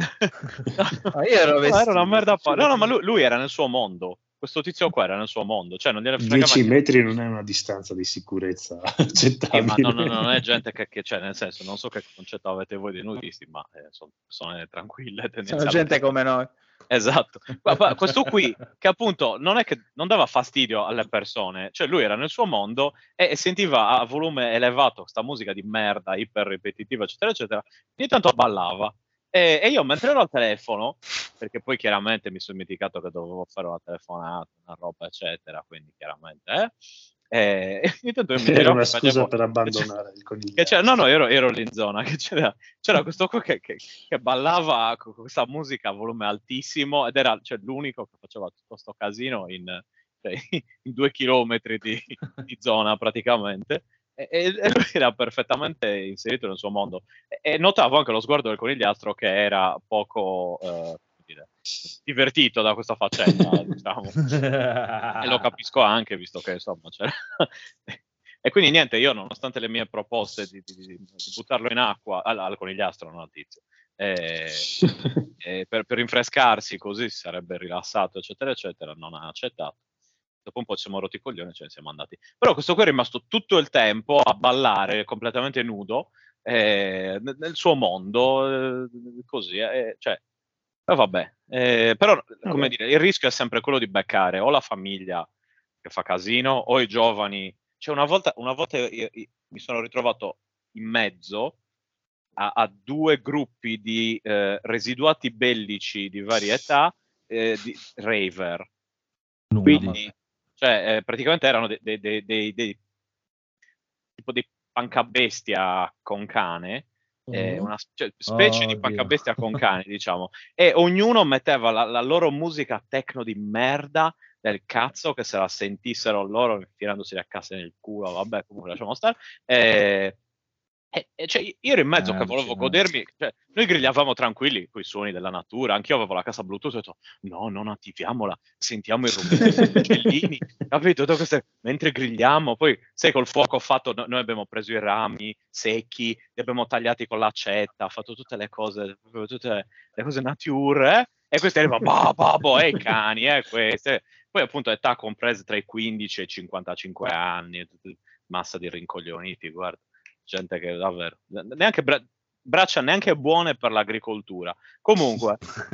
No, io ero No, era vestito, una merda. pa- facevo No, no, ma così. lui, lui era nel suo mondo. Questo tizio qua era nel suo mondo, cioè non gliene fregava dieci niente. metri non è una distanza di sicurezza Sì, accettabile. ma no, no, no, non è gente che, che cioè, nel senso, non so che concetto avete voi dei nudisti, ma eh, sono persone tranquille Sono tendenzialmente. gente come noi. Esatto. Ma- ma questo qui, che appunto non è che non dava fastidio alle persone, cioè lui era nel suo mondo e, e sentiva a volume elevato sta musica di merda, iper ripetitiva, eccetera, eccetera. Ogni tanto ballava. E, e io mentre ero al telefono, perché poi chiaramente mi sono dimenticato che dovevo fare una telefonata, una roba, eccetera, quindi chiaramente, eh. E, e ogni tanto io mi Era giravo una e scusa facevo- per abbandonare il che conigliastro. c'era, no, no, ero, ero lì in zona, che c'era, c'era questo qua che, che, che ballava con questa musica a volume altissimo ed era cioè, l'unico che faceva tutto sto casino in, cioè, in due chilometri di, di zona praticamente. E, e lui era perfettamente inserito nel suo mondo. E, e notavo anche lo sguardo del conigliastro che era poco eh, come dire, divertito da questa faccenda, diciamo. E lo capisco anche, visto che insomma c'era... E quindi niente, io nonostante le mie proposte di, di- di- di buttarlo in acqua al, al conigliastro, non al tizio, eh, eh, per, per rinfrescarsi così si sarebbe rilassato, eccetera, eccetera, non ha accettato. Dopo un po' ci siamo rotti i coglioni e ce ne siamo andati. Però questo qui è rimasto tutto il tempo a ballare completamente nudo eh, nel, nel suo mondo, eh, così, eh, cioè, eh, vabbè. Eh, però, come Vabbè. dire, il rischio è sempre quello di beccare o la famiglia che fa casino o i giovani. Cioè, una volta, una volta io- io mi sono ritrovato in mezzo a, a due gruppi di eh, residuati bellici di varia età, eh, di raver. Quindi, cioè, eh, praticamente erano dei, dei, dei, dei, dei tipo dei pancabestia con cane, eh, una cioè, specie di Oddio. pancabestia con cane, diciamo, e ognuno metteva la, la loro musica techno di merda del cazzo che se la sentissero loro tirandosi le casse nel culo, vabbè, comunque lasciamo stare. Eh, e, e cioè, io ero in mezzo Eh, che volevo allucinante. godermi, cioè, noi grigliavamo tranquilli con i suoni della natura, anch'io avevo la casa Bluetooth e ho detto no, non attiviamola, sentiamo i rumori degli uccellini, capito? Tutte queste- mentre grigliamo, poi sai col fuoco fatto, no- noi abbiamo preso i rami secchi, li abbiamo tagliati con l'accetta, fatto tutte le cose, proprio tutte le, le cose nature, eh? E questi arrivano, bah, bah, boh, e i cani, eh, queste. Poi appunto età comprese tra i quindici e i cinquantacinque anni, tutta- massa di rincoglioniti, guarda, gente che davvero, neanche Brad, braccia neanche buone per l'agricoltura. Comunque,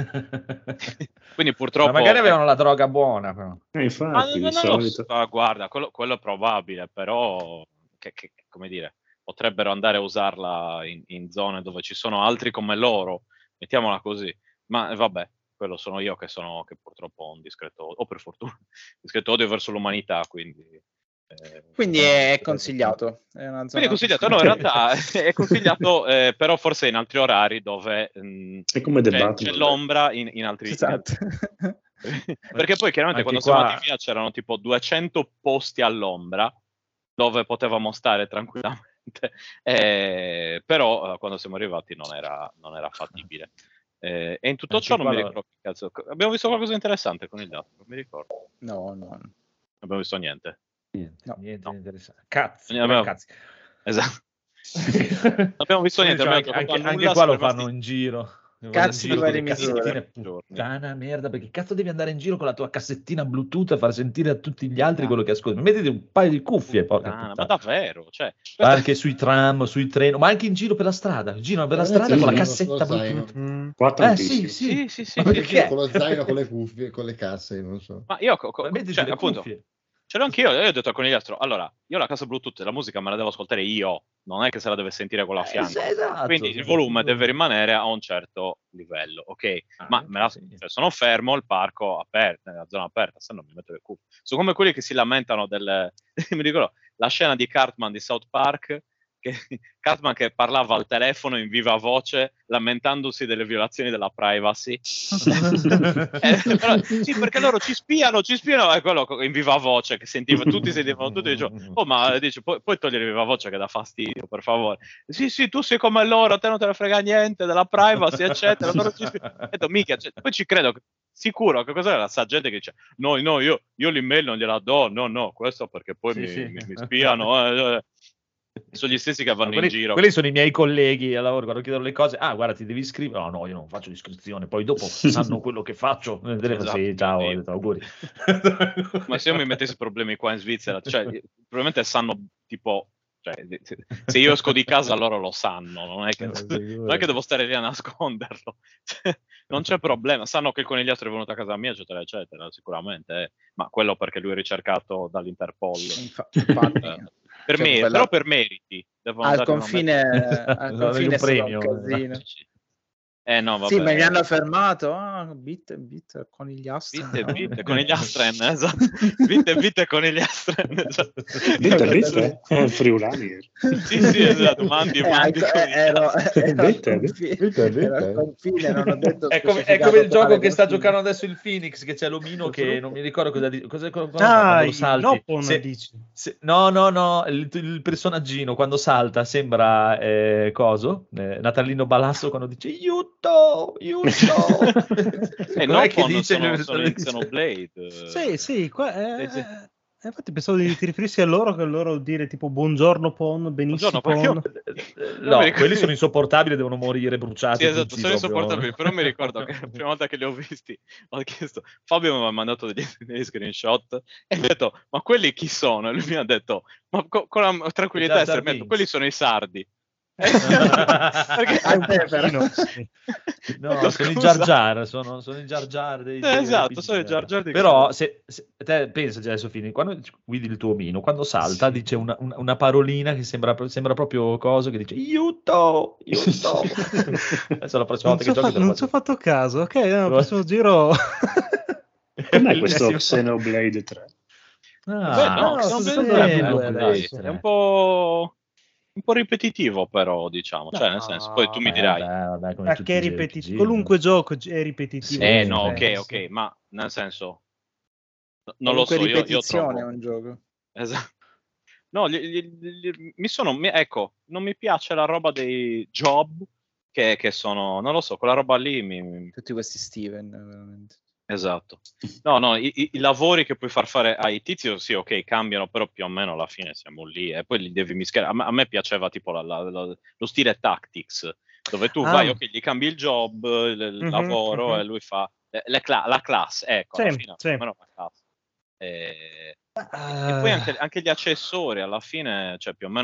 quindi purtroppo... Ma magari avevano la droga buona, però. Eh, infatti, Ma di non lo solito. so, ah, guarda, quello, quello è probabile, però, che, che- come dire, potrebbero andare a usarla in, in zone dove ci sono altri come loro, mettiamola così. Ma eh, vabbè, quello sono io che sono, che purtroppo ho un discreto, o per fortuna, un discreto odio verso l'umanità, quindi... eh, Quindi no, è consigliato. È una quindi zona è consigliato, no, in realtà è consigliato, eh, però forse in altri orari dove mh, È come The c'è, Batman. c'è l'ombra in, in altri... in Esatto. Perché poi chiaramente Anche quando siamo qua- andati via c'erano tipo duecento posti all'ombra dove potevamo stare tranquillamente, eh, però eh, quando siamo arrivati non era, non era fattibile. Eh, e in tutto Anche ciò non qua mi lo- ricordo che cazzo. Abbiamo visto qualcosa di interessante con gli altri, non mi ricordo. No, no. Non abbiamo visto niente. Niente, No, niente no. di interessante. Cazzi, Ne come abbiamo- cazzi. Esatto. Non abbiamo visto Poi niente, diciamo, abbiamo anche, giocato a anche- nulla, anche qua siamo lo fanno rimasti- in giro. Vanno Cazzi in giro di con le varie misure. cassettine, Giorni. puttana merda, perché cazzo devi andare in giro con la tua cassettina Bluetooth a far sentire a tutti gli altri Ah. quello che ascolti? Mettiti un paio di cuffie, porca Puttana, puttana. ma davvero? Cioè, Ma anche sui tram, sui treni, ma anche in giro per la strada. Girano per la strada Ragazzi, con la sì, cassetta lo zaino. Bluetooth. Mm. Qua Eh tantissimo. sì, sì. sì, sì, sì, Ma sì, perché? sì. Con lo zaino, con le cuffie, con le casse, non so. Ma io, co- co- Ma mettiti cioè, le appunto, cuffie. ce l'ho anch'io, io ho detto al conigliastro, allora, io la casa Bluetooth, la musica me la devo ascoltare io, non è che se la deve sentire quello a Eh, fianco. sì, esatto. Quindi il volume deve rimanere a un certo livello, ok? Ah, Ma me la- sì. cioè, sono fermo al parco aperto, nella zona aperta, se no mi metto le cuffie. Sono come quelli che si lamentano del... mi ricordo la scena di Cartman di South Park, che Cartman che parlava al telefono in viva voce lamentandosi delle violazioni della privacy. Eh, però, sì, perché loro ci spiano, ci spiano, è quello in viva voce che sentiva, tutti sentivano, tutti dicevano, oh ma dice, pu- puoi togliere viva voce che dà fastidio, per favore. Sì, sì, tu sei come loro, a te non te ne frega niente della privacy, eccetera. Loro ci spi- Ho detto, mica, cioè, poi ci credo, sicuro che cos'era la sa gente che dice, no, no, io, io l'email non gliela do, no, no, questo perché poi Sì, mi, sì. mi- mi spiano. eh, eh. Sono gli stessi che vanno quelli, in giro. quelli sono i miei colleghi al lavoro quando chiedono le cose. Ah, guarda, ti devi iscrivere. No, no, io non faccio l'iscrizione. Poi dopo sanno quello che faccio. Nel telefono, Esatto, sì, ciao, sì. ho detto, auguri. Ma se io mi mettessi problemi qua in Svizzera, cioè, probabilmente sanno tipo, cioè, se io esco di casa loro lo sanno, non è che, non è che devo stare lì a nasconderlo. Non c'è problema, sanno che il conigliastro è venuto a casa mia, eccetera, eccetera, sicuramente, eh. Ma quello perché lui è ricercato dall'Interpol. Infa- infatti, Eh, per cioè, me- quella- però per meriti. Devono al dare una confine, mezza- al No, confine un è stato premio. un casino. Sì, sì. Eh no, vabbè. Sì, ma mi hanno fermato. Ah, bit, bit, conigliastro. Vite, no? vite, conigliastren, esatto. Vite, vite, conigliastren, esatto. Vite, vite, eh, friulani. Sì, sì, esatto, mandi, Eh, mandi. ecco, eh, ero, ero al Vite, confine, vite, vite. ero al confine, non ho detto È come, è specificato come il gioco quale che sta confine. giocando adesso il Phoenix, che c'è l'omino che non mi ricordo cosa dice. Cosa, cosa, cosa Ah, quando lo il salti. Nopon, Se- dici. se- no, no, no, il, il personaggino quando salta sembra eh, coso, eh, Natalino Balasso quando dice aiuto, aiuto. E Com'è non che sono, dice sono, il sono in personaggio? Xenoblade. Sì, sì, qua, eh, Sì, sì. eh, infatti pensavo di ti riferissi a loro, che loro dire tipo buongiorno Pon, benissimo Buongiorno, Pon. perché io- Eh, Non mi No, ricordo- quelli sono insopportabili, devono morire bruciati. Sì, esatto, tutti sono proprio. insopportabili, però mi ricordo che la prima volta che li ho visti ho chiesto, Fabio mi aveva mandato degli, degli screenshot e mi ha detto, ma quelli chi sono? E lui mi ha detto, ma co- con la tranquillità Jar Jar estrema, mi ha detto, Binks. quelli sono i sardi. Perché- A te, però. Sì. No, Ecco, sono i scusa. Jar Jar, sono, sono i Jar Jar dei, Eh, dei esatto, R P G, sono i Jar Jar dei Però Xenoblade. se, se- te pensaci adesso, Fini, quando guidi il tuo omino, quando salta Sì. dice una, una- una parolina che sembra, sembra proprio coso, che dice aiuto, aiuto. Adesso la prossima Non volta ci ho che giochi fa- te lo non ci ho faccio. fatto caso, ok, no, il prossimo giro... Com'è questo Bellissimo. Xenoblade tre? Ah, Beh, no, no, Xenoblade sì, tre è bello, bello, dai. dai. È un po'... un po' ripetitivo però, diciamo, cioè nel senso, poi tu mi Eh, dirai... vabbè, vabbè, come Ma tutti che è i J R P G, ripetitivo, qualunque gioco è ripetitivo. Sì, Eh in no, un ok, senso. ok, ma nel senso... Non lo Comunque so, io, io ripetizione trovo... è un gioco. Esatto. No, gli- gli- gli- mi sono, mi- ecco, non mi piace la roba dei job che, che sono, non lo so, quella roba lì mi, mi- Tutti questi Steven, veramente. esatto. No, no, i, i- i lavori che puoi far fare ai tizi, sì, ok, cambiano, però più o meno alla fine siamo lì e poi li devi mischiare. A me, a me piaceva tipo la- la- la- lo stile Tactics, dove tu Ah. vai, ok, gli cambi il job, il, il Mhm, lavoro mhm. e lui fa le- le cla- la classe, ecco, alla Sì, fine sì. più o meno la classe. E, e Ah, poi anche, anche gli accessori alla fine, cioè più o meno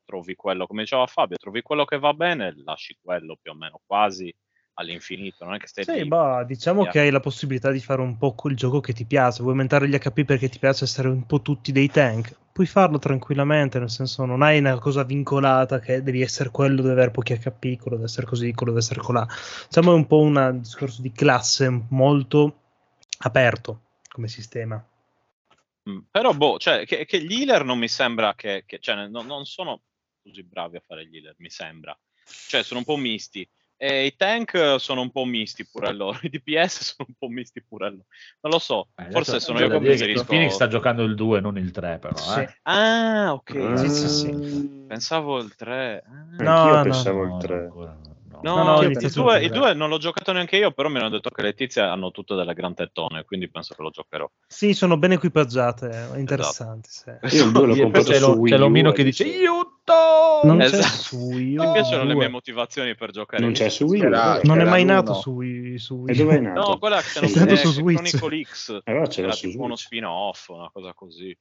trovi quello, come diceva Fabio, trovi quello che va bene, lasci quello più o meno quasi all'infinito, non è che stai Sì, lì. bah, diciamo via. che hai la possibilità di fare un po' quel gioco che ti piace. Vuoi aumentare gli H P perché ti piace essere un po' tutti dei tank, puoi farlo tranquillamente, nel senso non hai una cosa vincolata che devi essere quello, deve avere pochi H P, quello deve essere così, quello deve essere colà. Diciamo è un po' un discorso di classe molto aperto come sistema. Mm, Però, boh, cioè, che, che gli healer non mi sembra che, che- cioè, no- non sono così bravi a fare gli healer, mi sembra. Cioè, sono un po' misti. E i tank sono un po' misti pure loro, i D P S sono un po' misti pure loro. Non lo so, Eh, forse adesso sono c'è io da che dire che preferisco... Phoenix sta giocando il due, non il tre, però. Sì. Eh. Ah, ok. Sì, sì, sì. Mm, Pensavo il tre. Ah. Anch'io No, pensavo no, il No, tre. no, ancora no. No, No, no, ho il iniziato due, il il tre. due non l'ho giocato neanche io, però mi hanno detto che le tizie hanno tutte delle gran tettone, quindi penso che lo giocherò. Sì, sono ben equipaggiate, interessanti. Sì. Io il due l'ho E poi comprato c'è, su lo, Wii c'è U l'omino e che dice dice- aiuto! Non c'è Esatto. su Wii U. Mi piacciono le due. mie motivazioni per giocare. Non in c'è su Wii U. C'era- dov'è? Non è c'era mai nato l'uno. su Wii, su Wii E dove è U. nato? No, quella Sì. Xeno, È nato eh, su Switch. Chronicle X. Allora c'era Era su tipo uno Switch. spin-off, una cosa così.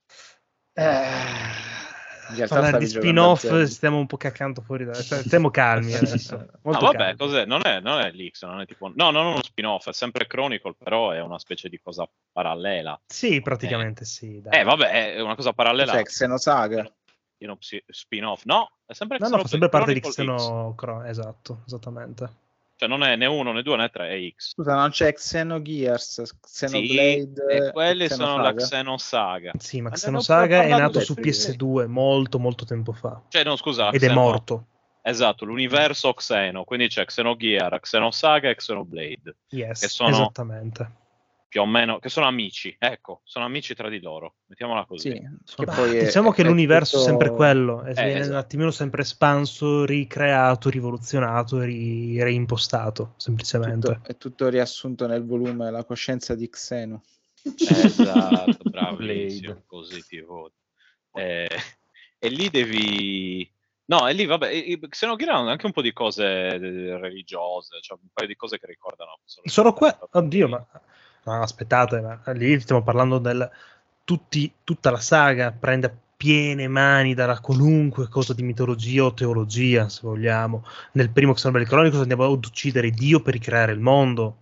In realtà Parlare di stavi giocando a spin-off Zelda. stiamo un po' cacando fuori da... cioè, stiamo calmi adesso. No, Molto vabbè, calmi. cos'è? Non è, non è l'X, non è tipo... No, non è uno spin-off, è sempre Chronicle, però è una specie di cosa parallela. Sì, praticamente sì. Dai. Eh, vabbè, è una cosa parallela. Cos'è, Xenosaga? Uno psi- spin-off. No, è sempre No, no, Xeno- fa sempre parte di Chronicle X. Xeno... Cro- Esatto, esattamente. Cioè non è né uno, né due, né tre, è X. Scusa, non c'è Xenogears, Sì, Xenoblade e quelle e sono la Xenosaga? Xenosaga. Sì, ma Ma ne Xenosaga abbiamo è parlato nato del su primo. P S due molto, molto tempo fa. Cioè, no, scusa. Ed è Xeno- morto. Esatto, l'universo Xeno. Quindi c'è Xenogear, Xenosaga e Xenoblade. Yes, Che sono esattamente. più o meno, che sono amici. Ecco, sono amici tra di loro. Mettiamola così. Sì, che Bah, poi è- diciamo che è l'universo tutto- è sempre quello, e Eh, viene esatto. un attimino sempre espanso, ricreato, rivoluzionato, ri- reimpostato, semplicemente. tutto- è tutto riassunto nel volume La coscienza di Xeno. Esatto, bravissimo. Blade. Così ti voto. Eh, e lì devi... No, e lì vabbè, i- i Xenogear hanno anche un po' di cose eh, religiose, cioè un paio di cose che ricordano. Solo qua, oddio, ma no, aspettate, ma lì stiamo parlando del tutti, tutta la saga prende piene mani da qualunque cosa di mitologia o teologia, se vogliamo. Nel primo Xenoblade Chronicles andiamo ad uccidere Dio per ricreare il mondo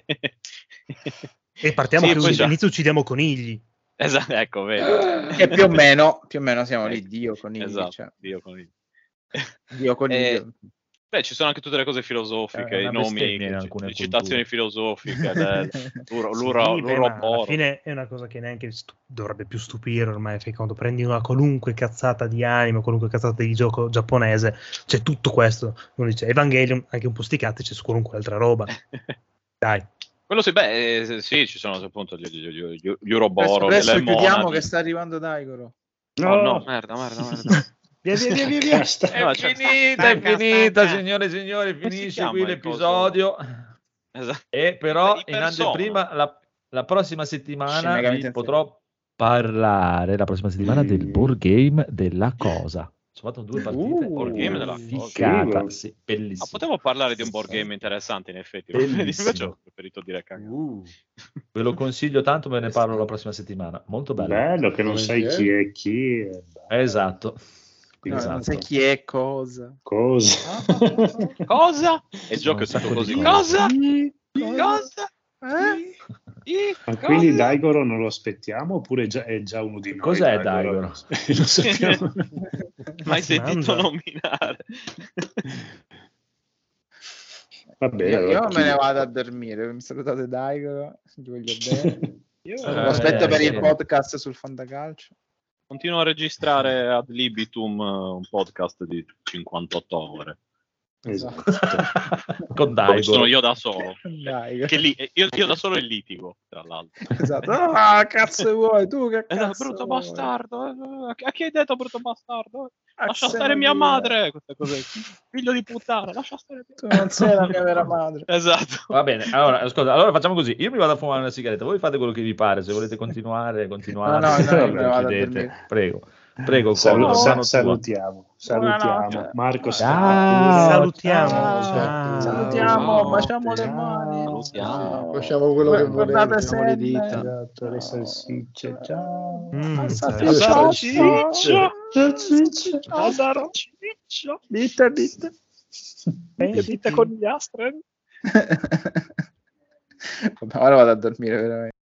e partiamo Sì, che poi già. all'inizio uccidiamo conigli. Esatto, ecco, vedi. E più o meno, più o meno siamo lì, Ecco, Dio con il esatto, cioè, Dio con il... Dio con Eh, il Beh, ci sono anche tutte le cose filosofiche, È i una nomi, bestemmia in le alcune le citazioni filosofiche, del, l'uro, Sì, l'uro, beh, ma alla l'uroboro. fine è una cosa che neanche stu- dovrebbe più stupire ormai, perché quando prendi una qualunque cazzata di anime, qualunque cazzata di gioco giapponese, c'è tutto questo. Uno dice Evangelion, anche un po' sti cazzi, c'è su qualunque altra roba. Dai. Quello sì, beh, eh, sì, ci sono appunto gli, gli, gli, gli, gli uroboro, Adesso le chiudiamo monadi. che sta arrivando Daigoro. Oh no, merda, merda, merda. Via, via, via, via, via. Casta. No, È cioè, finita, stacca, è finita, stacca. signore e signori, Come si finisce chiama qui il l'episodio. Esatto. E però Di in persona. anteprima la, la prossima Shin settimana Megami vi Tensei. potrò parlare la prossima settimana del Mm. board game della cosa. Ho fatto due partite. Uh, board game della una cosa. ficcata, Figo. sì, Ah, bellissimo. potevo parlare di un board game interessante in effetti, Bellissimo. invece ho preferito dire cagare. Uh, Ve lo consiglio tanto, me ne parlo la prossima settimana. Molto bello. bello che non sai chi è chi. È Esatto. No, Esatto. non sai chi è cosa. Cosa? Cosa? E il Sono gioco un è tutto sacco così. di Cosa? Cosa? Cosa? Eh? Sì, Ma cosa? quindi Daigoro non lo aspettiamo oppure è già, è già uno di noi? Cos'è Daigoro? Lo sappiamo. Mai si sentito mangia. nominare? Va bene, Io, allora io chi- me ne vado a dormire. Mi salutate Daigoro, vi voglio bene. Io Lo Eh, aspetto per sì. il podcast sul fantacalcio. continuo a registrare ad libitum eh, un podcast di cinquantotto ore. Esatto. Con Dove sono Daigoro. io da solo. Daigoro. Che lì, io, io da solo e litigo, tra l'altro. Esatto. Ah, cazzo vuoi tu? Che Esatto, cazzo brutto vuoi? bastardo. eh, A chi hai detto brutto bastardo? Ah, Lascia se stare non mia dire. madre. Queste cose. Figlio di puttana, lascia stare mia Tu non sei la mia vera madre. Esatto. Va bene, allora, ascolta, allora facciamo così. Io mi vado a fumare una sigaretta, voi fate quello che vi pare. Se volete continuare, continuate. No, no, no, se io me ne vado a decidete. dormire. Prego, prego. Salu- Comodo, sa- mano tua. salutiamo, salutiamo. Buonanotte. Marco Ciao. Salutiamo. Ciao. Ciao. Salutiamo, Ciao. baciamo le Ciao. mani. Salutiamo. Facciamo quello che Guardate volete. se- le dita. Esatto, le salsicce, ciao. Mm, Salsiccia. salsiccia. Ciao. Adaro, ciccio, dite, dite. Eh, dite con gli Astren. Vabbè, ora vado a dormire veramente.